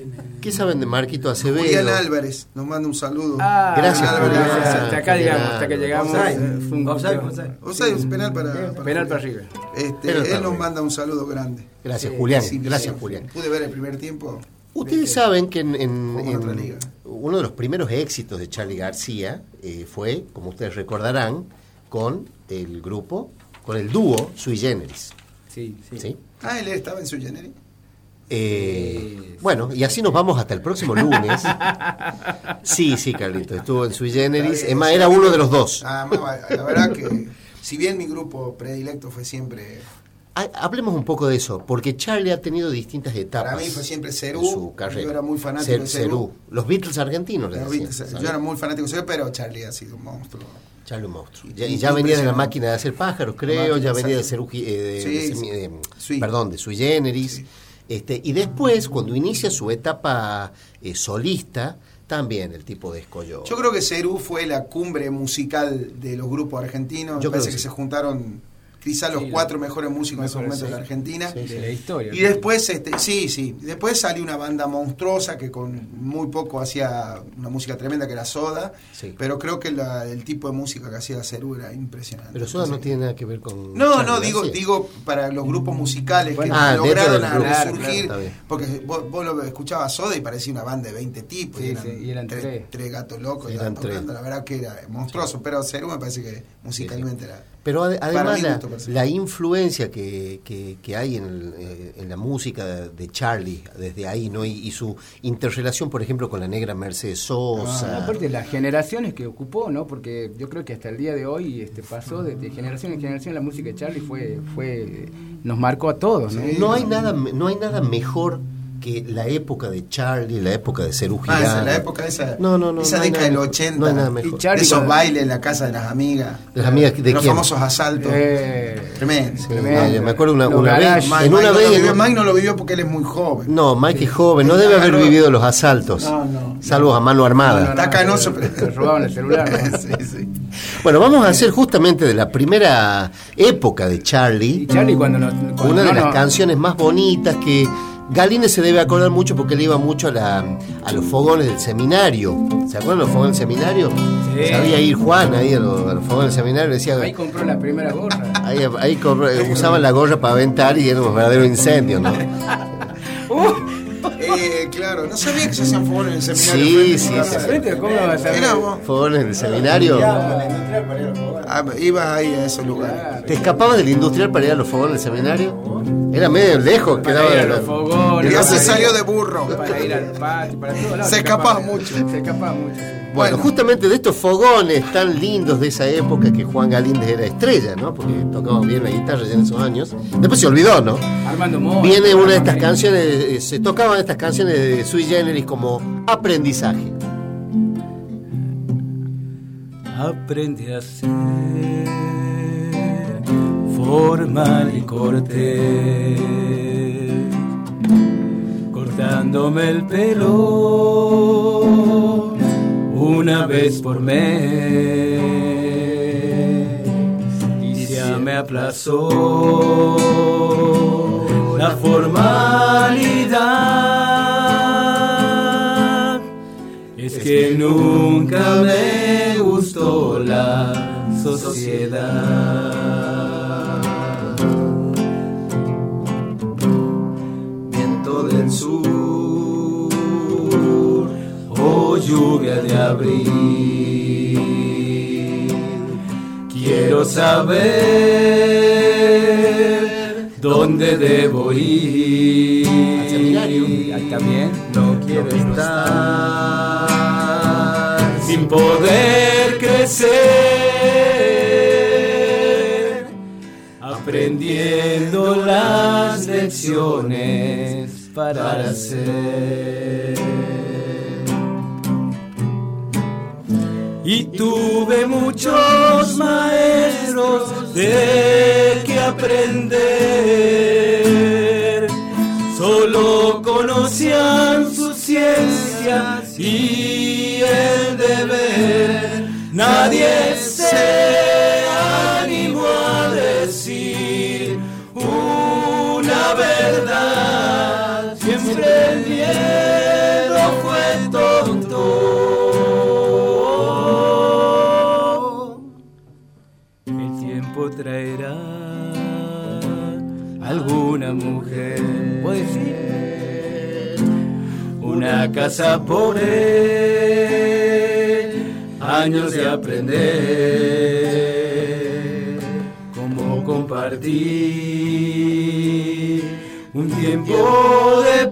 Speaker 2: ¿Qué saben de Marquito Acevedo?
Speaker 3: Julián Álvarez nos manda un saludo.
Speaker 2: Ah, gracias,
Speaker 3: Julián.
Speaker 4: Hasta acá llegamos, hasta que llegamos.
Speaker 3: Offside, es penal para, para
Speaker 4: penal para arriba.
Speaker 3: Este,
Speaker 2: Penal para
Speaker 3: él nos
Speaker 2: arriba.
Speaker 3: manda un saludo grande.
Speaker 2: Gracias,
Speaker 3: Sí,
Speaker 2: Julián.
Speaker 3: sí,
Speaker 2: Gracias,
Speaker 3: sí.
Speaker 2: Julián.
Speaker 3: Pude ver el primer tiempo.
Speaker 2: Ustedes saben que en, en-
Speaker 3: Como en otra liga.
Speaker 2: en uno de los primeros éxitos de Charly García eh, fue, como ustedes recordarán, con el grupo, con el dúo Sui Generis.
Speaker 4: Sí, sí.
Speaker 2: ¿Sí?
Speaker 3: Ah, él estaba en su Generi.
Speaker 2: Eh, bueno, y así nos vamos hasta el próximo lunes. Sí, sí, Carlito, estuvo en Sui Generis. Es más, era uno de los dos.
Speaker 3: Ah, más vale. La verdad que, si bien mi grupo predilecto fue siempre.
Speaker 2: Ha- Hablemos un poco de eso, porque Charly ha tenido distintas etapas.
Speaker 3: Para mí fue siempre
Speaker 2: en
Speaker 3: Cerú.
Speaker 2: su carrera.
Speaker 3: Yo era muy fanático
Speaker 2: Cer-
Speaker 3: de Cerú.
Speaker 2: Cerú. Los Beatles argentinos, le
Speaker 3: Los
Speaker 2: decían,
Speaker 3: Beatles,
Speaker 2: ¿sabes?
Speaker 3: yo era muy fanático de Cerú, pero Charlie ha sido un monstruo.
Speaker 2: Charly un monstruo. Ya- y ya venía de la máquina de hacer pájaros, creo,
Speaker 3: máquina
Speaker 2: ya
Speaker 3: de
Speaker 2: venía de
Speaker 3: hacer-
Speaker 2: Cerú, eh, de,
Speaker 3: Sí,
Speaker 2: de-
Speaker 3: sí.
Speaker 2: de-
Speaker 3: Sí.
Speaker 2: perdón, de Sui Generis. Este, y después, cuando inicia su etapa eh, solista, también el tipo descolló.
Speaker 3: Yo creo que Cerú fue la cumbre musical de los grupos argentinos.
Speaker 2: Yo
Speaker 3: Me parece
Speaker 2: creo
Speaker 3: que,
Speaker 2: que
Speaker 3: se
Speaker 2: sí.
Speaker 3: juntaron quizás los
Speaker 4: Sí,
Speaker 3: cuatro mejores músicos en ese
Speaker 4: mejores,
Speaker 3: momento de
Speaker 4: sí.
Speaker 3: la Argentina.
Speaker 4: Sí, de la historia.
Speaker 3: Y después, este, sí, sí, después salió una banda monstruosa que con muy poco hacía una música tremenda que era Soda,
Speaker 2: Sí.
Speaker 3: pero creo que la- el tipo de música que hacía Cerú era impresionante.
Speaker 2: Pero Soda no tiene nada que ver con...
Speaker 3: No,
Speaker 2: Charly
Speaker 3: no, digo,
Speaker 2: García.
Speaker 3: digo para los grupos musicales
Speaker 2: Bueno,
Speaker 3: que
Speaker 2: ah, dentro
Speaker 3: lograron
Speaker 2: del
Speaker 3: a
Speaker 2: grupo.
Speaker 3: resurgir,
Speaker 2: Claro, está bien.
Speaker 3: porque vos, vos lo escuchabas Soda y parecía una banda de veinte tipos,
Speaker 4: Sí,
Speaker 3: y eran,
Speaker 4: sí, y eran
Speaker 3: tres,
Speaker 4: tres.
Speaker 3: tres gatos locos,
Speaker 2: Sí,
Speaker 3: y
Speaker 2: eran
Speaker 3: estaban
Speaker 2: tres.
Speaker 3: tocando, la verdad que era monstruoso, pero Cerú me parece que musicalmente era...
Speaker 2: Pero ade-
Speaker 3: Para
Speaker 2: además
Speaker 3: mi
Speaker 2: la,
Speaker 3: gusto, por
Speaker 2: la influencia que, que, que hay en, el, eh, en la música de, de Charly desde ahí, ¿no? Y, y su interrelación, por ejemplo, con la negra Mercedes Sosa.
Speaker 4: Ah, aparte las generaciones que ocupó, ¿no? Porque yo creo que hasta el día de hoy este pasó de, de generación en generación la música de Charly fue fue nos marcó a todos, ¿no?
Speaker 2: No hay nada, no hay nada mejor que la época de Charly, la época de Cerú
Speaker 3: Ah,
Speaker 2: Girán.
Speaker 3: esa, la época de esa,
Speaker 2: No, no, no,
Speaker 3: esa
Speaker 2: no hay
Speaker 3: década
Speaker 2: nada
Speaker 3: del
Speaker 2: mejor.
Speaker 3: ochenta,
Speaker 2: No hay nada mejor.
Speaker 3: de
Speaker 2: Y Charly
Speaker 3: esos
Speaker 2: con-
Speaker 3: bailes en la casa de las amigas,
Speaker 2: ¿Las amigas de
Speaker 3: los
Speaker 2: quién?
Speaker 3: famosos asaltos,
Speaker 4: Eh,
Speaker 3: tremendo,
Speaker 2: Sí,
Speaker 3: tremendo.
Speaker 2: no, yo me acuerdo una,
Speaker 3: Los
Speaker 2: una vez,
Speaker 3: garages. Mike,
Speaker 2: en
Speaker 3: Mike
Speaker 2: una
Speaker 3: no
Speaker 2: vez...
Speaker 3: lo
Speaker 2: en-
Speaker 3: vivió, Mike no lo vivió porque él es muy joven.
Speaker 2: No, Mike es joven, no
Speaker 3: Él
Speaker 2: debe haber
Speaker 3: agarró-
Speaker 2: vivido los asaltos,
Speaker 3: No, no,
Speaker 2: salvo a mano armada.
Speaker 3: Está canoso, pero...
Speaker 4: Le robaban el celular, ¿no?
Speaker 3: sí, sí.
Speaker 2: Bueno, vamos a hacer justamente de la primera época de Charly,
Speaker 4: Y Charly cuando nos cuando
Speaker 2: una de
Speaker 4: no
Speaker 2: las
Speaker 4: nos-
Speaker 2: canciones más bonitas que Galíndez se debe acordar mucho porque él iba mucho a, la, a los fogones del seminario. ¿Se acuerdan de los fogones del seminario?
Speaker 4: Sí.
Speaker 2: Sabía ir Juan ahí a los, a los fogones del seminario y decía...
Speaker 4: Ahí compró la primera gorra.
Speaker 2: Ahí, ahí corre- usaban la gorra para aventar y era un verdadero incendio, ¿no?
Speaker 3: Eh, claro, no sabía que se hacían fogones en el seminario.
Speaker 2: Sí,
Speaker 3: frente a
Speaker 2: sí,
Speaker 3: tu casa.
Speaker 2: sí.
Speaker 4: Frente, ¿cómo lo vas a saber?
Speaker 3: Mirá vos.
Speaker 2: Fogones del seminario.
Speaker 3: Ah, ibas ahí a esos lugares.
Speaker 2: ¿Te escapabas del industrial para ir a los fogones del seminario? Era medio lejos, quedaba
Speaker 4: Para ir a
Speaker 2: de
Speaker 4: los
Speaker 2: la-
Speaker 4: fogones,
Speaker 3: Y así
Speaker 4: para-
Speaker 3: salió de burro.
Speaker 4: para ir al patio, para todos lados.
Speaker 3: Se escapaba mucho.
Speaker 4: Se escapaba mucho. sí.
Speaker 2: Bueno, justamente de estos fogones tan lindos de esa época que Juan Galíndez era estrella, ¿no? Porque tocaba bien la guitarra ya en esos años. Después se olvidó, ¿no?
Speaker 4: Armando Mora.
Speaker 2: Viene una de estas canciones, eh, se tocaban estas canciones de Sui Generis como aprendizaje.
Speaker 17: Aprendí a ser formal y cortés, cortándome el pelo una vez por mes, y ya me aplazó la formalidad. Es que nunca me gustó la sociedad. Viento del sur o lluvia de abril, quiero saber dónde debo ir.
Speaker 2: Al seminario.
Speaker 4: Ahí también.
Speaker 17: No quiero estar sin poder crecer, aprendiendo las lecciones para hacer. Y tuve muchos maestros de que aprender, solo conocían su ciencia y el deber. Nadie se animó a decir una verdad, siempre el miedo una casa por él, años de aprender cómo compartir un tiempo de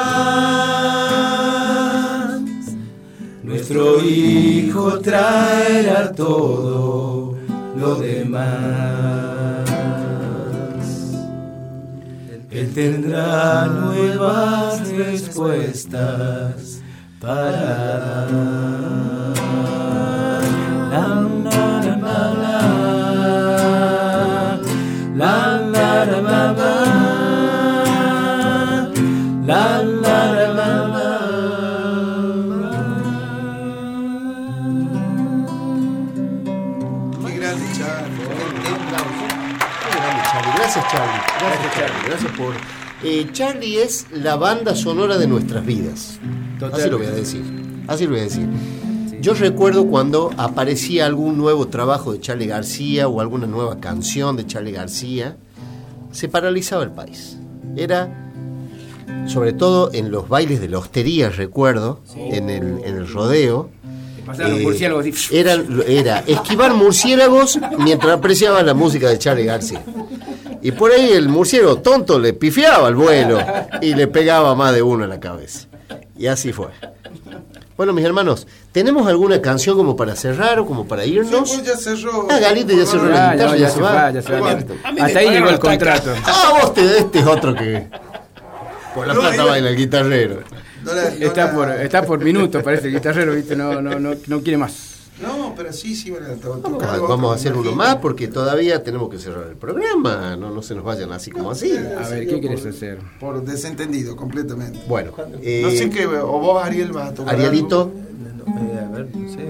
Speaker 17: paz. Nuestro hijo traerá todo lo demás. Él tendrá nuevas respuestas para dar. La, la, la, la, la, la, la, la, la, la, la, la, la.
Speaker 3: Qué grande, Charlie.
Speaker 2: Gracias, Charlie. Gracias, Charlie. Gracias por... Eh, Charlie es la banda sonora de nuestras vidas. Total. Así lo voy a decir. Así lo voy a decir. Sí. Yo recuerdo cuando aparecía algún nuevo trabajo de Charly García o alguna nueva canción de Charly García, se paralizaba el país. Era, sobre todo en los bailes de la hostería, recuerdo, sí. en, el, en el rodeo.
Speaker 4: Pasaron eh, murciélagos.
Speaker 2: Era, era esquivar murciélagos mientras apreciaba la música de Charly García. Y por ahí el murciélago tonto le pifiaba el vuelo y le pegaba más de uno en la cabeza. Y así fue. Bueno, mis hermanos, ¿tenemos alguna canción como para cerrar o como para irnos?
Speaker 3: Sí, pues ya cerró.
Speaker 2: Ah, Galito ya cerró la guitarra,
Speaker 4: ya, ya, ya se va. Ya se va. Hasta ahí llegó el contrato.
Speaker 2: Ah, vos te, este es otro que... Por la no, plata baila el guitarrero.
Speaker 3: No la, no
Speaker 4: está,
Speaker 3: la...
Speaker 4: por, está por minutos, parece el guitarrero, ¿viste? No, no, no, no quiere más.
Speaker 3: No, pero sí, sí, bueno, to, to,
Speaker 2: vamos, vamos a hacer uno más porque todavía tenemos que cerrar el programa. No, no se nos vayan así como así.
Speaker 4: A ver, ¿qué quieres hacer?
Speaker 3: Por desentendido, completamente.
Speaker 2: Bueno, eh,
Speaker 3: no sé qué, o vos, Ariel, vas a tocar.
Speaker 2: Arielito.
Speaker 10: No, a ver, no sé.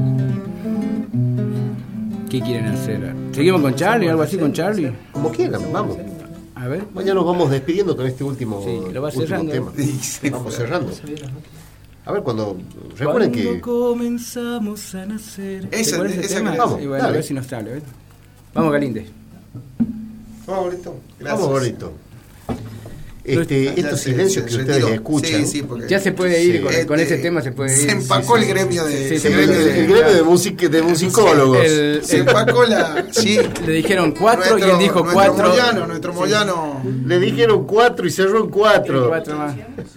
Speaker 4: ¿Qué quieren hacer? ¿Seguimos con Charlie? ¿Algo así con Charlie?
Speaker 2: Como quieran, vamos.
Speaker 4: A ver.
Speaker 2: Ya nos vamos despidiendo con este último,
Speaker 4: sí, lo va cerrando.
Speaker 2: tema. Vamos cerrando. A ver, cuando recuerden que
Speaker 17: cuando comenzamos a nacer.
Speaker 3: Esa, ese
Speaker 4: esa
Speaker 3: tema.
Speaker 4: Vamos, y bueno, a ver si nos sale. ¿eh? Vamos, Galinde.
Speaker 3: Vamos, Gorito.
Speaker 2: Vamos, Gorito. Este, estos silencios que ustedes escuchan.
Speaker 3: Sí, sí,
Speaker 4: ya se puede ir, sí. con,
Speaker 3: este,
Speaker 4: con ese tema se puede ir.
Speaker 3: Se empacó sí, el gremio de.
Speaker 4: Sí,
Speaker 3: sí,
Speaker 4: el
Speaker 3: gremio
Speaker 2: de, el gremio de, music, de musicólogos.
Speaker 4: El,
Speaker 3: se empacó la. Sí.
Speaker 4: Le dijeron cuatro
Speaker 3: nuestro,
Speaker 4: y él dijo
Speaker 3: nuestro
Speaker 4: cuatro.
Speaker 3: Moyano, nuestro Moyano.
Speaker 2: Sí. Le dijeron cuatro y cerró en cuatro.
Speaker 4: Y cuatro más.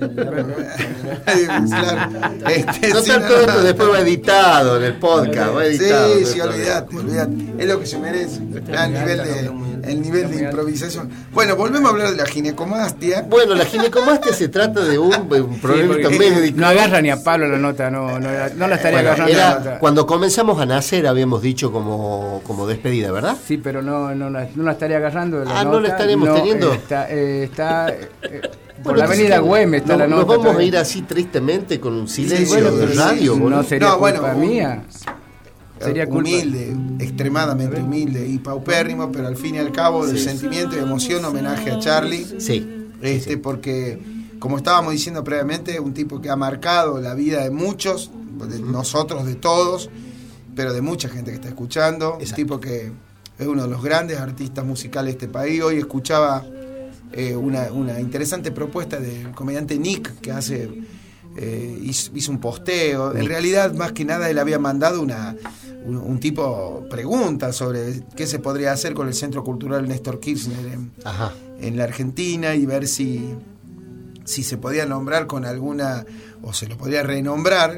Speaker 3: Claro. Este,
Speaker 2: no
Speaker 3: sí,
Speaker 2: tanto
Speaker 3: no,
Speaker 2: esto, después va editado en el podcast. Va editado.
Speaker 3: Sí, sí, olvidate, olvidate. Es lo que se merece. El nivel de, el nivel de improvisación. Bueno, volvemos a hablar de la ginecomastia.
Speaker 2: Bueno, la ginecomastia se trata de un, un problema
Speaker 4: sí,
Speaker 2: médico.
Speaker 4: No agarra ni a Pablo la nota, no, no, no la estaría
Speaker 2: bueno,
Speaker 4: agarrando
Speaker 2: era,
Speaker 4: la nota.
Speaker 2: Cuando comenzamos a nacer habíamos dicho como, como despedida, ¿verdad?
Speaker 4: Sí, pero no, no, la, no la estaría agarrando. La
Speaker 2: ah,
Speaker 4: nota,
Speaker 2: ¿no la estaremos
Speaker 4: no,
Speaker 2: teniendo?
Speaker 4: Está, eh, está eh, por
Speaker 2: bueno,
Speaker 4: la avenida Güemes está
Speaker 2: no,
Speaker 4: la nota.
Speaker 2: Nos vamos
Speaker 4: también.
Speaker 2: a ir así tristemente con un silencio
Speaker 4: sí, bueno,
Speaker 2: de radio.
Speaker 4: Sí,
Speaker 2: no
Speaker 4: sería
Speaker 3: no,
Speaker 4: culpa
Speaker 3: bueno,
Speaker 4: mía. Sería
Speaker 3: humilde, culpa. extremadamente humilde y paupérrimo, pero al fin y al cabo del sí. sentimiento y emoción, homenaje a Charlie.
Speaker 2: Sí.
Speaker 3: Este, sí. Porque, como estábamos diciendo previamente, un tipo que ha marcado la vida de muchos, de nosotros, de todos, pero de mucha gente que está escuchando. Exacto. Un tipo que es uno de los grandes artistas musicales de este país. Hoy escuchaba eh, una, una interesante propuesta del comediante Nick, que hace eh, hizo, hizo un posteo. Nick. En realidad, más que nada, él había mandado una un, un tipo pregunta sobre qué se podría hacer con el Centro Cultural Néstor Kirchner en, en la Argentina y ver si, si se podía nombrar con alguna, o se lo podría renombrar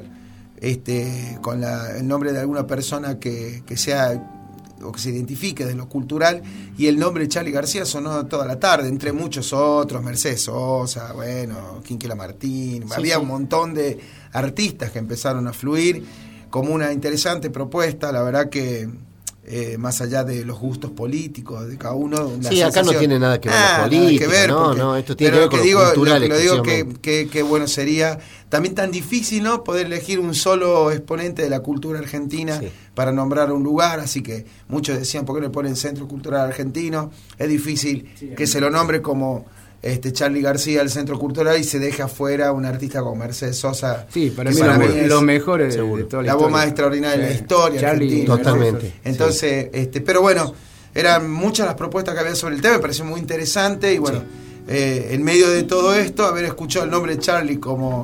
Speaker 3: este, con la, el nombre de alguna persona que, que sea o que se identifique de lo cultural, y el nombre de Charly García sonó toda la tarde, entre muchos otros, Mercedes Sosa, bueno, Quinquela Martín, sí, había sí. un montón de artistas que empezaron a fluir como una interesante propuesta, la verdad que eh, más allá de los gustos políticos de cada uno.
Speaker 2: Sí, acá no tiene nada que ver
Speaker 3: ah,
Speaker 2: con política,
Speaker 3: que ver,
Speaker 2: no,
Speaker 3: porque,
Speaker 2: no, esto tiene que ver con lo digo, cultural.
Speaker 3: Lo que digo que, que, que bueno sería también tan difícil, ¿no?, poder elegir un solo exponente de la cultura argentina sí. para nombrar un lugar, así que muchos decían, ¿por qué no le ponen Centro Cultural Argentino? Es difícil sí, que se lo nombre como este Charly García el Centro Cultural y se deja afuera un artista como Mercedes Sosa.
Speaker 4: Sí, para mí, para mí es los mejores de, de toda la,
Speaker 3: la
Speaker 4: voz
Speaker 3: más extraordinaria sí. de la historia
Speaker 4: Charly,
Speaker 3: argentina.
Speaker 2: Totalmente.
Speaker 3: Entonces, sí. este, pero bueno, eran muchas las propuestas que había sobre el tema, me pareció muy interesante y bueno, sí. eh, en medio de todo esto, haber escuchado el nombre de Charly como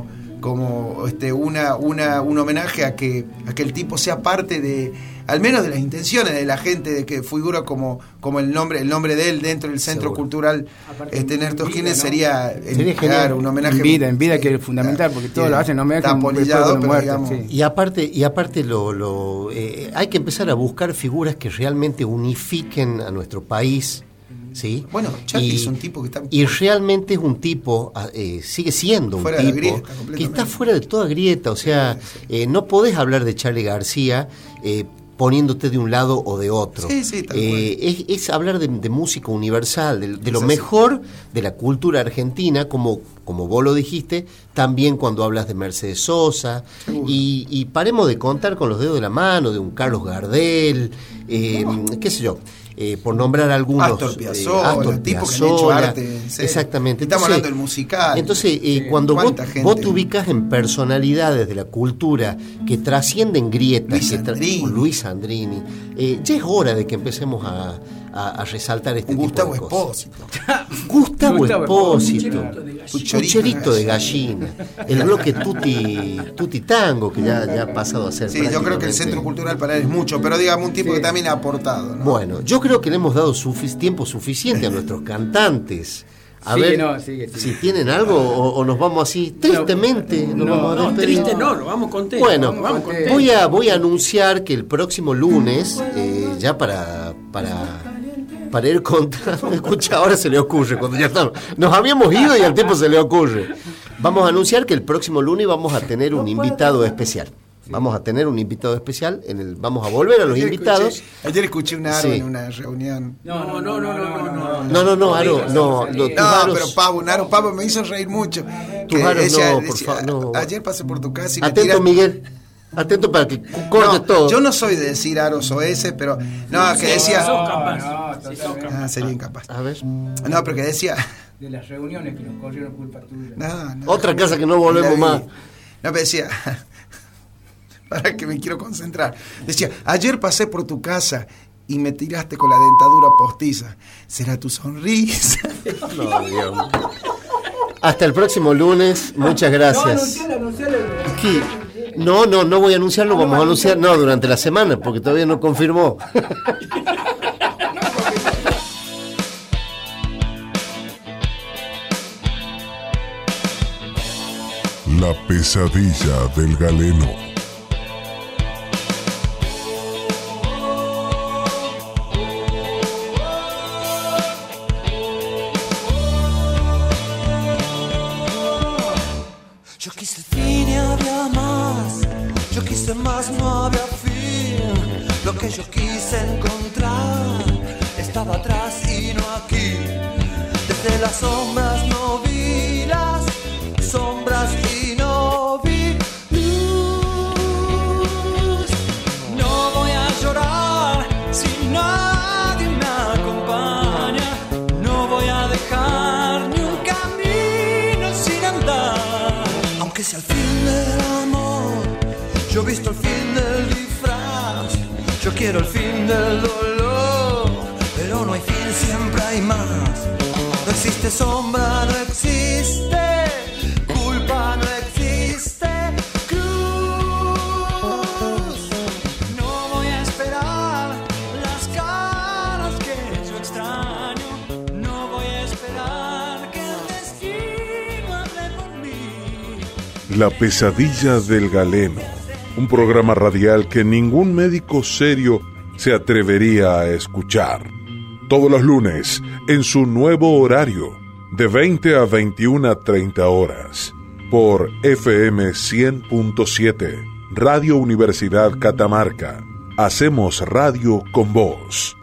Speaker 3: como este, una, una, un homenaje a que, a que el tipo sea parte de, al menos de las intenciones de la gente, de que figura como, como el nombre el nombre de él dentro del Centro
Speaker 4: Seguro.
Speaker 3: Cultural este, Néstor Kirchner, ¿no? Sería,
Speaker 4: sería
Speaker 3: claro, un homenaje
Speaker 4: en vida, en vida, que es fundamental, porque todos lo hacen homenaje
Speaker 3: tan polillado, pero
Speaker 4: muerto,
Speaker 2: digamos, sí. Y aparte, y aparte lo, lo eh, hay que empezar a buscar figuras que realmente unifiquen a nuestro país. ¿Sí?
Speaker 3: Bueno, Charlie es un tipo que está...
Speaker 2: Y realmente es un tipo, eh, sigue siendo un tipo grieta, que está fuera de toda grieta, o sea, eh, no podés hablar de Charly García eh, poniéndote de un lado o de otro.
Speaker 3: Sí, sí, tal
Speaker 2: eh, es, es hablar de, de música universal, de, de lo es mejor de la cultura argentina, como, como vos lo dijiste, también cuando hablas de Mercedes Sosa, y, y paremos de contar con los dedos de la mano, de un Carlos Gardel, eh, qué sé yo. Eh, por nombrar algunos,
Speaker 3: Astor Piazzolla,
Speaker 2: eh, Astor
Speaker 3: tipos
Speaker 2: Piazzolla,
Speaker 3: que han hecho arte,
Speaker 2: exactamente.
Speaker 3: Estamos
Speaker 2: entonces,
Speaker 3: hablando del musical.
Speaker 2: Entonces, eh, sí, cuando vos, vos te ubicas en personalidades de la cultura que trascienden grietas,
Speaker 3: Luis
Speaker 2: que tra
Speaker 3: Sandrini,
Speaker 2: Luis Sandrini eh, ya es hora de que empecemos a, a, a resaltar este
Speaker 3: Gustavo
Speaker 2: tipo de cosas.
Speaker 3: Espósito.
Speaker 2: Gustavo,
Speaker 3: Gustavo
Speaker 2: Espósito, Pucherito de gallina, el bloque Tutti, Tutti Tango, que ya, ya ha pasado a ser.
Speaker 3: Sí, yo creo que el Centro Cultural para él es mucho, pero digamos un tipo sí. que también ha aportado, ¿no?
Speaker 2: Bueno, yo creo que le hemos dado sufic tiempo suficiente a nuestros cantantes. A
Speaker 4: sigue,
Speaker 2: ver
Speaker 4: no, sigue, sigue.
Speaker 2: si tienen algo o, o nos vamos así tristemente.
Speaker 5: No,
Speaker 2: nos
Speaker 5: no,
Speaker 2: vamos a
Speaker 5: no triste no, nos vamos contentos.
Speaker 2: Bueno,
Speaker 5: vamos, vamos contentos.
Speaker 2: voy a voy a anunciar que el próximo lunes, eh, ya para para para ir contra, escucha, ahora se le ocurre cuando ya estamos, nos habíamos ido y al tiempo se le ocurre. Vamos a anunciar que el próximo lunes vamos a tener un invitado especial. Vamos a tener un invitado especial, en el vamos a volver a los
Speaker 3: ayer
Speaker 2: invitados.
Speaker 3: Escuché, ayer escuché un Aro
Speaker 2: sí.
Speaker 3: en una reunión.
Speaker 5: No, no, no, no, no, no, no.
Speaker 2: No, no, no, Aro, no. Lo,
Speaker 3: no,
Speaker 2: aros,
Speaker 3: pero Pavo, un Aro, Pavo me hizo reír mucho.
Speaker 2: Tus aros
Speaker 3: decía,
Speaker 2: no,
Speaker 3: decía,
Speaker 2: por favor, no.
Speaker 3: Ayer pasé por tu casa y me
Speaker 2: Atento,
Speaker 3: tiraste...
Speaker 2: Miguel. Atento para que corte
Speaker 3: no,
Speaker 2: todo.
Speaker 3: Yo no soy de decir aros o ese, pero no, que decía.
Speaker 5: No, no, no, sí,
Speaker 3: ah, sería incapaz.
Speaker 2: A ver.
Speaker 3: No, pero que decía.
Speaker 4: De las reuniones que nos corrieron culpa tuya.
Speaker 3: No, no,
Speaker 2: Otra casa que no volvemos más.
Speaker 3: No, pero decía. Para que me quiero concentrar. Decía, ayer pasé por tu casa y me tiraste con la dentadura postiza. ¿Será tu sonrisa?
Speaker 2: No, Dios. Hasta el próximo lunes. Muchas gracias.
Speaker 4: No, anuncialo, anuncialo.
Speaker 2: ¿Qué? No, no, no voy a anunciarlo, vamos a anunciar, no, durante la semana, porque todavía no confirmó.
Speaker 1: La pesadilla del galeno.
Speaker 17: Yo quise el fin y había más, yo quise más, no había fin. Lo que yo quise encontrar estaba atrás y no aquí. Desde las sombras no vi las sombras y no vi luz. No voy a llorar si nadie me acompaña. No voy a dejar ni un camino sin andar. Aunque sea el fin del amor, yo he visto el fin del disfraz. Yo quiero el fin del dolor, pero no hay fin, siempre hay más. No existe sombra, no existe culpa, no existe cruz. No voy a esperar las caras que yo extraño. No voy a esperar que el destino hable por mí.
Speaker 1: La pesadilla del galeno. Un programa radial que ningún médico serio se atrevería a escuchar. Todos los lunes, en su nuevo horario, de veinte a veintiuna treinta horas, por F M cien punto siete, Radio Universidad Catamarca. Hacemos radio con vos.